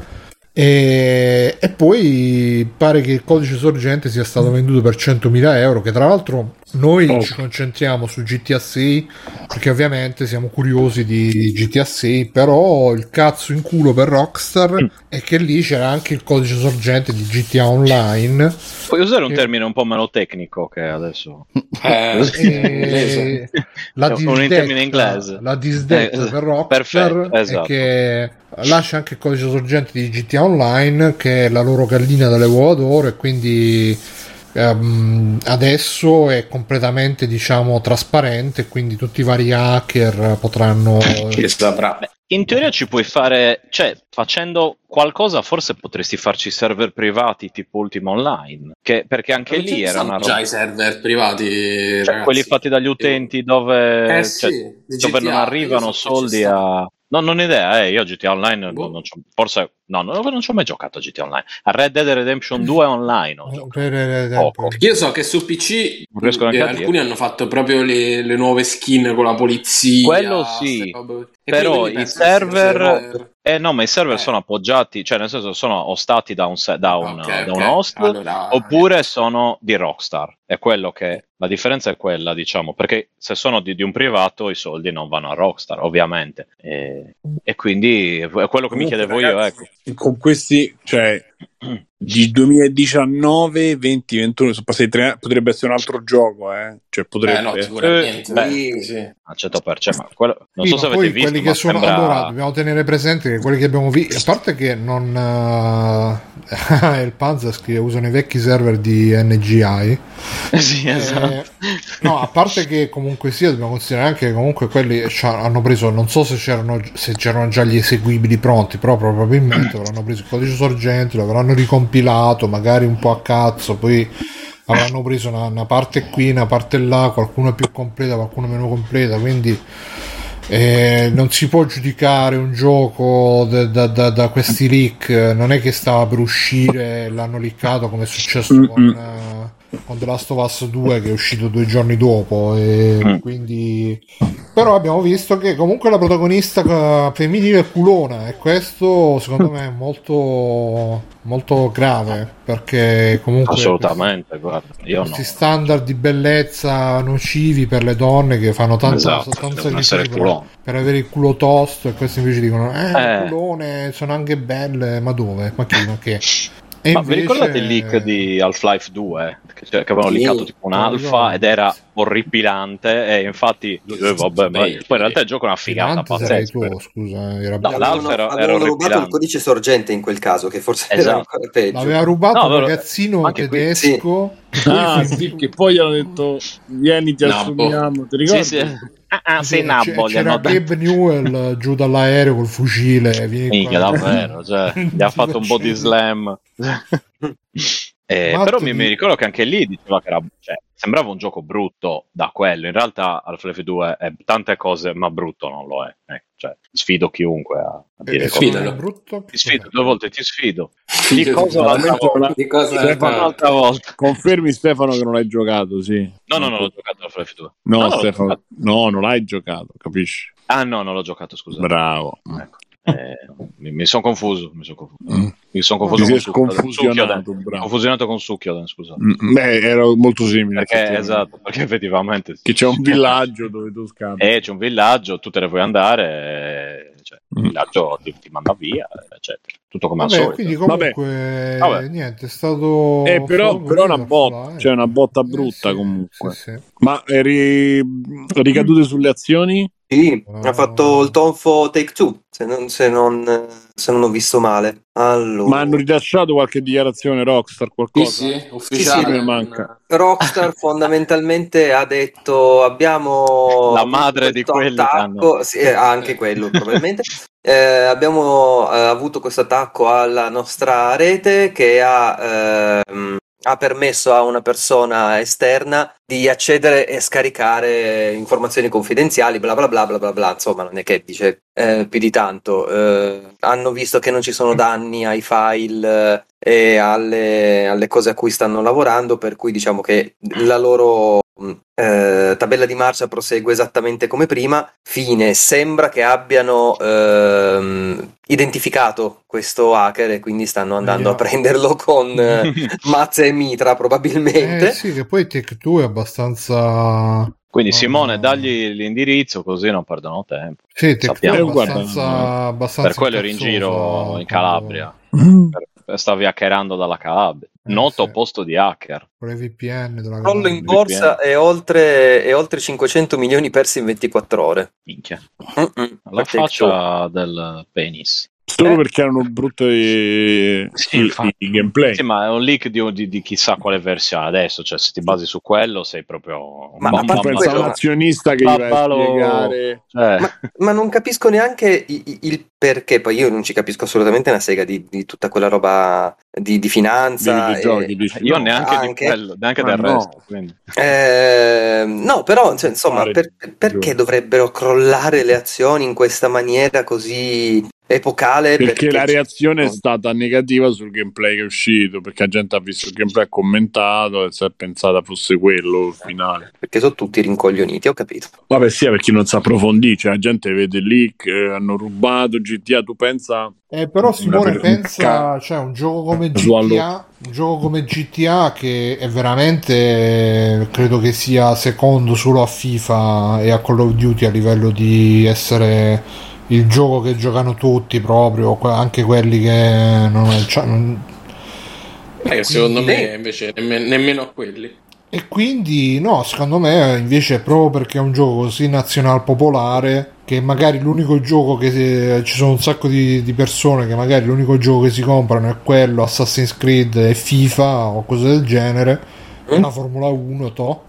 E, e poi pare che il codice sorgente sia stato venduto per centomila euro, che tra l'altro Noi Oh. ci concentriamo su G T A sei perché ovviamente siamo curiosi di G T A sei, però il cazzo in culo per Rockstar è che lì c'era anche il codice sorgente di G T A Online. Puoi usare un Eh. termine un po' meno tecnico che adesso. Eh, E la un disdetta, termine inglese. la disdetta Eh, per Rockstar perfetto, esatto. è che lascia anche il codice sorgente di G T A Online, che è la loro gallina dalle uova d'oro, e quindi ehm, adesso è completamente, diciamo, trasparente, quindi tutti i vari hacker potranno Chi saprà? Beh, in teoria ci puoi fare, cioè facendo qualcosa forse potresti farci server privati tipo Ultima Online, che, perché anche Perché lì era stanno una già roba, i server privati, cioè, ragazzi. quelli fatti dagli utenti dove, Eh cioè, sì, di dove G T A, non arrivano io so che soldi ci sta. a... No, non ho idea, eh, io a G T A Online Boh. non, non c'ho, forse no, non, non ci ho mai giocato a G T A Online. A Red Dead Redemption due online ho giocato poco. Io so che su P C Non riesco neanche eh, a dire. alcuni hanno fatto proprio le, le nuove skin con la polizia. Quello ste sì, robe. E però quindi i penso che siano server, eh no, ma i server sono appoggiati, cioè nel senso sono ostati da un, se- da un, Ok, da ok. un host, Allora- oppure sono di Rockstar. È quello che la differenza è quella, diciamo, perché se sono di, di un privato i soldi non vanno a Rockstar, ovviamente. E, e quindi è quello che mi Comunque, chiedevo io, ragazzi, ecco. con questi, cioè di duemiladiciannove, venti, ventuno sono passati tre anni, potrebbe essere un altro gioco, eh? Cioè potrebbe. Eh, no, sicuramente. Eh, beh, Sì, sì. al cento per cento, ma quello, non Sì, so ma se avete poi visto, quelli ma che sono sembra... allora dobbiamo tenere presente che quelli che abbiamo visto, a parte che non eh, il Panzer scrive usano i vecchi server di N G I. Sì, esatto. Eh, no, a parte che comunque sia dobbiamo considerare anche che comunque quelli c'ha- hanno preso, non so se c'erano, se c'erano già gli eseguibili pronti, però probabilmente avranno preso il codice sorgente, lo avranno ricompilato magari un po' a cazzo, poi avranno preso una, una parte qui, una parte là, qualcuno è più completa, qualcuno meno completa, quindi eh, non si può giudicare un gioco da, da, da, da questi leak. Non è che stava per uscire, l'hanno leakato come è successo con, eh, con The Last of Us due, che è uscito due giorni dopo, e quindi però abbiamo visto che comunque la protagonista eh, femminile è culona, e questo secondo me è molto molto grave, perché comunque Assolutamente, guarda, io no. questi standard di bellezza nocivi per le donne che fanno tanto, Esatto, tanto devono essere per, culone. per avere il culo tosto, e questi invece dicono eh, Eh. culone, sono anche belle, ma dove? Ma chi? Ma che? E Ma vi invece- ricordate il leak di Half-Life due? Che, cioè, che avevano Sì, leakato tipo me lo un'alfa ricordo. ed era orripilante, e infatti eh, vabbè, ma poi in realtà il gioco è una figata Finante sarai pazzesca. tu, scusa, era No, l'alfa era, era Avevano rubato il orripilante. codice sorgente in quel caso, che forse era Esatto. ancora peggio. l'aveva rubato No, un però- ragazzino anche qui- tedesco. Ah, sì, che poi gli hanno detto vieni, ti Nabbo. assumiamo, ti ricordi? Sì, sì. Ah, ah, sei C'è- nabbo, gli c'era hanno detto. Gabe Newell giù dall'aereo col fucile, vieni Minchia, qua. davvero, cioè, gli ha fatto un body slam. Eh, Matto però mi, di- mi ricordo che anche lì diceva che era, cioè, sembrava un gioco brutto da quello. In realtà Half-Life due è tante cose, ma brutto non lo è. Ecco, cioè, sfido chiunque a, a dire Eh, cose. sfidalo. è brutto. Ti sfido due volte, ti sfido. Di Sì, cosa veramente l'altra volta? una- Di cosa Stefano, Un'altra volta. Confermi, Stefano, che non l'hai giocato, sì. No, no, non l'ho giocato Half-Life due. No, Ah, non l'ho Stefano, giocato. no, non l'hai giocato, capisci? Ah, no, non l'ho giocato, scusa. Bravo. Ecco. Eh, mi, mi sono confuso, mi sono confuso. Mm. Mi sono Ti confuso sei con Succhioden. sconfusionato, Succhioden. bravo. Confusionato con Succhioden, scusa. Mm, Beh, era molto simile. Perché, effettivamente. esatto, perché effettivamente Che c'è un villaggio dove tu scambi. Eh, c'è un villaggio, tu te ne vuoi andare, eh, cioè, il Mm. villaggio ti, ti manda via, eccetera. Tutto come al Vabbè, solito. quindi comunque Vabbè. niente, è stato Eh, però, solo però una così, botta, eh. cioè una botta Eh, brutta sì, comunque. sì, sì. Ma eri ricadute sulle azioni? Sì, Ah. ha fatto il tonfo Take Two, se non, se non, se non ho visto male. Allora, Ma hanno rilasciato qualche dichiarazione Rockstar, Sì, qualcosa? sì, ufficiale. mi manca. Rockstar fondamentalmente ha detto abbiamo La avuto madre di questo quelli che attacco, hanno- sì, eh, anche quello probabilmente. Eh, abbiamo eh, avuto questo attacco alla nostra rete che ha, ehm, ha permesso a una persona esterna di accedere e scaricare informazioni confidenziali, bla bla bla bla bla bla. Insomma, non è che dice eh, più di tanto. Eh, hanno visto che non ci sono danni ai file e alle, alle cose a cui stanno lavorando, per cui diciamo che la loro eh, tabella di marcia prosegue esattamente come prima. Fine, sembra che abbiano ehm, identificato questo hacker e quindi stanno andando Vediamo. a prenderlo con eh, mazze e mitra probabilmente. Eh sì, che poi Take Two è abbastanza... Quindi no, Simone, no. dagli l'indirizzo così non perdono tempo. Sì, Take Two è Sappiamo. abbastanza, abbastanza Per quello ero in incazzoso giro in Calabria. quando- Per- Stavi hackerando dalla Calabria. Eh, Noto sì. posto di hacker. con le V P N della Il crollo in Calabria. borsa è oltre, è oltre cinquecento milioni persi in ventiquattro ore. Minchia. Mm-mm. Alla Take faccia del penis. Solo Eh. perché erano brutte i, Sì, i- infatti. i gameplay. Sì, ma è un leak di, di- di chissà quale versione adesso. Cioè, se ti basi su quello, sei proprio. Ma un a parte bambalo. Pensa a un quello- azionista che gli va a Babbalo. spiegare. Cioè, Ma, ma non capisco neanche i- i- il perché, poi io non ci capisco assolutamente una sega di, di tutta quella roba di, di finanza. Dei videogiochi, e- dici, io no. neanche di anche. quello, neanche Ma del no. resto. Quindi. Eh, no, però cioè, insomma, Fare per- perché giochi. dovrebbero crollare le azioni in questa maniera così epocale? Perché la reazione è stata negativa sul gameplay che è uscito, perché la gente ha visto il gameplay, ha commentato e si è pensata fosse quello il finale. Perché sono tutti rincoglioniti, ho capito. Vabbè, sì, perché non si approfondì, cioè la gente vede lì che hanno rubato G T A, tu pensa... Eh, però Simone per- pensa, cioè un gioco come Su Halo. G T A, un gioco come G T A che è veramente, credo che sia secondo solo a FIFA e a Call of Duty a livello di essere il gioco che giocano tutti proprio, que- anche quelli che non, cioè, non- Eh, secondo quindi- me invece nemm- nemmeno a quelli. E quindi no, secondo me invece è proprio perché è un gioco così nazional popolare che magari l'unico gioco che si- ci sono un sacco di, di persone che magari l'unico gioco che si comprano è quello, Assassin's Creed e FIFA o cose del genere, Mm. la Formula uno to,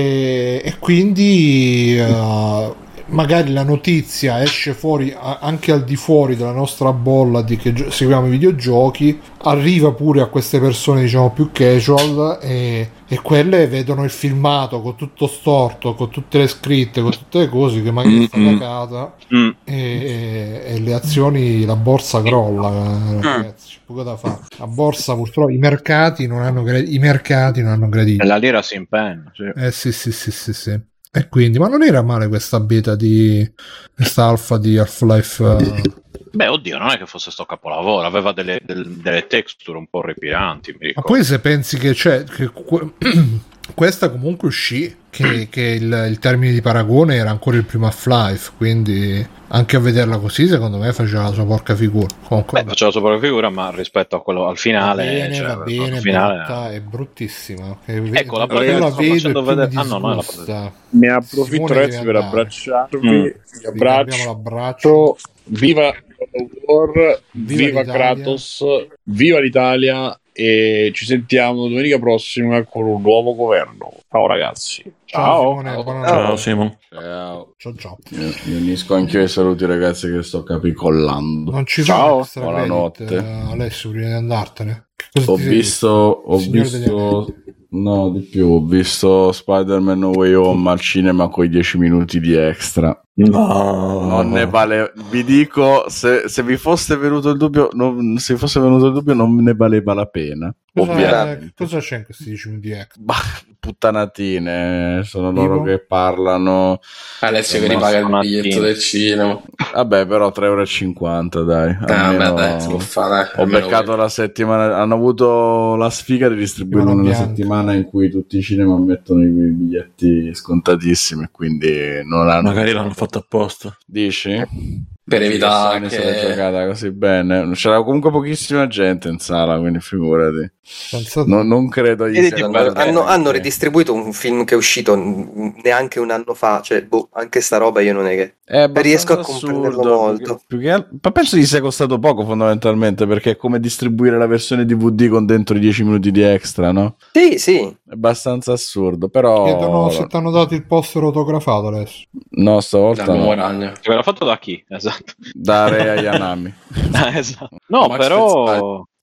e, e quindi eh, magari la notizia esce fuori a- anche al di fuori della nostra bolla di che gio- seguiamo i videogiochi, arriva pure a queste persone diciamo più casual e, e quelle vedono il filmato con tutto storto, con tutte le scritte, con tutte le cose che magari sta Mm-mm. cagata Mm. e, e- e le azioni, la borsa crolla, eh, ragazzi, c'è poco da fare. La borsa purtroppo i mercati non hanno gra- i mercati non hanno gradito. E la lira si impenna. Sì. Eh sì, sì, sì, sì, sì. E quindi, ma non era male questa beta di questa alfa di Half-Life? eh, Beh, oddio, non è che fosse sto capolavoro, aveva delle, del- delle texture un po' orripilanti. Mi Ma ricordo. poi se pensi che c'è che que- questa comunque uscì che, che il, il termine di paragone era ancora il primo Half-Life, quindi anche a vederla così secondo me faceva la sua porca figura. Comunque, Beh, faceva la sua propria figura, ma rispetto a quello al finale, va bene, cioè, va bene, al finale, brutta, è bruttissima. Che Ecco, la più presa la sto vedo e facendo più mi vedere- ah, no, no, è la disgusta. Ne approfitto Simone ragazzi deve per andare. abbracciarvi, Mm. vi Ci abbraccio, abbiamo l'abbraccio. viva God of War, Viva viva, l'Italia. Kratos, viva l'Italia e ci sentiamo domenica prossima con un nuovo governo. Ciao ragazzi. Ciao, Simone, buonanotte. Ciao Simo. Ciao. Ciao, ciao. Io, io unisco anche i saluti ragazzi che sto capicollando. Non ci Ciao, sono extra buonanotte. credit, eh, Alessio, prima di andartene. Che cosa Ho ti sei visto, ho Signore degli visto, no di più, ho visto Spider-Man No Way Home al cinema con i dieci minuti di extra. No. Non ne vale, vi dico, se, se vi fosse venuto il dubbio, non, se vi fosse venuto il dubbio non ne valeva la pena. Cosa, Ovviamente. cosa c'è in questi dieci minuti extra? Bah, puttanatine, sono Tipo? loro che parlano. Alessio che Sono ripaga il stamattina. biglietto del cinema. Vabbè, però tre euro e cinquanta, dai. Ah, Almeno- beh, dai, si può fare, dai, Ho almeno beccato quello. la settimana. Hanno avuto la sfiga di distribuirlo Settimana nella bianca. settimana in cui tutti i cinema mettono i biglietti scontatissimi. Quindi non hanno. Magari l'hanno fatto apposta. Dici? Per evitare ne che- se l'è giocata così bene. C'era comunque pochissima gente in sala, quindi figurati. Pensate- No- non credo gli Vedi, sia tipo, andato hanno, bene. hanno ridistribuito un film che è uscito n- neanche un anno fa, cioè boh, anche sta roba io non è che È abbastanza riesco a comprenderlo assurdo, molto. più che- più che al- ma penso gli sia costato poco fondamentalmente, perché è come distribuire la versione D V D con dentro i dieci minuti di extra, no? Sì, sì. È abbastanza assurdo, però Chiedono se ti hanno dato il poster autografato adesso. no, stavolta L'hanno no. Moragna. Ve l'ha fatto da chi? Esatto. Da Rea Yanami. Ah, esatto. No, Max però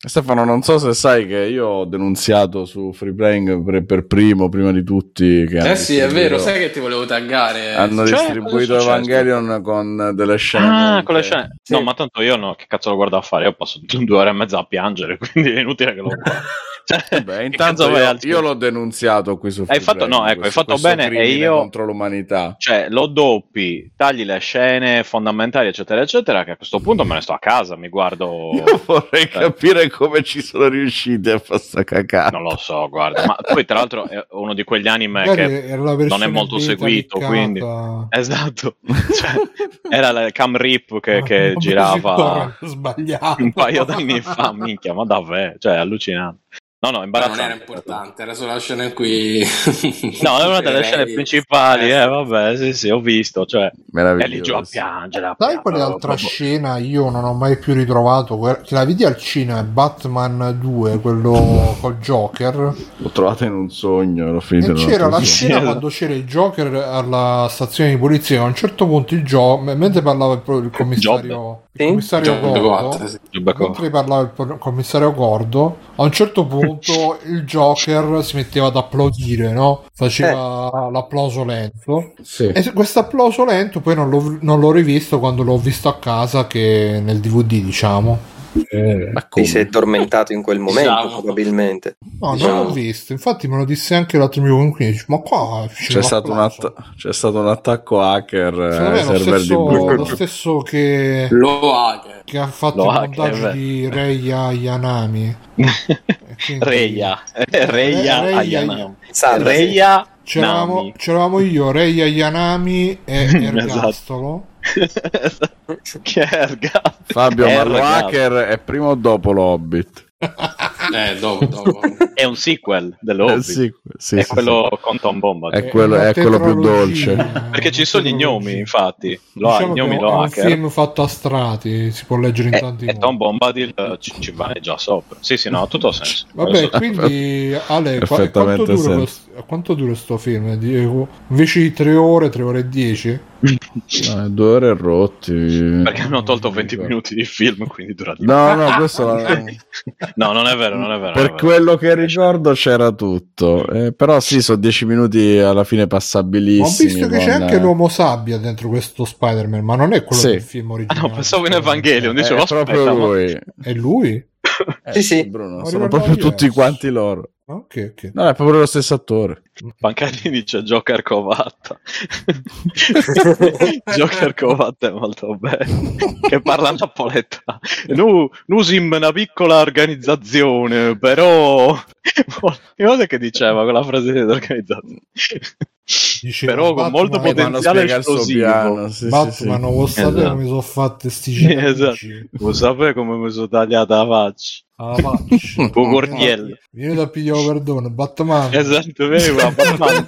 Stefano, non so se sai che io ho denunziato su Freeplaying per, per primo, prima di tutti. Che eh sì, è vero, sai che ti volevo taggare. Hanno cioè, distribuito Evangelion con delle scene. Ah, con le scene. Sì. No, ma tanto io no, che cazzo lo guardo a fare? Io passo due ore e mezza a piangere, quindi è inutile che lo guardi. Cioè, beh, intanto io, io l'ho denunziato qui su hai fatto, no, ecco, hai fatto bene e io contro l'umanità, cioè lo doppi, tagli le scene fondamentali eccetera eccetera, che a questo punto me ne sto a casa, mi guardo. Io vorrei eh. capire come ci sono riusciti a fare sta cacata. Non lo so, guarda, ma poi tra l'altro è uno di quegli anime magari che non è molto seguito, liccata. Quindi esatto, cioè, era la Cam Rip che, ah, che girava un paio d'anni fa, minchia, ma davvero, cioè allucinante. No, no, imbarazzante. Non era importante, era solo la scena in cui... no, è una delle scene principali, eh, vabbè, sì, sì, ho visto, cioè... È lì giù a piangere. A sai quale altra scena io non ho mai più ritrovato? Che la vidi al cinema, Batman due, quello col Joker. L'ho trovata in un sogno, l'ho finita. E c'era la scena sì, quando c'era il Joker alla stazione di polizia, a un certo punto il Joker, mentre parlava il, il commissario... Il commissario Job. Gordo, Job. mentre parlava il commissario Gordo, a un certo punto il Joker si metteva ad applaudire, no? Faceva eh. l'applauso lento. Sì. E questo applauso lento poi non l'ho, non l'ho rivisto quando l'ho visto a casa, che nel D V D, diciamo. Eh, ti sei addormentato in quel momento, esatto. Probabilmente. No, diciamo. Non l'ho visto. Infatti, me lo disse anche l'altro mio coinquilino. Ma qua c'è stato, un att- c'è stato un attacco hacker. Eh, lo, stesso, lo stesso che lo hacker. che ha fatto lo il montaggio hacker, di Reiya Yanami. Reiya Reiya Yanami. Reiya C'eravamo, c'eravamo io, Reiya Yanami e Ergastolo. Che erga. Fabio, ma lo hacker è prima o dopo l'Hobbit? Eh, dopo, dopo. È un sequel dell'Hobbit. Sequel, sì, è sì, quello sì. con Tom Bombadil. È quello, è quello più dolce. Perché ci sono gli gnomi, infatti. Lo diciamo ha, gnomi è lo un hacker. film fatto a strati, si può leggere in e, tanti e Tom Bombadil uh, ci, ci va già sopra. Sì, sì, no, ha tutto senso. Vabbè, quindi Ale, qua, quanto, dura questo, quanto dura sto film? Diego? Invece di tre ore, tre ore e dieci? No, due ore e rotti. Perché hanno tolto venti minuti di film, quindi dura di no, no, questo la... no, non è vero, non è vero. Per è vero. quello che ricordo c'era tutto, eh, però sì, sono dieci minuti alla fine passabilissimi. Ho visto che con... c'è anche l'uomo sabbia dentro questo Spider-Man, ma non è quello sì. del film originale. Ah, no, pensavo in Evangelion, dicevo, è proprio lui. È lui? Eh, sì, sì. Bruno, sono proprio diverso. Tutti quanti loro. Ok, ok. No, è proprio lo stesso attore. Pancani dice Joker Covatta. Joker Covatta è molto bello. Che parla napoletano. Nu, nusim una piccola organizzazione, però... Cosa che diceva quella frase di organizzazione? Diceva, però con molto potenziale esplosivo. Sì, Batman, sì, sì. vuoi sapere esatto. come mi sono fatte sti giri? Esatto. Vuoi sapere come mi sono tagliata la faccia? Ah, faccia. Un cordiello. Vieni da pigliare perdono, Batman. Esatto, vieni qua, Batman.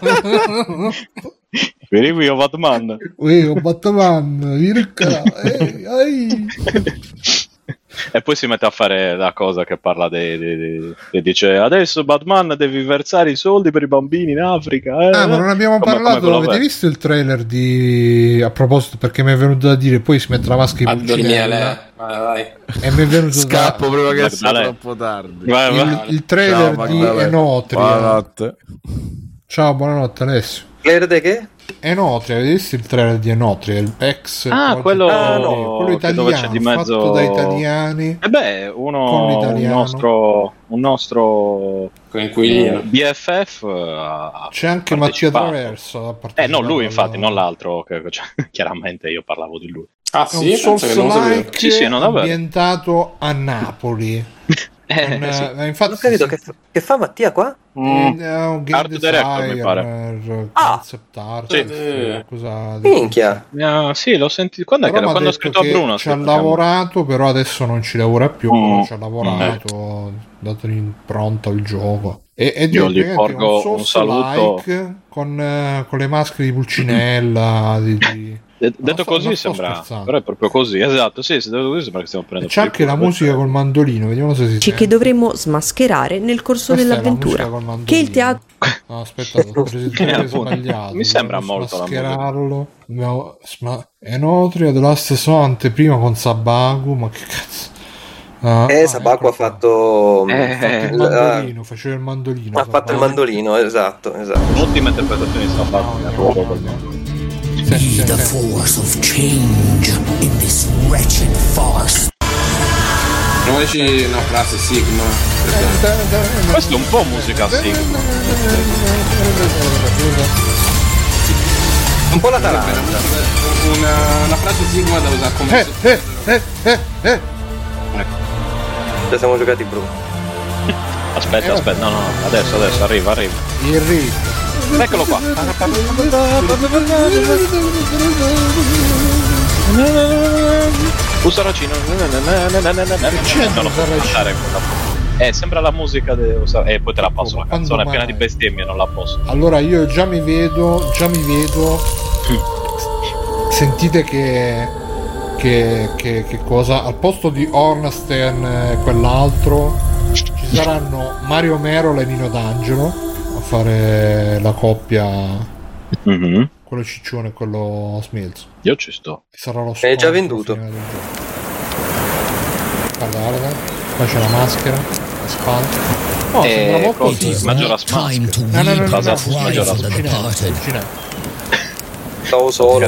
Vieni qui, Batman. Uè, Batman, vieni qua. Ehi, ehi. E poi si mette a fare la cosa che parla dei, dei, dei, e dice adesso Batman devi versare i soldi per i bambini in Africa. Eh? Ah, ma non abbiamo come, parlato. Come avete visto il trailer di a proposito, perché mi è venuto da dire poi si mette la maschera di Pulcinella e mi è venuto scappo da... prima che sia troppo tardi. Vai, vai. Il, il trailer Ciao, di Enotria. Buonanotte. Ciao, buonanotte Alessio. Trailer di che? Enotria, avete visto il trailer di Enotria, il ex ah, quello, ah, no, quello italiano, dove c'è di mezzo... fatto da italiani. E beh, uno un nostro un nostro coinquilino B F F uh, c'è anche Mattia Traverso. Eh, no, lui infatti, non l'altro, che, cioè, chiaramente io parlavo di lui. Ah, sì, è un Souls-like sì, sì, no, ambientato a Napoli. Eh, un, sì. eh, infatti non capito, sì. che, fa, che fa Mattia qua? Mm. È un game Art director, mi pare. Concept art, sì. eh, cosa minchia. Uh, sì, l'ho sentito quando, è che era, quando ho scritto a Bruno ci ha lavorato, però adesso non ci lavora più. Mm. Ci ha lavorato, mm. dato l'impronta al gioco. E, e io gli porgo un, un saluto like con, uh, con le maschere di Pulcinella di, di... detto no, così sembra scherzando. Però è proprio così, esatto, sì, se detto così sembra che stiamo prendendo. C'è anche la musica col mandolino, vediamo se si sente. Che dovremo smascherare nel corso Questa dell'avventura. Che il teatro no, aspetta, ho preso il teatro sbagliato. Mi sembra molto mascherarlo. Dobbiamo sma... Enotria The Last Son anteprima con Sabaku, ma che cazzo. Ah, eh, ah, Sabaku ecco ha fatto, Eh, ha fatto il mandolino, uh, faceva il mandolino. Ha fatto il mandolino, esatto, esatto. Un'ottima interpretazione di Sabaku. No, no, no. Be the force of change in this wretched farce. Provaci una frase Sigma. Questo è un po' musica Sigma. Un po' la taranta. Una, una frase Sigma da usare come eh, eh, eh, eh, eh. Ci siamo giocati Bruno. Aspetta, eh, aspetta, no, no, adesso, adesso, arriva, arriva. Il ritmo. Eccolo qua. Usaracino. Non lo so cantare quella. Eh, sembra la musica de... Eh, poi te la passo, la canzone è piena di bestemmie, non la posso. Allora io già mi vedo, già mi vedo. Sentite che che, che che cosa al posto di Ornstein e quell'altro ci saranno Mario Merola e Nino D'Angelo a fare la coppia. Mm-hmm. Quello ciccione e quello Smilzo. Io ci sto. E sarà lo è già venduto. Guarda, guarda, qua c'è la maschera, la spalla. Oh, sembra molto Majora's Mask. No, no, no, no, no, Majora's Mask. Stavo solo,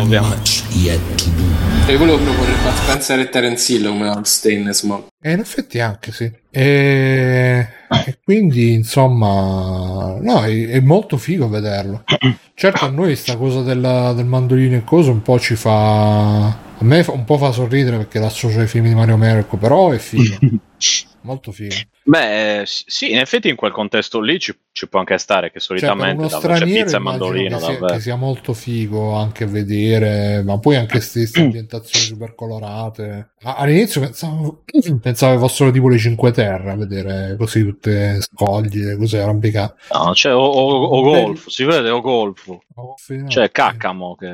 e volevo proporre Bud Spencer e Terence Hill come Ornstein e Smoke. E in effetti anche sì. E, e quindi insomma no, è, è molto figo vederlo. Certo a noi sta cosa della, del mandolino e cosa un po' ci fa, a me un po' fa sorridere perché l'associo ai film di Mario Merco, però è figo. Molto figo. Beh, sì, in effetti in quel contesto lì ci, ci può anche stare che solitamente cioè, c'è pizza e mandolino. Che sia, che sia molto figo anche vedere, ma poi anche queste ambientazioni super colorate. All'inizio pensavo, pensavo fossero tipo le Cinque Terre a vedere così tutte scoglie, così arrampicate. No, c'è o, o, o golf, si vede o golf. Oh, c'è Caccamo che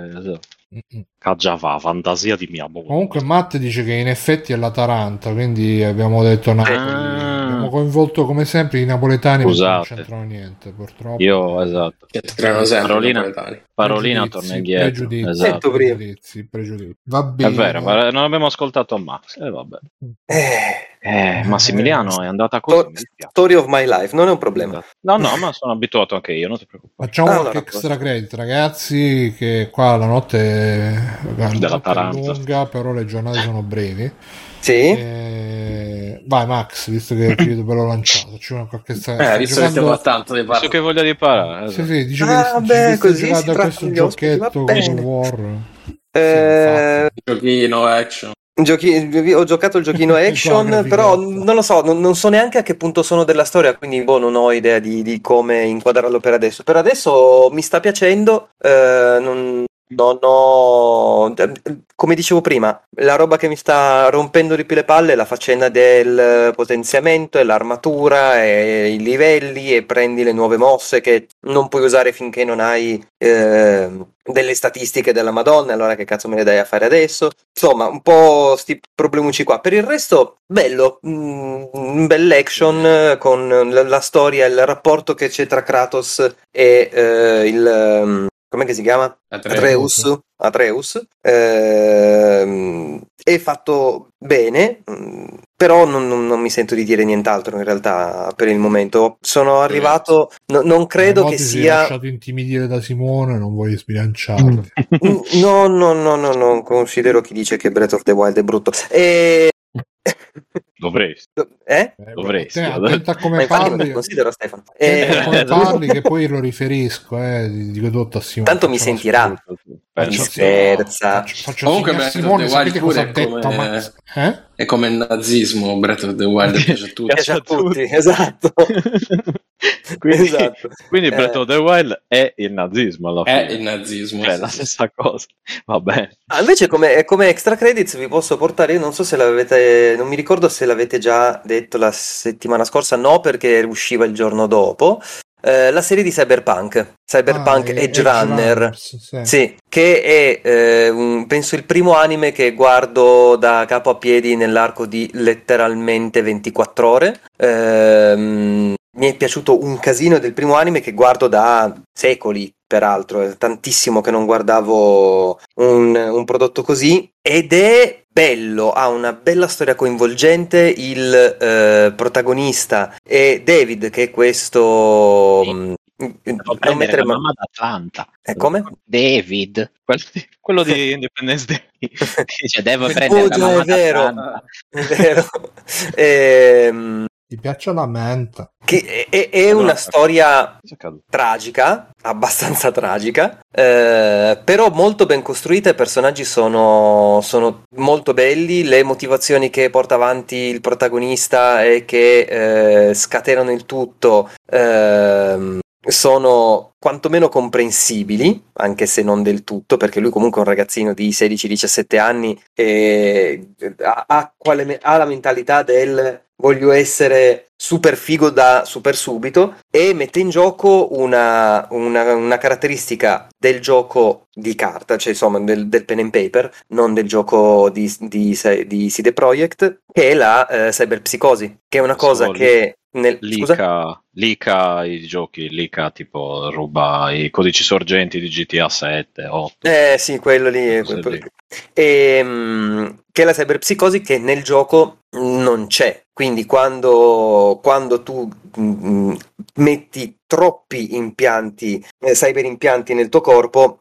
già fa fantasia di mia bolla. Comunque Matt dice che in effetti è la Taranta, quindi abbiamo detto Napoli. Ah. Abbiamo coinvolto come sempre i napoletani, scusate, non c'entrano niente purtroppo. Io esatto. Che c'entrano sempre Parolina, Parolina torna indietro. Pregiudizi, esatto. pregiudizi, pregiudizi. Va bene. È vero, ma non abbiamo ascoltato Max. Eh vabbè. Eh. Eh, Massimiliano è andata così. Story of my life, non è un problema. No, no, ma sono abituato anche io, non ti preoccupare. Facciamo ah, qualche extra credit, ragazzi, che qua la notte è, la della notte è lunga, però le giornate sono brevi. Sì. E... Vai Max, visto che ti vedo bello lanciato. C'è una qualche eh, visto giocando... che stiamo tanto di parlare. Che voglia di parare. Sì, sì, dice ah, che beh, così si da questo giochetto God War. Eh... Sì, giochino action. Giochi... Ho giocato il giochino action, però non lo so, non, non so neanche a che punto sono della storia, quindi boh, non ho idea di, di come inquadrarlo per adesso. Per adesso mi sta piacendo, eh, non, non ho, come dicevo prima, la roba che mi sta rompendo di più le palle è la faccenda del potenziamento e l'armatura e i livelli e prendi le nuove mosse che non puoi usare finché non hai eh, delle statistiche della Madonna, allora che cazzo me ne dai a fare adesso? Insomma, un po' sti problemucci qua. Per il resto, bello, un bell'action con la, la storia, il rapporto che c'è tra Kratos e eh, il... com'è che si chiama? Atreus. Atreus, Atreus. Eh, è fatto bene, però non, non, non mi sento di dire nient'altro in realtà per il momento. Sono arrivato, no, non credo che sia... Ti sei lasciato intimidire da Simone, non vuoi sbilanciarlo. No, no, no, no, non considero chi dice che Breath of the Wild è brutto. E... Dovresti. Eh? Dovresti. Te, attenta come parli. Considero Stefano. Eh, come parli che poi lo riferisco, eh, dico tutto a Simone. Tanto mi sentirà. Mi scherza. Faccio, faccio comunque Breath Simone, of the Wild cosa ha detto, come... ma... eh? È come il nazismo, Breath of the Wild piace a tutti. Piace a tutti, esatto. Quindi, esatto. quindi Breath eh. of the Wild è il nazismo alla fine. È il nazismo. È sì, la stessa cosa. Va bene. Ah, invece come, come extra credits vi posso portare, io non so se l'avete, non mi ricordo se l'avete già detto la settimana scorsa, no, perché usciva il giorno dopo. Uh, la serie di Cyberpunk Cyberpunk ah, Edge Runner, Runners, sì. Sì, che è eh, un, penso il primo anime che guardo da capo a piedi nell'arco di letteralmente ventiquattro ore. Uh, mi è piaciuto un casino del primo anime che guardo da secoli, peraltro è tantissimo che non guardavo un, un prodotto così, ed è bello, ha una bella storia coinvolgente, il eh, protagonista è David, che è questo... Mh, non mettere ma... mamma d'Atlanta. Eh, come? David, quello di, quello di Independence Day. Dice, devo prendere oh, la mamma è vero, d'Atlanta. È vero. ehm... Ti piace la menta? Che è, è una storia tragica, abbastanza tragica, eh, però molto ben costruita. I personaggi sono, sono molto belli, le motivazioni che porta avanti il protagonista e che eh, scatenano il tutto eh, sono quantomeno comprensibili, anche se non del tutto, perché lui comunque è un ragazzino di sedici diciassette anni e ha, ha, quale, ha la mentalità del voglio essere super figo da super subito, e mette in gioco una, una, una caratteristica del gioco di carta, cioè insomma del, del pen and paper, non del gioco di, di, di C D Projekt, che è la eh, cyberpsicosi, che è una cosa Solo che nel, lica, lica i giochi, lica tipo ruba i codici sorgenti di G T A sette, otto. Eh sì, quello lì è quello lì. E, mh, che è la cyberpsicosi che nel gioco non c'è, quindi quando, quando tu mh, metti troppi impianti, eh, cyber impianti nel tuo corpo,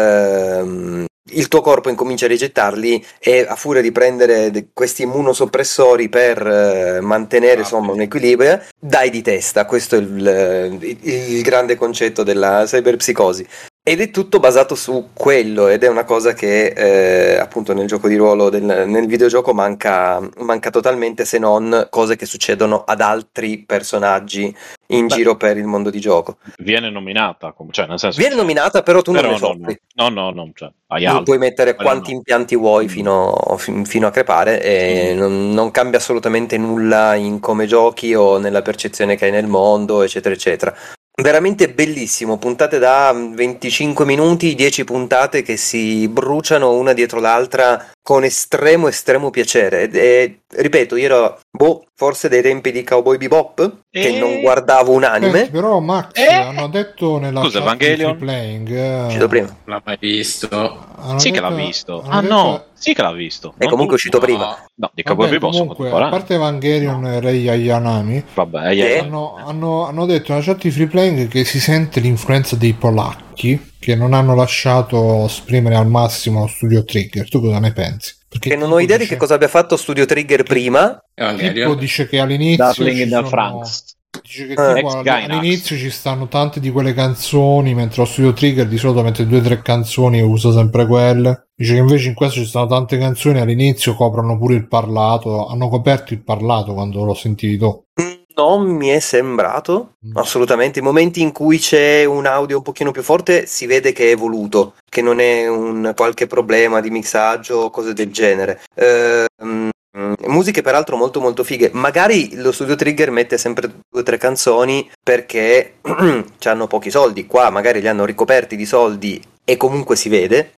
ehm, il tuo corpo incomincia a rigettarli, e a furia di prendere de- questi immunosoppressori per eh, mantenere insomma un equilibrio, dai di testa. Questo è il, il, il grande concetto della cyberpsicosi. Ed è tutto basato su quello, ed è una cosa che eh, appunto nel gioco di ruolo, del, nel videogioco manca, manca totalmente, se non cose che succedono ad altri personaggi in Beh, giro per il mondo di gioco. Viene nominata, cioè nel senso viene nominata, però tu però non ne no, soffri. No, no, no, cioè, hai tu altro. Puoi mettere Quello quanti no. impianti vuoi fino, fino a crepare, e mm. non, non cambia assolutamente nulla in come giochi o nella percezione che hai nel mondo, eccetera, eccetera. Veramente bellissimo, puntate da venticinque minuti, dieci puntate che si bruciano una dietro l'altra con estremo estremo piacere. E, e ripeto, io ero boh, forse dei tempi di Cowboy Bebop e... che non guardavo un anime. Eh, però Max eh? hanno detto nella Scusa, chat Evangelion? di Playing, eh, uscito prima. Non l'ha mai visto. hanno Sì detto, che l'ha visto. hanno Ah detto, no, sì che l'ha visto. È Non comunque tutto. uscito prima. No, di Cowboy Vabbè, Bebop sono comunque, a contemporanei. parte Evangelion e Rei Ayanami, Vabbè, Eh? hanno, hanno, hanno detto nella chat di Free Playing che si sente l'influenza dei polacchi che non hanno lasciato esprimere al massimo lo Studio Trigger. Tu cosa ne pensi? Perché Che non ho idea di che cosa abbia fatto Studio Trigger prima. tipo dice che all'inizio Darling ci in the sono... Franks. Dice che Eh, tipo ex all- Gainax. all'inizio ci stanno tante di quelle canzoni, mentre lo Studio Trigger di solito mette due o tre canzoni e usa sempre quelle. Dice che invece in questo ci stanno tante canzoni, all'inizio coprono pure il parlato, hanno coperto il parlato quando lo sentivi tu. Non mi è sembrato assolutamente. I momenti in cui c'è un audio un pochino più forte si vede che è voluto, che non è un qualche problema di mixaggio o cose del genere. Ehm, musiche peraltro molto molto fighe. Magari lo Studio Trigger mette sempre due o tre canzoni perché hanno pochi soldi. Qua magari li hanno ricoperti di soldi e comunque si vede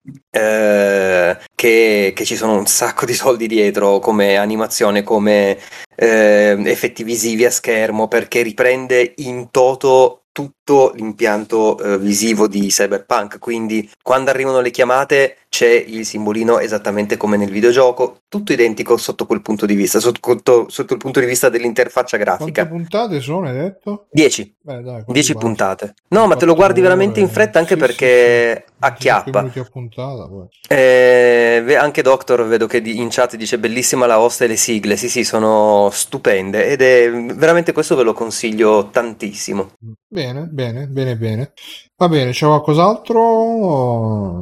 eh, che, che ci sono un sacco di soldi dietro, come animazione, come eh, effetti visivi a schermo, perché riprende in toto tutto l'impianto eh, visivo di Cyberpunk. Quindi quando arrivano le chiamate c'è il simbolino esattamente come nel videogioco, tutto identico sotto quel punto di vista, sotto, sotto il punto di vista dell'interfaccia grafica. Quante puntate sono, hai detto? dieci. Beh, dai, dieci basta. puntate. No, ma te lo guardi veramente in fretta, anche Sì, perché sì, sì. acchiappa. minuti a puntata, poi. Eh, ve- anche Doctor vedo che di- in chat dice bellissima la host e le sigle. Sì, sì, sono stupende, ed è veramente, questo ve lo consiglio tantissimo. Bene, bene, bene, bene. Va bene, c'è qualcos'altro? Uh,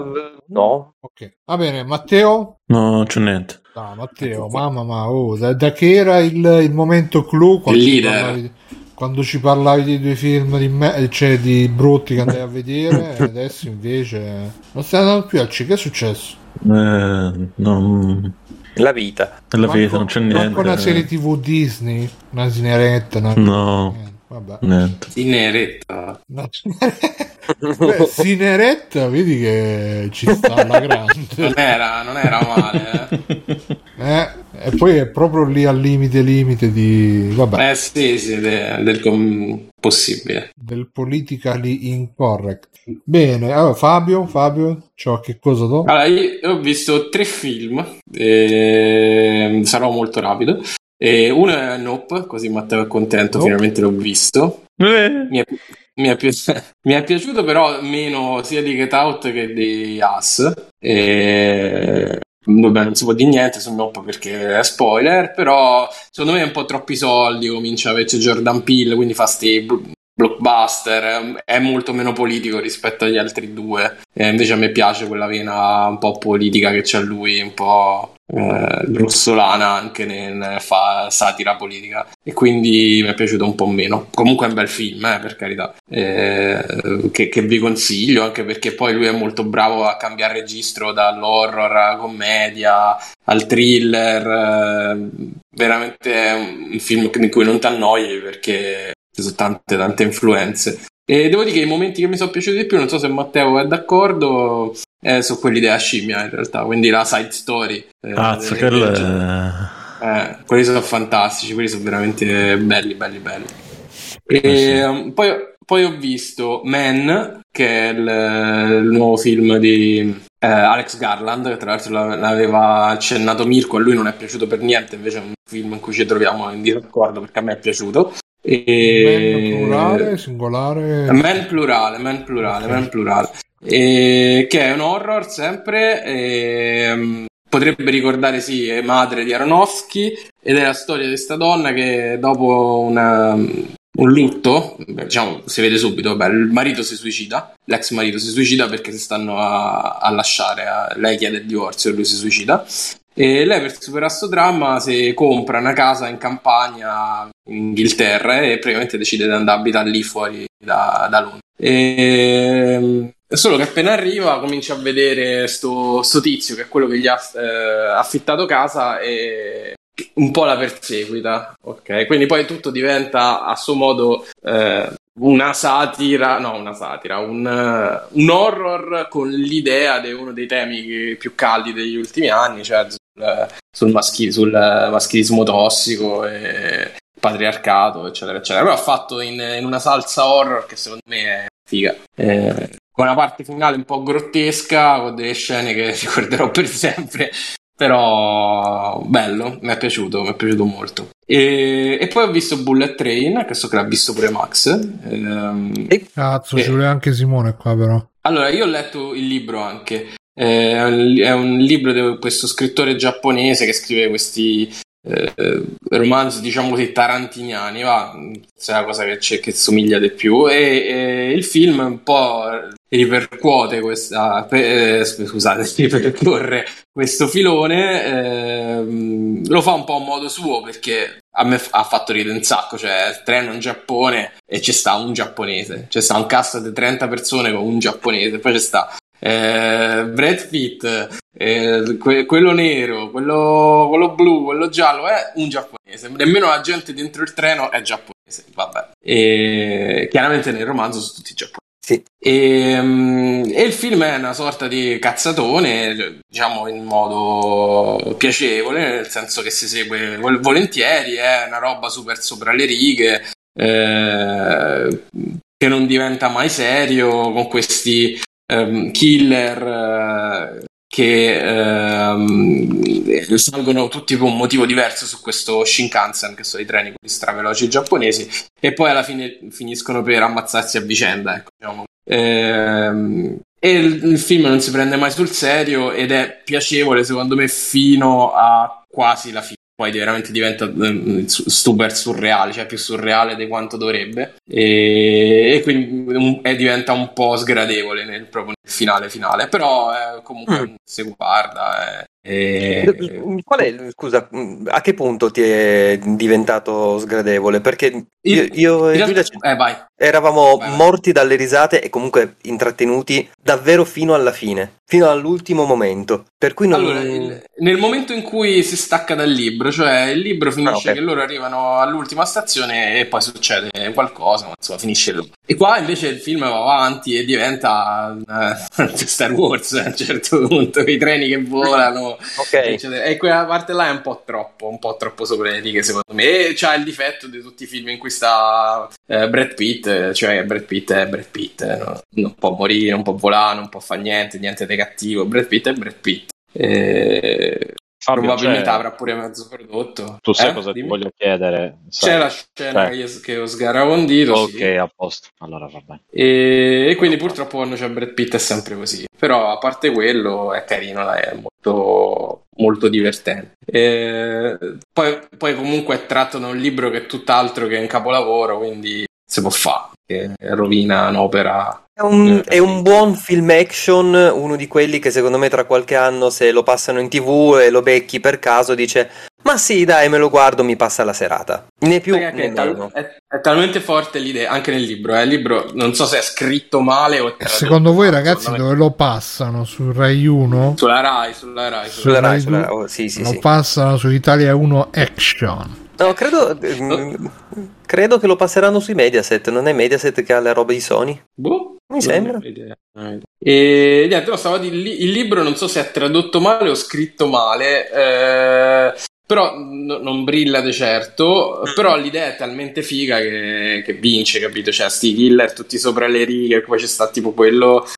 no. Ok. Va bene, Matteo? No, non c'è niente. No, Matteo, mamma ma oh, da, da che era il, il momento clou quando Il ci, leader. parlavi, quando ci parlavi dei due film di, me, cioè di brutti che andavi a vedere, adesso invece non stai andando più al C. Che è successo? Eh, non... La vita. Nella Manco- vita non c'è niente. manco una serie tivù Disney, una sineretta, una... No, niente, vabbè. niente. Ineretta. Una- Beh, Sineretta, vedi che ci sta alla grande. Non era, non era male. Eh. Eh, e poi è proprio lì al limite limite di vabbè eh sì sì de, del com- possibile del politically incorrect. Bene, allora Fabio Fabio ciò che cosa do? Allora, io ho visto tre film e sarò molto rapido. E uno è Nope, così Matteo è contento, nope. Finalmente l'ho visto. Eh. Mi, è, mi, è pi- mi è piaciuto però meno sia di Get Out che di Us. E... Vabbè, non si può dire niente su Nope perché è spoiler, però secondo me è un po' troppi soldi, comincia a averci Jordan Peele, quindi fa sti blockbuster, è molto meno politico rispetto agli altri due, e invece a me piace quella vena un po' politica che c'ha lui, un po' eh, grossolana anche nel fa satira politica, e quindi mi è piaciuto un po' meno. Comunque è un bel film, eh, per carità, eh, che, che vi consiglio, anche perché poi lui è molto bravo a cambiare registro dall'horror alla commedia al thriller, eh, veramente è un film in cui non ti annoi perché ci sono tante tante influenze. E devo dire che i momenti che mi sono piaciuti di più, non so se Matteo è d'accordo, eh, sono quelli della scimmia in realtà, quindi la side story. Eh, Cazzo, quello è... eh, quelli sono fantastici, quelli sono veramente belli, belli, belli. E eh sì. poi, poi ho visto Man, che è il, il nuovo film di eh, Alex Garland, che tra l'altro l'aveva accennato Mirko, a lui non è piaciuto per niente, invece è un film in cui ci troviamo in disaccordo perché a me è piaciuto. E... Man plurale, singolare? Man plurale, man plurale, okay. man plurale. E... Che è un horror sempre, e... potrebbe ricordare sì, è madre di Aronofsky, ed è la storia di questa donna che dopo una... un lutto, diciamo, si vede subito, beh, il marito si suicida, l'ex marito si suicida perché si stanno a, a lasciare, a... lei chiede il divorzio e lui si suicida. E lei per superare questo dramma si compra una casa in campagna in Inghilterra e praticamente decide di andare a abitare lì fuori da, da Londra. E... Solo che appena arriva comincia a vedere sto, sto tizio che è quello che gli ha eh, affittato casa e un po' la perseguita, ok? Quindi poi tutto diventa a suo modo eh, una satira, no una satira, un, uh, un horror con l'idea di uno dei temi più caldi degli ultimi anni, cioè sul, sul, maschi, sul maschilismo tossico e patriarcato, eccetera, eccetera. Però ha fatto in, in una salsa horror che secondo me è figa. Eh, con una parte finale un po' grottesca, con delle scene che ricorderò per sempre. Però bello, mi è piaciuto, mi è piaciuto molto. E, e poi ho visto Bullet Train, che so che l'ha visto pure Max. Ehm, Cazzo, e... ci vuole anche Simone qua però. Allora, io ho letto il libro anche. Eh, è un libro di questo scrittore giapponese che scrive questi eh, romanzi, diciamo così, tarantiniani, va, è la cosa che, c'è, che somiglia di più. E, e il film un po' ripercuote questa eh, scusate ripercorre questo filone, eh, lo fa un po' a modo suo perché a me ha fatto ridere un sacco, cioè il treno in Giappone e c'è sta un giapponese, c'è sta un cast di trenta persone con un giapponese, poi c'è sta eh, Brad Pitt, eh, que- quello nero, quello, quello blu, quello giallo è un giapponese, nemmeno la gente dentro il treno è giapponese, vabbè, e chiaramente nel romanzo sono tutti giapponesi. Sì. E, e il film è una sorta di cazzatone, diciamo in modo piacevole, nel senso che si segue vol- volentieri, è una roba super sopra le righe, eh, che non diventa mai serio, con questi um, killer uh, che um, salgono tutti con un motivo diverso su questo Shinkansen, che sono i treni quelli straveloci giapponesi, e poi alla fine finiscono per ammazzarsi a vicenda, ecco, diciamo. Ehm, e il, il film non si prende mai sul serio ed è piacevole secondo me fino a quasi la fine. Poi veramente diventa um, super surreale, cioè più surreale di quanto dovrebbe, e, e quindi um, e diventa un po' sgradevole nel, proprio nel finale finale, però eh, comunque mm. se guarda è, è... Qual è, scusa, a che punto ti è diventato sgradevole? Perché io, io e Giulia eh, vai. eravamo vai, vai. morti dalle risate e comunque intrattenuti davvero fino alla fine, fino all'ultimo momento, per cui non... Allora, il, nel momento in cui si stacca dal libro, cioè il libro finisce ah, okay. che loro arrivano all'ultima stazione e poi succede qualcosa, insomma finisce lì. E qua invece il film va avanti e diventa uh, Star Wars a un certo punto, i treni che volano, okay. eccetera. E quella parte là è un po' troppo, un po' troppo sopra le righe secondo me, e c'ha il difetto di tutti i film in cui sta eh, Brad Pitt, cioè Brad Pitt è Brad Pitt, eh, no? Non può morire, non può volare, non può fare niente, niente di cattivo, Brad Pitt è Brad Pitt. E... Fabio, probabilmente avrà pure mezzo prodotto. Tu sai eh? cosa Dimmi. ti voglio chiedere? Sai? C'è la scena cioè. che ho sgaravondito. Ok, sì. a posto. Allora va bene. E, e quindi purtroppo quando c'è Brad Pitt è sempre così. Però a parte quello è carino, dai, è molto, molto divertente. E poi, poi comunque è tratto da un libro che è tutt'altro che un capolavoro, quindi si può fare. Che rovina un'opera. È un, è un buon film action, uno di quelli che secondo me tra qualche anno, se lo passano in tv e lo becchi per caso, dice ma sì dai, me lo guardo, mi passa la serata, né più né è, tal- è, è talmente forte l'idea, anche nel libro, eh. Il libro non so se è scritto male o è secondo voi ragazzi dove lo passano? Su Rai uno? Sulla Rai, sulla Rai, sulla, sulla Rai, sulla Rai. Oh, sì, sì, lo sì. passano su Italia uno Action. No, credo mh, credo che lo passeranno sui Mediaset, non è Mediaset che ha le robe di Sony? Boh, mi sembra. E niente, no, stavo a dire, il libro non so se è tradotto male o scritto male, eh, però n- non brilla di certo, però l'idea è talmente figa che, che vince, capito? Cioè sti killer tutti sopra le righe, poi c'è sta tipo quello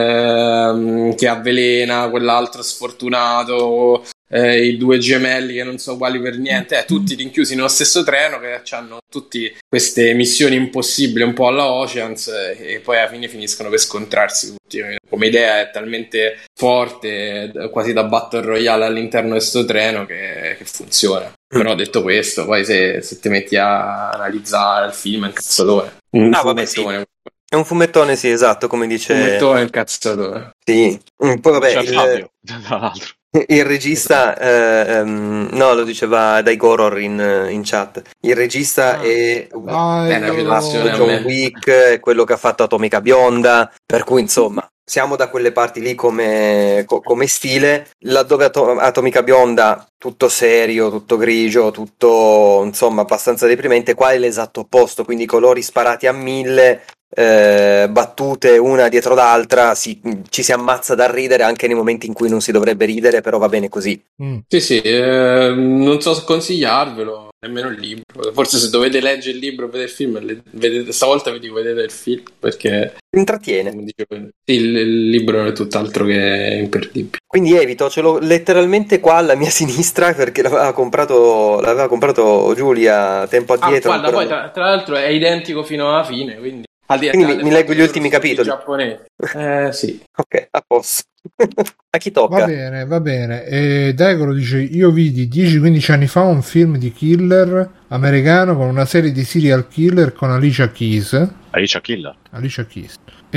ehm, che avvelena, quell'altro sfortunato, eh, i due gemelli che non sono uguali per niente, eh, tutti rinchiusi nello stesso treno che hanno tutti queste missioni impossibili un po' alla Oceans, eh, e poi alla fine finiscono per scontrarsi tutti. Come idea è talmente forte, quasi da Battle Royale all'interno di questo treno, che, che funziona. Però detto questo, poi se, se ti metti a analizzare il film è un cazzatore. Un ah, vabbè, sì. È un fumettone, sì, esatto, come dice. Un fumettone, un cazzatore. Sì. Poi vabbè, c'è il... Fabio, tra l'altro. Il regista, eh, um, no, lo diceva Dai Goror in, in chat. Il regista ah, è, ah, è una John Wick, è quello che ha fatto Atomica Bionda, per cui insomma siamo da quelle parti lì come, co- come stile, laddove Ato- Atomica Bionda tutto serio, tutto grigio, tutto insomma abbastanza deprimente, qua è l'esatto opposto, quindi colori sparati a mille. Eh, battute una dietro l'altra, si, ci si ammazza da ridere anche nei momenti in cui non si dovrebbe ridere, però va bene così. Mm. Sì, sì, eh, non so consigliarvelo, nemmeno il libro. Forse se dovete leggere il libro o vedere il film, le, vedete, stavolta vi dico vedete il film perché intrattiene. Dicevo, sì, il, il libro è tutt'altro che imperdibile. Quindi evito, ce l'ho letteralmente qua alla mia sinistra perché l'aveva comprato, l'aveva comprato Giulia tempo addietro. Ah, guarda, poi tra, tra l'altro è identico fino alla fine, quindi. Quindi mi, mi leggo gli ultimi capitoli. Giapponesi. Eh sì. Ok, a posto. A chi tocca? Va bene, va bene. E Daigoro dice: io vidi dieci quindici anni fa un film di killer americano con una serie di serial killer con Alicia Keys. Alicia Killer. Alicia Keys.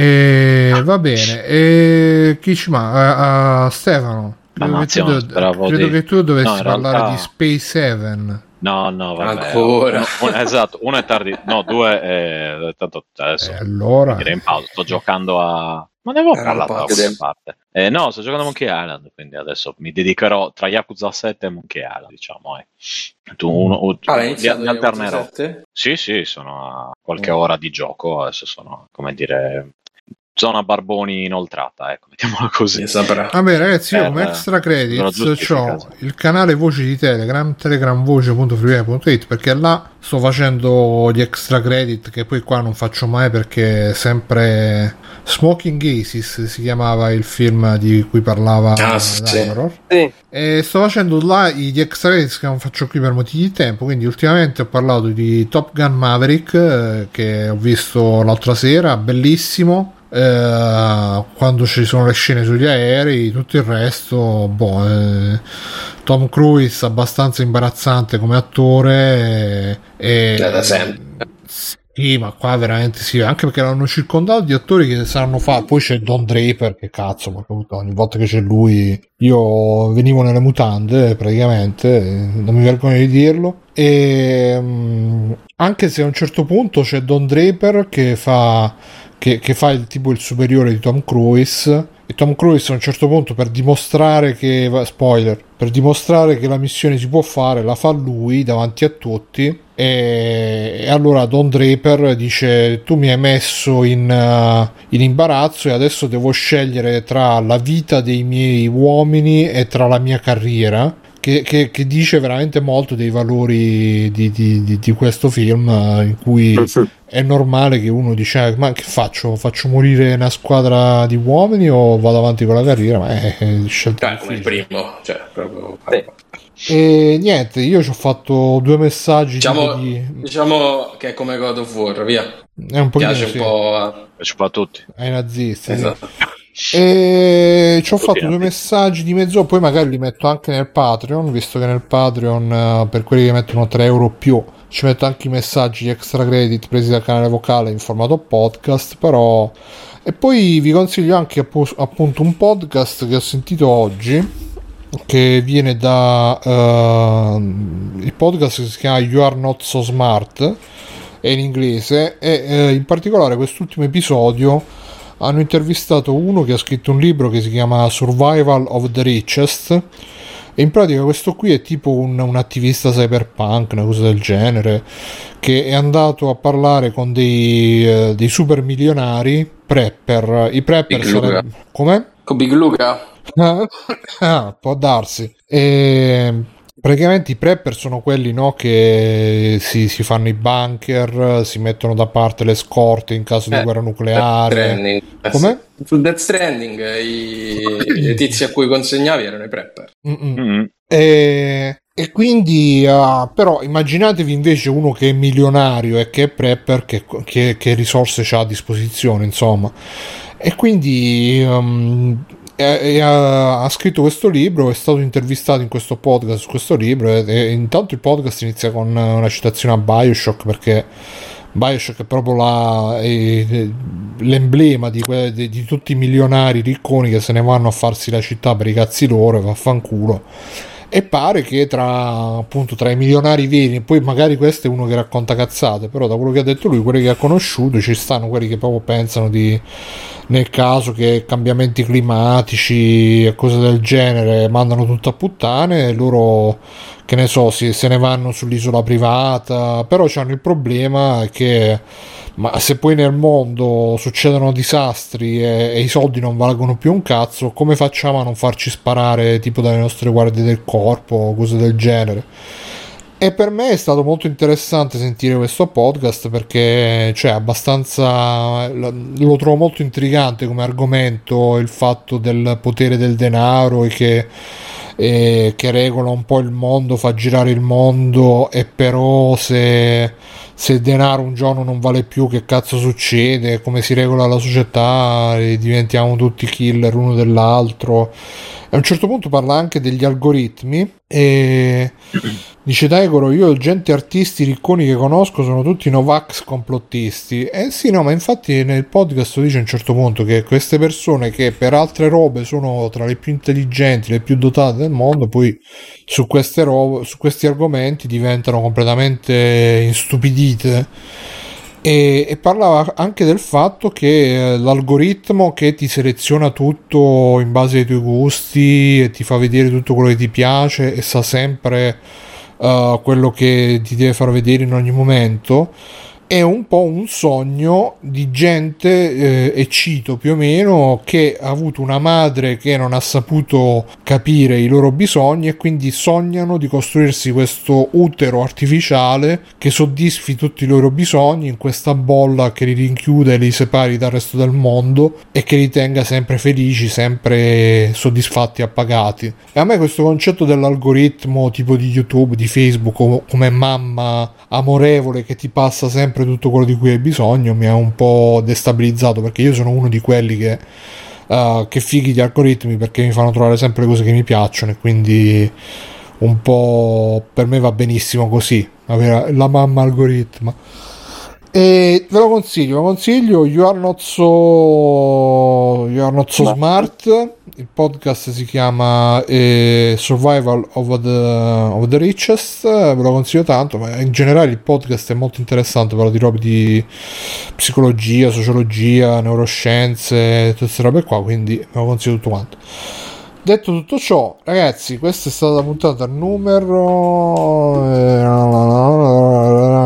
E va bene. E chi ci manca? Uh, uh, Stefano. Credo, che tu, do- credo che tu dovessi no, parlare realtà... di Space Seven. No, no, vabbè. Ancora. Uno, uno, esatto, uno è tardi, no, due è tanto adesso. Eh, allora. In pausa. Sto giocando a. Ma ne avevo parlato da qualche parte. Eh, no, sto giocando a Monkey Island, quindi adesso mi dedicherò tra Yakuza sette e Monkey Island, diciamo. Eh. Tu uno, uno ah, li, li alternerò. Sì, sì, sono a qualche mm. ora di gioco. Adesso sono, come dire. Zona Barboni inoltrata, ecco, mettiamola così. Vabbè ragazzi, io come extra credits ho il canale voci di Telegram, telegramvoce punto freeway punto it, perché là sto facendo gli extra credit che poi qua non faccio mai perché sempre Smoking Aces si chiamava il film di cui parlava ah, sì. Sì. E sto facendo là gli extra credits che non faccio qui per motivi di tempo, quindi ultimamente ho parlato di Top Gun Maverick eh, che ho visto l'altra sera, bellissimo. Eh, quando ci sono le scene sugli aerei, tutto il resto boh, eh, Tom Cruise abbastanza imbarazzante come attore e, e da sempre. Sì, ma qua veramente sì, anche perché l'hanno circondato di attori che sanno fare. Poi c'è Don Draper, che cazzo, ma ogni volta che c'è lui io venivo nelle mutande praticamente, non mi vergogno di dirlo. E um, anche se a un certo punto c'è Don Draper che fa Che, che fa il tipo il superiore di Tom Cruise, e Tom Cruise a un certo punto, per dimostrare che spoiler per dimostrare che la missione si può fare, la fa lui davanti a tutti, e E, e allora Don Draper dice: tu mi hai messo in, uh, in imbarazzo e adesso devo scegliere tra la vita dei miei uomini e tra la mia carriera. Che, che, che dice veramente molto dei valori di, di, di, di questo film, uh, in cui è normale che uno dice: ma che faccio? Faccio morire una squadra di uomini o vado avanti con la carriera? Ma è, è scelta eh, come il primo, cioè proprio sì. E niente, io ci ho fatto due messaggi diciamo, di... diciamo che è come God of War, via, è un pochino, piace sì. un po' a... piace un po' a tutti ai nazisti, esatto. sì. E ci ho fatto due messaggi di mezzo, poi magari li metto anche nel Patreon, visto che nel Patreon, per quelli che mettono tre euro più, ci metto anche i messaggi extra credit presi dal canale vocale in formato podcast. Però, e poi vi consiglio anche appunto un podcast che ho sentito oggi, che viene da uh, il podcast che si chiama You Are Not So Smart, è in inglese, e uh, in particolare quest'ultimo episodio hanno intervistato uno che ha scritto un libro che si chiama Survival of the Richest, e in pratica questo qui è tipo un, un attivista cyberpunk, una cosa del genere, che è andato a parlare con dei, uh, dei super milionari prepper. I prepper sarebbero... Come? Con Big Luca? Ah, può darsi. E praticamente i prepper sono quelli, no, che si, si fanno i bunker, si mettono da parte le scorte in caso eh, di guerra nucleare. Come? Su Death Stranding i, i tizi a cui consegnavi erano i prepper. Mm-hmm. E, e quindi uh, però immaginatevi invece uno che è milionario e che è prepper, che, che, che risorse c'ha a disposizione, insomma. E quindi um, e, e ha, ha scritto questo libro, è stato intervistato in questo podcast su questo libro, e, e intanto il podcast inizia con una citazione a BioShock, perché BioShock è proprio la, è, l'emblema di, que, di, di tutti i milionari ricconi che se ne vanno a farsi la città per i cazzi loro e vaffanculo. E pare che tra appunto tra i milionari veri, e poi magari questo è uno che racconta cazzate, però da quello che ha detto lui, quelli che ha conosciuto, ci stanno quelli che proprio pensano di, nel caso che cambiamenti climatici e cose del genere mandano tutto a puttane, e loro, che ne so, si, se ne vanno sull'isola privata. Però c'hanno il problema che, ma se poi nel mondo succedono disastri e, e i soldi non valgono più un cazzo, come facciamo a non farci sparare tipo dalle nostre guardie del corpo o cose del genere? E per me è stato molto interessante sentire questo podcast, perché cioè abbastanza lo trovo molto intrigante come argomento, il fatto del potere del denaro e che e che regola un po' il mondo, fa girare il mondo, e però se, se il denaro un giorno non vale più, che cazzo succede, come si regola la società, e diventiamo tutti killer uno dell'altro. A un certo punto parla anche degli algoritmi e dice: Daigoro, io gente, artisti ricconi che conosco sono tutti Novax complottisti. Eh sì, no, ma infatti nel podcast dice a un certo punto che queste persone che per altre robe sono tra le più intelligenti, le più dotate del mondo, poi su queste robe, su questi argomenti diventano completamente istupidite. E, e parlava anche del fatto che eh, l'algoritmo che ti seleziona tutto in base ai tuoi gusti e ti fa vedere tutto quello che ti piace e sa sempre uh, quello che ti deve far vedere in ogni momento, è un po' un sogno di gente, eh, e cito più o meno, che ha avuto una madre che non ha saputo capire i loro bisogni, e quindi sognano di costruirsi questo utero artificiale che soddisfi tutti i loro bisogni in questa bolla che li rinchiude e li separi dal resto del mondo e che li tenga sempre felici, sempre soddisfatti e appagati. E a me questo concetto dell'algoritmo tipo di YouTube, di Facebook, come mamma amorevole che ti passa sempre tutto quello di cui hai bisogno, mi ha un po' destabilizzato, perché io sono uno di quelli che uh, che fighi gli algoritmi, perché mi fanno trovare sempre le cose che mi piacciono, e quindi un po' per me va benissimo così, avere la mamma algoritma. E ve lo consiglio, ve lo consiglio You Are Not So You Are Not So Smart. Il podcast si chiama eh, Survival of the, of the Richest. Ve lo consiglio tanto, ma in generale il podcast è molto interessante, parla di robe di psicologia, sociologia, neuroscienze, tutte queste robe qua, quindi ve lo consiglio tutto quanto. Detto tutto ciò, ragazzi, questa è stata la puntata numero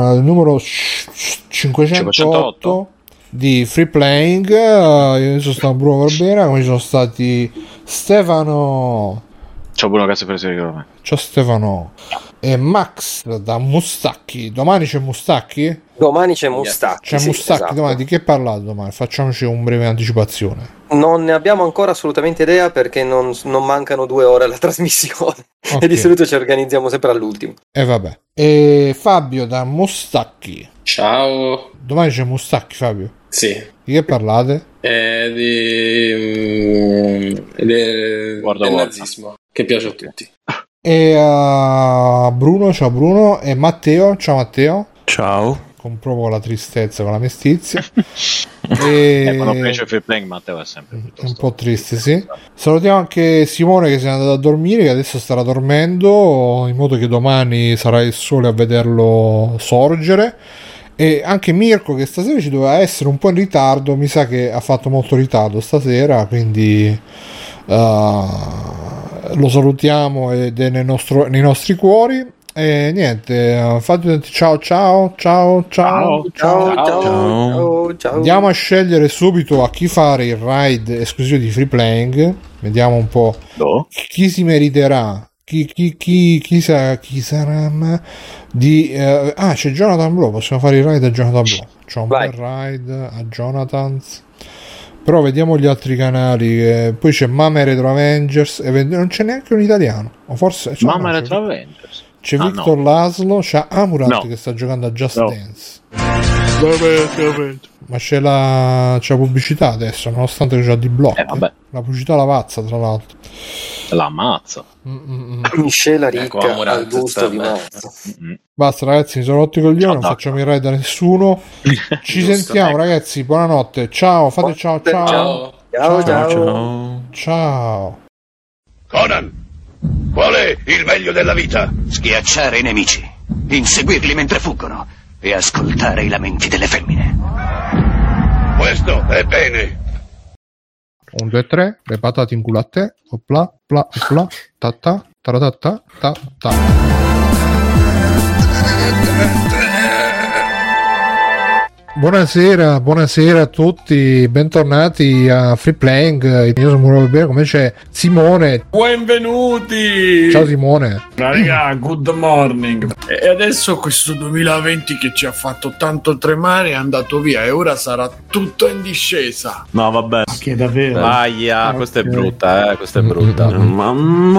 uh, numero cinquecentootto di Free Playing. Uh, io sono stato Bruno Verbena, come ci sono stati Stefano. Ciao Bruno, grazie per essere con me. Ciao Stefano. E Max da Mustacchi. Domani c'è Mustacchi? Domani c'è Mustacchi. C'è sì, Mustacchi esatto. domani. Di che parlate domani? Facciamoci un breve anticipazione. Non ne abbiamo ancora assolutamente idea perché non, non mancano due ore alla trasmissione. Okay. E di solito ci organizziamo sempre all'ultimo. E vabbè. E Fabio da Mustacchi. Ciao. Domani c'è Mustacchi, Fabio. Sì. Di che parlate? Eh, di, mm, del, guarda, del guarda. nazismo che piace a tutti. E uh, Bruno, ciao Bruno. E Matteo, ciao Matteo. Ciao. Con proprio la tristezza, con la mestizia. E... eh, quando finisce Free Playing Matteo è sempre un po' triste, sì. Salutiamo anche Simone che si è andato a dormire, che adesso starà dormendo, in modo che domani sarà il sole a vederlo sorgere. E anche Mirko, che stasera ci doveva essere un po' in ritardo, mi sa che ha fatto molto ritardo stasera, quindi uh, lo salutiamo ed è nel nostro, nei nostri cuori. E niente, fate ciao ciao ciao ciao ciao ciao ciao, ciao, ciao. Andiamo a scegliere subito a chi fare il ride esclusivo di Free Playing. Vediamo un po' no. chi si meriterà. Chi, chi, chi, chi, sa, chi sarà di eh, ah, c'è Jonathan Blow, possiamo fare il ride a Jonathan Blow. C'è un Vai. bel ride a Jonathan's. Però vediamo gli altri canali. Eh, poi c'è Mama Retro Avengers e non c'è neanche un italiano. O forse cioè, Mama no, Retro Avengers. c'è Ah, Victor no. Laszlo, c'è Amurat No. che sta giocando a Just No. Dance. Ma c'è la, c'è la pubblicità adesso, nonostante che c'ha di blocco. Eh, vabbè. La pubblicità la pazza, tra l'altro. La ammazza. Miscela Ecco, ricca Amurat al gusto sta di bene. mazza. Basta ragazzi, mi sono rotto i coglioni, Ciao, non Dacca. facciamo il ride da nessuno. Ci Giusto, sentiamo ecco. ragazzi, buonanotte. Ciao, fate ciao ciao. Ciao. Ciao Ciao, ciao. ciao. Ciao. Conan, qual è il meglio della vita? Schiacciare i nemici, inseguirli mentre fuggono e ascoltare i lamenti delle femmine. Questo è bene. Un, due, tre, le patate in culo a te. Opla, pla, pla, ta ta, taratata, ta ta. Buonasera, buonasera a tutti, bentornati a Free Playing. Io sono Muro Bene, come c'è Simone. Benvenuti! Ciao Simone. Raga, good morning. E adesso questo duemilaventi che ci ha fatto tanto tremare è andato via e ora sarà tutto in discesa. No, vabbè. Che davvero? Aia, questa è brutta, eh, questa è brutta. Ma,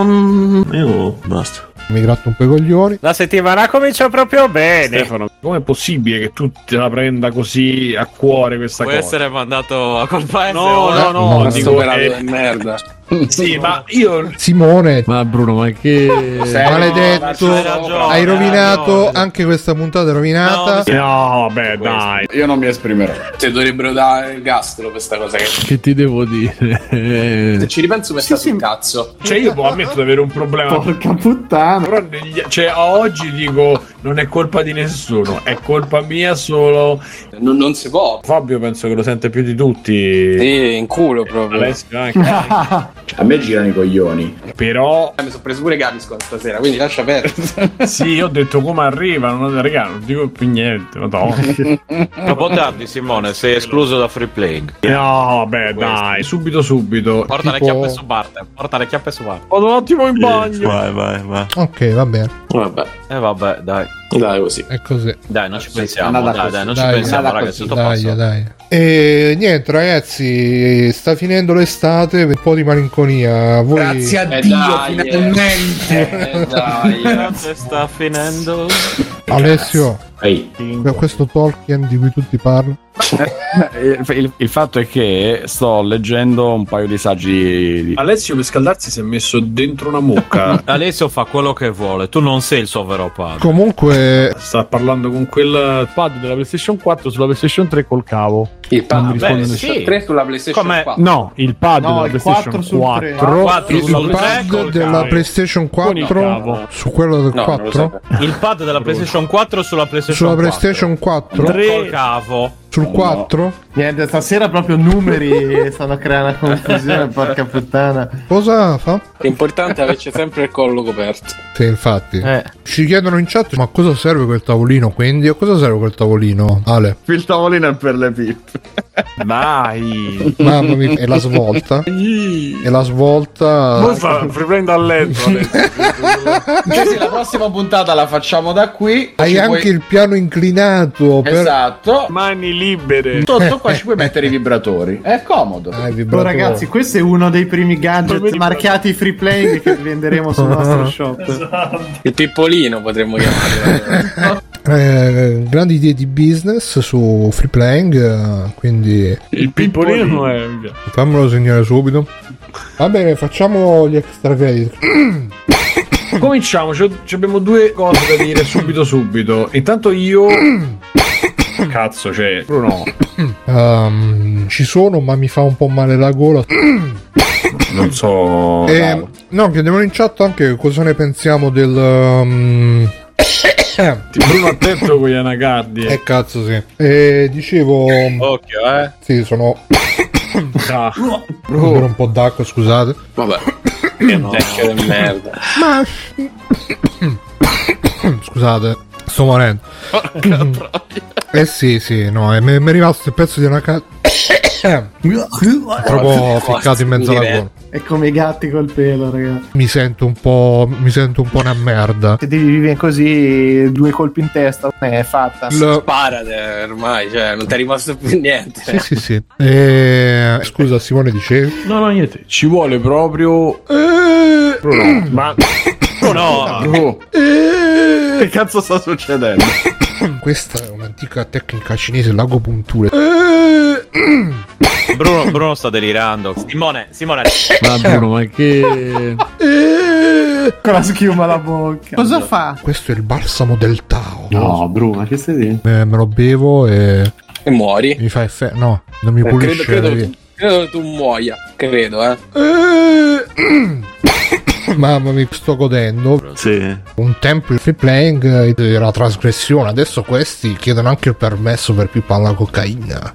ma io basta. Mi gratto un po' i coglioni. La settimana comincia proprio bene. Stefano, com'è possibile che tu te la prenda così a cuore questa Può cosa? essere mandato a colpa. No, no, no, No, dico Superato che... di merda. Sì, ma io... Simone, Ma Bruno, ma che... maledetto, hai ragione, hai hai rovinato ragione. anche questa puntata è rovinata. No, beh, dai. Io non mi esprimerò. Ti dovrebbero dare il gastro per questa cosa. Che... Che ti devo dire? Se ci ripenso mi sta sul cazzo. Cioè io ammetto di avere un problema. Porca puttana. Però negli- cioè, a oggi dico non è colpa di nessuno, è colpa mia solo. Non, non si può. Fabio penso che lo sente più di tutti. Sì, in culo proprio. Alessio anche. A me girano i coglioni. Però Mi sono preso pure Gaviscon stasera, quindi lascia perdere. sì, io ho detto come arriva, non, raga, non dico più niente, no, Troppo tardi, Simone, sei escluso da Free Playing. no beh dai, subito subito. Porta le Tipo- chiappe su Barte, porta le chiappe su Barte. Vado un attimo in bagno. Vai, vai, vai. Ok, va bene, Vabbè, E eh, vabbè, dai. dai così. è così. Dai, non ci pensiamo, andata dai, così. dai, non Dai, ci pensiamo, andata ragazzi, così. tutto Dai, passa. dai. E niente ragazzi, sta finendo l'estate, un po' di malinconia. Voi... Grazie a Eh, Dio, dai, finalmente. Eh, dai. Grazie, sta finendo. Alessio, Ehi. da questo Tolkien di cui tutti parlano. il, il- il fatto è che sto leggendo un paio di saggi di... Alessio per scaldarsi si è messo dentro una mucca. Alessio fa quello che vuole, tu non sei il suo vero padre. Comunque, Sta parlando con quel pad della PlayStation quattro sulla PlayStation tre col cavo. Il Non mi pad risponde beh, nessuno. sì. tre sulla PlayStation Com'è? quattro. No, il pad No, della il PlayStation quattro sul tre. quattro. quattro il sul tre pad col della cavo. PlayStation Con il quattro cavo. su quello del No, non lo quattro, Il pad della PlayStation quattro sulla PlayStation sulla quattro. PlayStation quattro, tre col cavo. sul quattro. Niente, stasera proprio numeri stanno a creare una confusione, porca puttana. Cosa fa? L'importante è averci sempre il collo coperto. Sì, infatti. Eh. Ci chiedono in chat, ma cosa serve quel tavolino? Quindi, a cosa serve quel tavolino? Ale. Il tavolino è per le pippe. Dai. Mamma mia, è la svolta. È la svolta. Non fa, riprendo a letto adesso. Sì, la prossima puntata la facciamo da qui. Hai Ci anche puoi- il piano inclinato. Per... Esatto. Mani libere. Sotto qua ci puoi mettere i vibratori. È comodo. Ah, il Oh, ragazzi, questo è uno dei primi gadget marchiati free playing che venderemo sul nostro shop. Esatto. Il pippolino potremmo chiamarlo. Eh, grandi idee di business su free playing, eh, quindi Il pippolino è... fammelo segnare subito. Va bene, facciamo gli extra credit. Cominciamo, ci ci abbiamo due cose da dire subito subito. Intanto io... Cazzo, c'è... Bruno. Um, ci sono, ma mi fa un po' male la gola. Non so... Eh, no, chiediamo in chat anche cosa ne pensiamo del... Um... Bruno attento con gli anacardi. Eh cazzo sì. Eh, dicevo... Occhio, eh. Sì, sono... Ah. Bevo un po' d'acqua, scusate. Vabbè. Che vecchio di merda. Ma... Scusate, sto morendo. Eh sì, sì, no, mi è rimasto il pezzo di una cazzo. Proprio ficcato in mezzo alla gola. È come i gatti col pelo, ragazzi. Mi sento un po'. Mi sento un po' una merda. Se devi vivere così, due colpi in testa, è fatta. L- Sparate ormai, cioè, non ti è rimasto più niente. Sì, sì, sì. Eh, scusa, Simone, dicevi? No, no, niente. Ci vuole proprio... Bruno, ma... Oh no! Oh. Che cazzo sta succedendo? Questa è un'antica tecnica cinese, l'agopuntura. Bruno, Bruno sta delirando. Simone, Simone. Ma Bruno, ma che... Con la schiuma alla bocca. Cosa fa? Questo è il balsamo del Tao. No, Bruno, che stai dicendo? Eh, me lo bevo e... E muori. Mi fa effetto... No, non mi Eh, pulisce. credo, la credo, via. credo che tu muoia. Credo, eh. Mamma mi sto godendo. Sì. Un tempo il free playing era trasgressione, adesso questi chiedono anche il permesso per pippare la cocaina.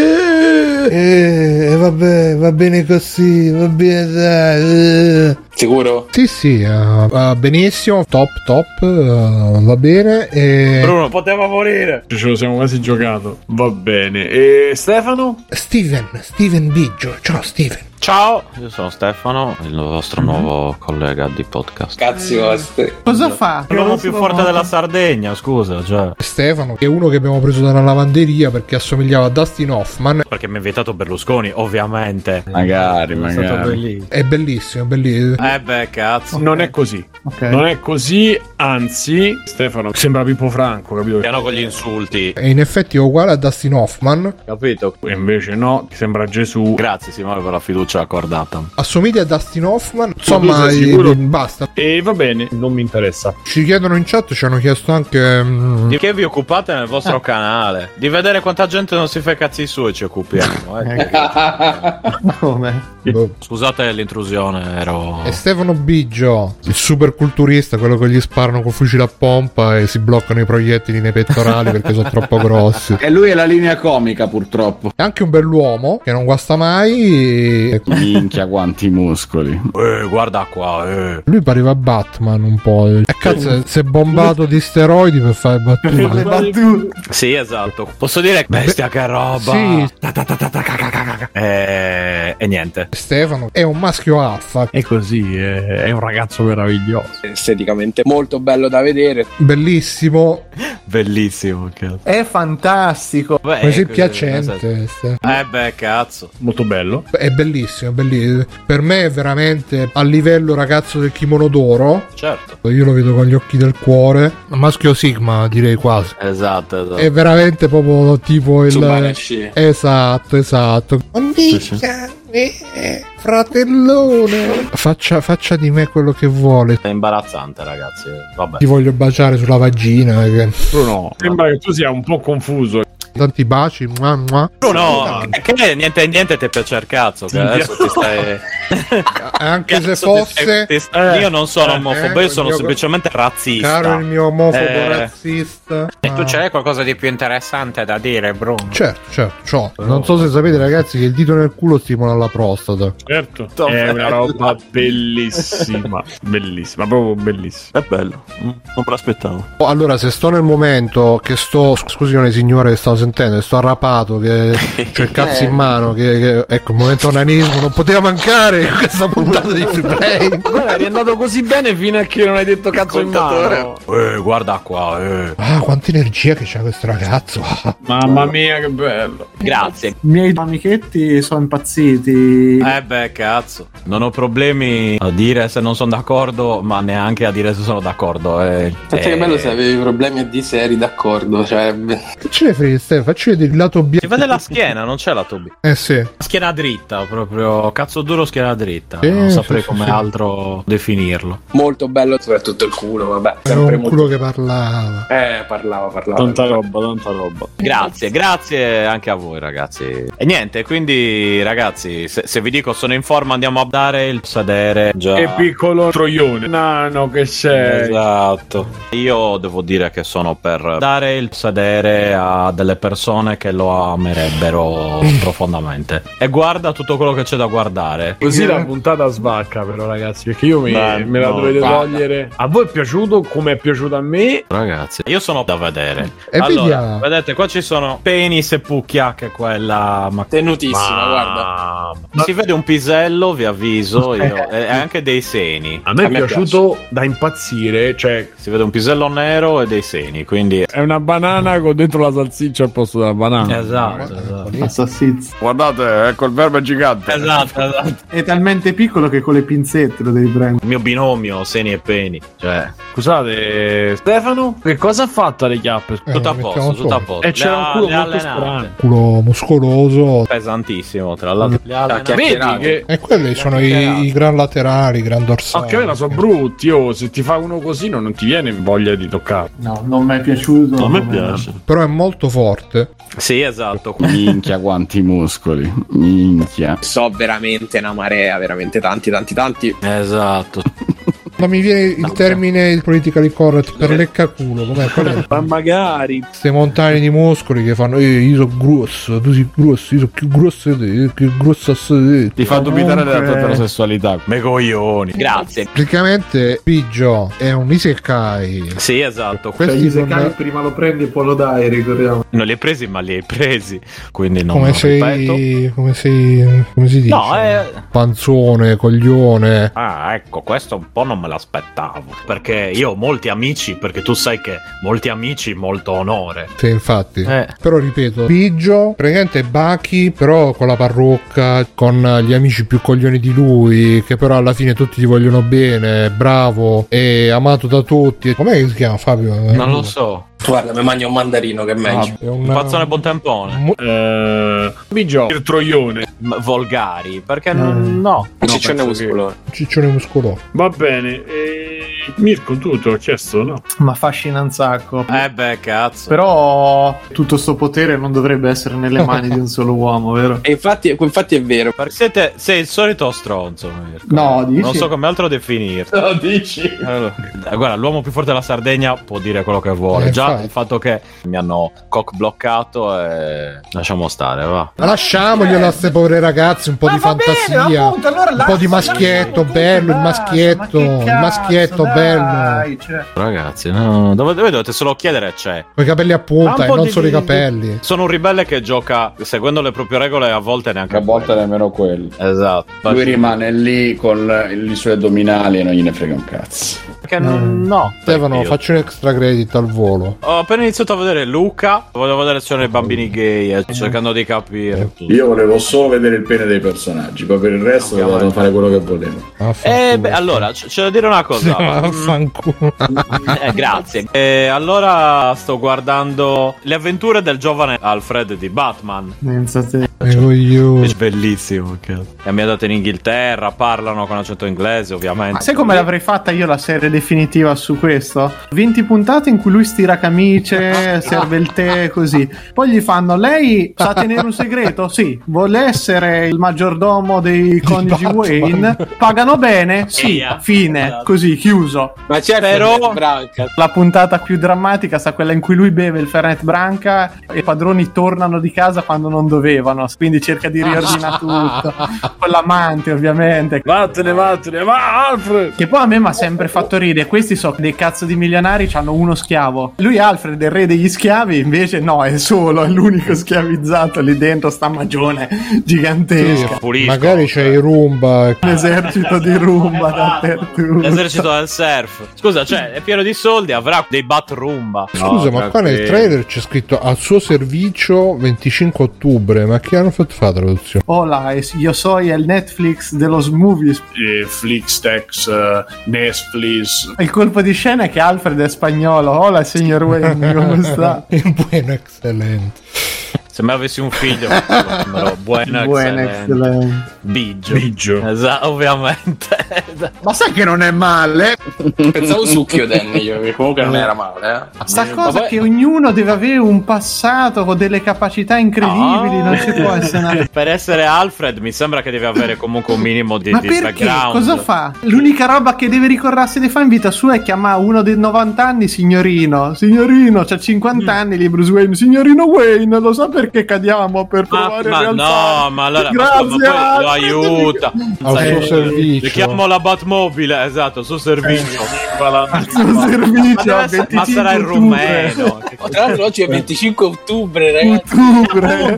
Eh, vabbè, va bene così, va bene dai. Sicuro? Sì, sì, uh, uh, benissimo, top, top, uh, va bene. E... Bruno, poteva morire. Ce lo siamo quasi giocato. Va bene. E Stefano? Steven, Steven Biggio, ciao Steven. Ciao, io sono Stefano, il vostro nuovo collega di podcast. Cazzi vostri. Cosa fa? L'uomo più forte della Sardegna, scusa, cioè. Stefano, che è uno che abbiamo preso dalla lavanderia perché assomigliava a Dustin Hoffman. Perché mi ha invitato Berlusconi, ovviamente. Magari, È stato magari. bellissimo. È bellissimo, bellissimo. Eh beh, cazzo. Non è così. Ok. Non è così, anzi, Stefano sembra Pippo Franco, capito? Piano con gli insulti. E in effetti è uguale a Dustin Hoffman. Capito? E invece no, sembra Gesù. Grazie Simone per la fiducia accordata. Assomiglia a Dustin Hoffman. Insomma, Ma tu sei sicuro? eh, basta. E va bene, non mi interessa. Ci chiedono in chat, ci hanno chiesto anche. mm, Di che vi occupate nel vostro canale? Di vedere quanta gente non si fa i cazzi suoi ci occupiamo. Eh. Come? boh. Scusate l'intrusione, ero... E Stefano Biggio, il super culturista, quello che gli sparano con fucile a pompa e si bloccano i proiettili nei pettorali perché sono troppo grossi. E lui è la linea comica, purtroppo. È anche un bell'uomo che non guasta mai. e- Minchia, quanti muscoli. Eh, guarda qua, eh. Lui pareva Batman un po'. E cazzo, si è bombato di steroidi per fare battute. battute. Sì, esatto. Posso dire bestia che roba. Sì. Ta ta ta ta ta ca ca ca ca. E... e niente. Stefano è un maschio alfa, È così, è, è un ragazzo meraviglioso. Esteticamente molto bello da vedere. bellissimo, Bellissimo, cazzo. È fantastico. Beh, quasi ecco, piacente. Ste- Eh beh, cazzo. Molto bello. È bellissimo, è bellissimo. Per me è veramente a livello ragazzo del kimono d'oro. Certo. Io lo vedo con gli occhi del cuore. Maschio Sigma, direi quasi. Esatto, esatto. È veramente proprio tipo il. Subarashi. Esatto, esatto. Andica, eh, fratellone. Faccia, faccia di me quello che vuole. È imbarazzante, ragazzi. Vabbè. Ti voglio baciare sulla vagina. Che... Bruno, sembra che tu sia un po' confuso. tanti baci. Mua, mua. No, che niente niente ti piace il cazzo, che adesso ti stai anche se Cazzo, fosse ti- ti- io non sono eh, omofobo, eh, io sono il mio- semplicemente razzista. caro il mio omofobo Eh, razzista. E tu c'hai qualcosa di più interessante da dire, Bruno? Certo, certo, c'ho. Non so se sapete, ragazzi, che il dito nel culo stimola la prostata. Certo, è una roba bellissima, bellissima, proprio bellissima. È bello, non me l'aspettavo. Oh, allora, se sto nel momento che sto, scusate signore che stavo sentendo, sto arrapato, che c'ho il cazzo in mano, che, che ecco, il momento onanismo non poteva mancare in questa puntata di Free Play. Guarda, è andato così bene fino a che non hai detto cazzo in mano. Eh, guarda qua, eh. Ah, quanta energia che c'ha questo ragazzo. Mamma mia, che bello. Grazie. I miei amichetti sono impazziti. Eh beh, cazzo. Non ho problemi a dire se non sono d'accordo, ma neanche a dire se sono d'accordo. Eh, Senti che eh. bello se avevi problemi a dire se eri d'accordo, cioè... Che ce ne frega, Stefano? Facci vedere il lato bianco. Si vede la schiena, non c'è la tobi. Eh sì. Schiena dritta, proprio cazzo duro, schiena dritta. Sì, non saprei sì, come sì. altro definirlo. Molto bello, soprattutto il culo, vabbè. Era Sempre un molto... culo che parlava. Eh, parlava, parlava. Tanta roba, tanta roba. Grazie, grazie anche a voi, ragazzi. E niente, quindi, ragazzi, se, se vi dico sono in forma, andiamo a dare il sedere. Già. Che piccolo troione. Nano che sei. Esatto. Io devo dire che sono per dare il sedere a delle persone che lo amerebbero profondamente. E guarda tutto quello che c'è da guardare. Così la puntata svacca, però, ragazzi, perché io mi, Beh, me la no, dovete guarda. togliere. A voi è piaciuto come è piaciuto a me? Ragazzi, io sono da vedere. E allora, vediamo. vedete, qua ci sono penis e pucchia, che è quella. Ma... Tenutissima, Ma- guarda. Si vede un pisello, vi avviso io, e anche dei seni. A me è A me piaciuto da impazzire, cioè Si vede un pisello nero e dei seni, quindi. è una banana con dentro la salsiccia al posto della banana. Esatto, esatto. Assassizio. Guardate, ecco il verbo è gigante. Esatto, esatto. È talmente piccolo che con le pinzette lo devi prendere. Il mio binomio, seni e peni. Cioè, Scusate, Stefano, che cosa ha fatto alle chiappe? Eh, tutto a mettiamo posto, tutto a fuori. posto. E c'era Le un ha- culo le ha molto allenate. strano. Culo muscoloso. Pesantissimo, tra l'altro. Le ha allenate. Vedi che E quelli sono i, i gran laterali, i gran dorsali. anche a me sono brutti, oh, se ti fa uno così non, non ti viene voglia di toccare. No, non mi è piaciuto. A me come- piace. Però è molto forte. Sì, esatto. Minchia quanti muscoli. Minchia. So veramente una marea, veramente tanti, tanti, tanti. Esatto. Ma mi viene il termine il politically correct per leccaculo. Com'è? Qual è? Ma magari. Queste montagne di muscoli che fanno, eh, io sono grosso, tu sei grosso, io sono più grosso di te, più grosso di te. Ti fa dubitare della tua Comunque- eterosessualità. Me coglioni. Grazie. Praticamente Pigio è un isekai. Sì, esatto. Cioè, Questi gli Isekai non- prima lo prendi e poi lo dai, ricordiamo. Non li hai presi, ma li hai presi. Quindi non come non ripeto. sei, come sei, come si dice? No, eh. Panzone, coglione. Ah, ecco, questo un po' non me l'aspettavo. Perché io ho molti amici, perché tu sai che molti amici, molto onore. Sì, infatti. Eh. Però ripeto, Pigio praticamente è Baki, però con la parrucca, con gli amici più coglioni di lui, che però alla fine tutti gli vogliono bene, bravo e amato da tutti. Com'è che si chiama, Fabio? Non lo so. Guarda, mi mangia un mandarino che è meglio. È Un una- pazzone buontempone. Eh, Bigio, il troione. M- volgari. Perché non. No. Un ciccione penso muscoloso. Ciccione muscoloso. Va bene. E... Mirko, tu te l'ho chiesto, no? Ma affascina un sacco. Eh beh, cazzo. Però tutto sto potere non dovrebbe essere nelle mani di un solo uomo, vero? E infatti, infatti è vero. Perché siete, sei il solito stronzo, Mirko. No, dici? Non so come altro definirti. No, dici? Allora, guarda, l'uomo più forte della Sardegna può dire quello che vuole. Eh, Già infatti. il fatto che mi hanno cock bloccato e lasciamo stare, va. Ma lasciamoglielo a queste povere ragazze, un po' di fantasia, appunto, allora un po' di maschietto bello, il maschietto, il maschietto bello, cioè. Ragazzi, no, dove, dove dovete solo chiedere c'è. con i capelli a Ah, punta un e po' non di- solo i capelli. Sono un ribelle che gioca seguendo le proprie regole e a volte neanche A volte nemmeno quelli. Esatto. Lui rimane lì con le- i suoi addominali e non gliene frega un cazzo. Perché non- no. Stefano, Io- faccio un extra credit al volo. Ho appena iniziato a vedere Luca, volevo vedere se c'erano i bambini gay, eh, cercando di capire. Io volevo solo vedere il pene dei personaggi, poi per il resto No, volevo no. fare quello che volevo. Eh, beh, allora, c- c'è da dire una cosa. Vaffanculo. Eh, grazie. E allora sto guardando le avventure del giovane Alfred di Batman. Pensate. Cioè, è bellissimo. Cazzo. È ambientato in Inghilterra, parlano con accento inglese, ovviamente. Ma sai come l'avrei fatta io la serie definitiva su questo? venti puntate in cui lui stira camicie, serve il tè, così. Poi gli fanno: lei sa tenere un segreto? Sì. Vuole essere il maggiordomo dei coniugi Wayne? Pagano bene? Sì. Yeah. Fine. Così, chiuso. Ma c'è però Branca. La puntata più drammatica sta quella in cui lui beve il Fernet Branca e i padroni tornano di casa quando non dovevano, quindi cerca di riordinare tutto con l'amante, ovviamente. Vattene, vattene, va Alfred! Che poi a me mi ha sempre fatto ridere. Questi sono dei cazzo di milionari, hanno uno schiavo. Lui Alfred è il re degli schiavi, invece no, è solo, è l'unico schiavizzato lì dentro, sta magione gigantesca. Sì, magari c'è i Roomba, l'esercito di Roomba dappertutto. L'esercito del surf. Scusa, cioè, è pieno di soldi, avrà dei bat Roomba. Scusa, no, ma qua nel trailer c'è scritto al suo servizio venticinque ottobre, ma chi hanno fatto fare la traduzione? Hola, io soy el Netflix de los movies. Eh, Flixtex, uh, Netflix. Il colpo di scena è che Alfred è spagnolo. Hola, signor Wayne, come sta? Buono, eccellente. Se mai avessi un figlio, numero buona, buona, excellente. Biggio. Biggio. Esatto, ovviamente. Ma sai che non è male? Pensavo succhio Danny io, che comunque non era male. Eh. Sta cosa poi... che ognuno deve avere un passato con delle capacità incredibili, oh. non ci può essere. Per essere Alfred mi sembra che deve avere comunque un minimo di, Ma di perché? background. Cosa fa? L'unica roba che deve ricordarsi di fare in vita sua è chiamare uno dei novanta anni signorino. Signorino, c'ha cinquanta mm. anni lì Bruce Wayne. Signorino Wayne, lo sa perché cadiamo per provare ma, a ma no, ma allora ma, ma lo aiuta al suo servizio. Chiamo la Batmobile, esatto, al suo servizio. Al suo servizio. Ma, ma sarà il rumeno. Tra l'altro oggi è venticinque ottobre, ragazzi. Ottobre.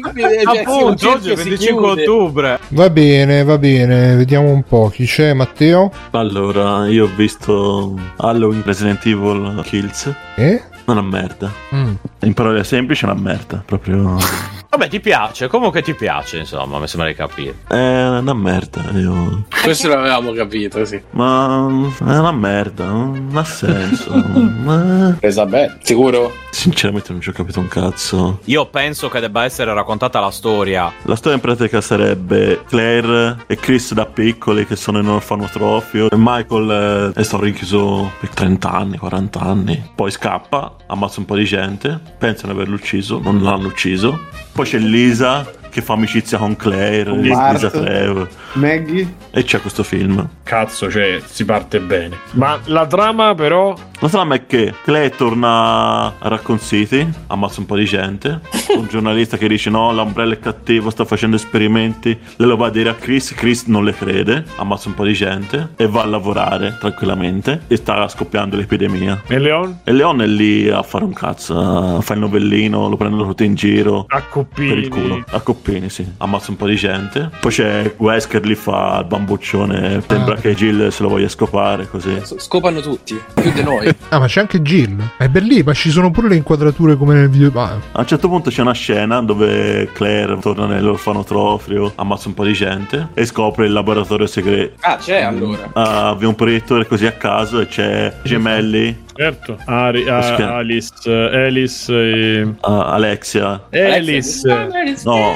Appunto, oggi è venticinque ottobre. Va bene, va bene, vediamo un po' chi c'è. Matteo? Allora, io ho visto Halloween Resident Evil Kills. Eh? Una merda. Mm. In parole semplici è una merda, proprio. Vabbè, ti piace, comunque ti piace, insomma, mi sembra di capire. È una merda, io. Questo l'avevamo capito, sì. Ma è una merda, non ha senso. Ma... Presa bene, sicuro? Sinceramente non ci ho capito un cazzo. Io penso che debba essere raccontata la storia. La storia in pratica sarebbe Claire e Chris da piccoli che sono in un orfanotrofio e Michael è stato rinchiuso per trenta anni, quaranta anni. Poi scappa, ammazza un po' di gente, pensano di averlo ucciso, non l'hanno ucciso. Poi c'è Lisa che fa amicizia con Claire, con Lisa Trevor, Maggie, e c'è questo film. Cazzo, cioè si parte bene. Ma la trama però? La trama è che Claire torna a Raccoon City, ammazza un po' di gente. Un giornalista che dice no, l'ombrello è cattivo, sta facendo esperimenti. Lei lo va a dire a Chris, Chris non le crede, ammazza un po' di gente e va a lavorare tranquillamente e sta scoppiando l'epidemia. E Leon? E Leon è lì a fare un cazzo, a fare il novellino, lo prendono tutti in giro. A coppini. Per il culo. A coppini, sì. Ammazza un po' di gente. Poi c'è Wesker lì fa il bambuccione, sembra ah. che Jill se lo voglia scopare, così. Scopano tutti, più di noi. Ah, ma c'è anche Jill. È bellissimo, ma ci sono pure le inquadrature come nel video. Ah. A un certo punto c'è una scena dove Claire torna nell'orfanotrofio, ammazza un po' di gente e scopre il laboratorio segreto. Ah, c'è allora. Ah, vi un proiettore così a caso e c'è gemelli. Certo. Ari, a, Alice, Alice e... Uh, Alexia. Alice. No.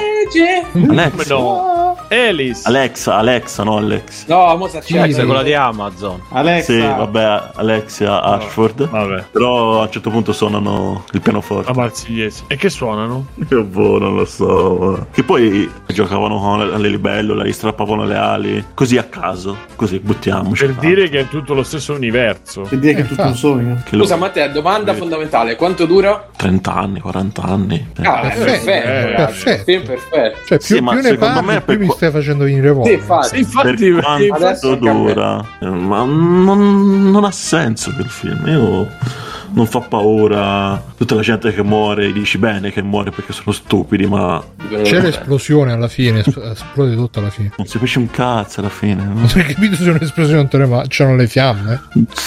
Alexa. No. Alice. Alexa, Alexa, no Alex. No, mo sta sì, sì, quella di Amazon. Alexa. Sì, vabbè, Alexia Ashford. Vabbè. Però a un certo punto suonano il pianoforte. A Marsigliese. E che suonano? Che boh, non lo so. Che poi giocavano con le libellule, gli strappavano le ali. Così a caso. Così, buttiamoci. Per dire che è tutto lo stesso universo. Per dire che è tutto un sogno. Che Scusa, lo... Matteo, domanda fondamentale. Quanto dura? trenta anni, quaranta anni. Ah, è perfetto, eh, perfetto. Film perfetto. Cioè, più, sì, più ne parli, me più per... mi stai facendo venire voglia. Sì, infatti. Sì, infatti per quanto dura, ma non, non ha senso quel film. Io non fa paura. Tutta la gente che muore, dici bene che muore perché sono stupidi, ma c'è l'esplosione alla fine, esplode tutto alla fine. Non si capisce un cazzo alla fine. No? Non si è capito se è un'esplosione non te ne ma c'erano le fiamme.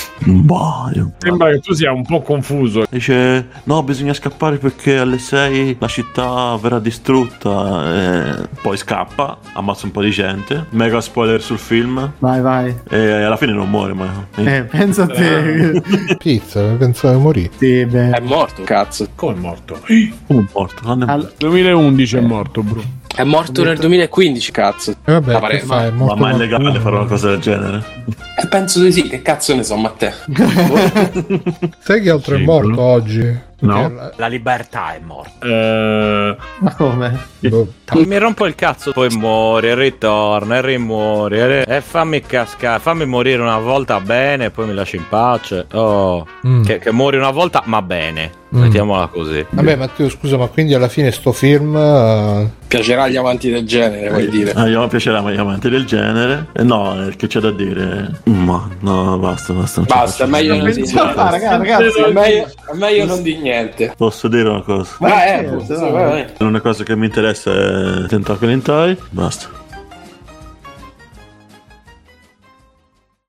Boh, io... Sembra che tu sia un po' confuso. Dice no, bisogna scappare perché alle sei la città verrà distrutta. E poi scappa, ammazza un po' di gente. Mega spoiler sul film. Vai, vai. E alla fine non muore, ma eh, pensa a te. Pizza, pensavo di morire. Sì, beh. È morto, cazzo. Come è morto? Come è morto? Al... duemilaundici è morto, bro. È morto nel duemilaquindici, cazzo. E vabbè, La che pareva. fai? È morto Ma è legale qualcuno. fare una cosa del genere? Eh, penso di sì, che cazzo ne so, Matteo. Sai chi altro è Sì, morto bro. oggi? No. Che- La libertà è morta. Eh, Ma come? boh. Mi rompo il cazzo, poi muori, ritorna, e rimuori, e, e fammi cascare, fammi morire una volta bene, poi mi lasci in pace. Oh, Mm. che, che muori una volta, ma bene. Mm. Mettiamola così. Vabbè, Matteo, scusa, ma quindi alla fine sto film eh, Piacerà agli amanti del genere, vuoi dire? Ah, io mi piacerà gli amanti del genere. Eh, no, eh, che c'è da dire? Ma no, basta, basta. non ce la Basta, è faccio. meglio non dire niente. Ah, raga, ragazzi, È meglio, è meglio non dire niente. Posso dire una cosa? Ah, certo, ecco, vai. vai, vai. L'unica cosa che mi interessa è Tentacoli in Thai. Basta.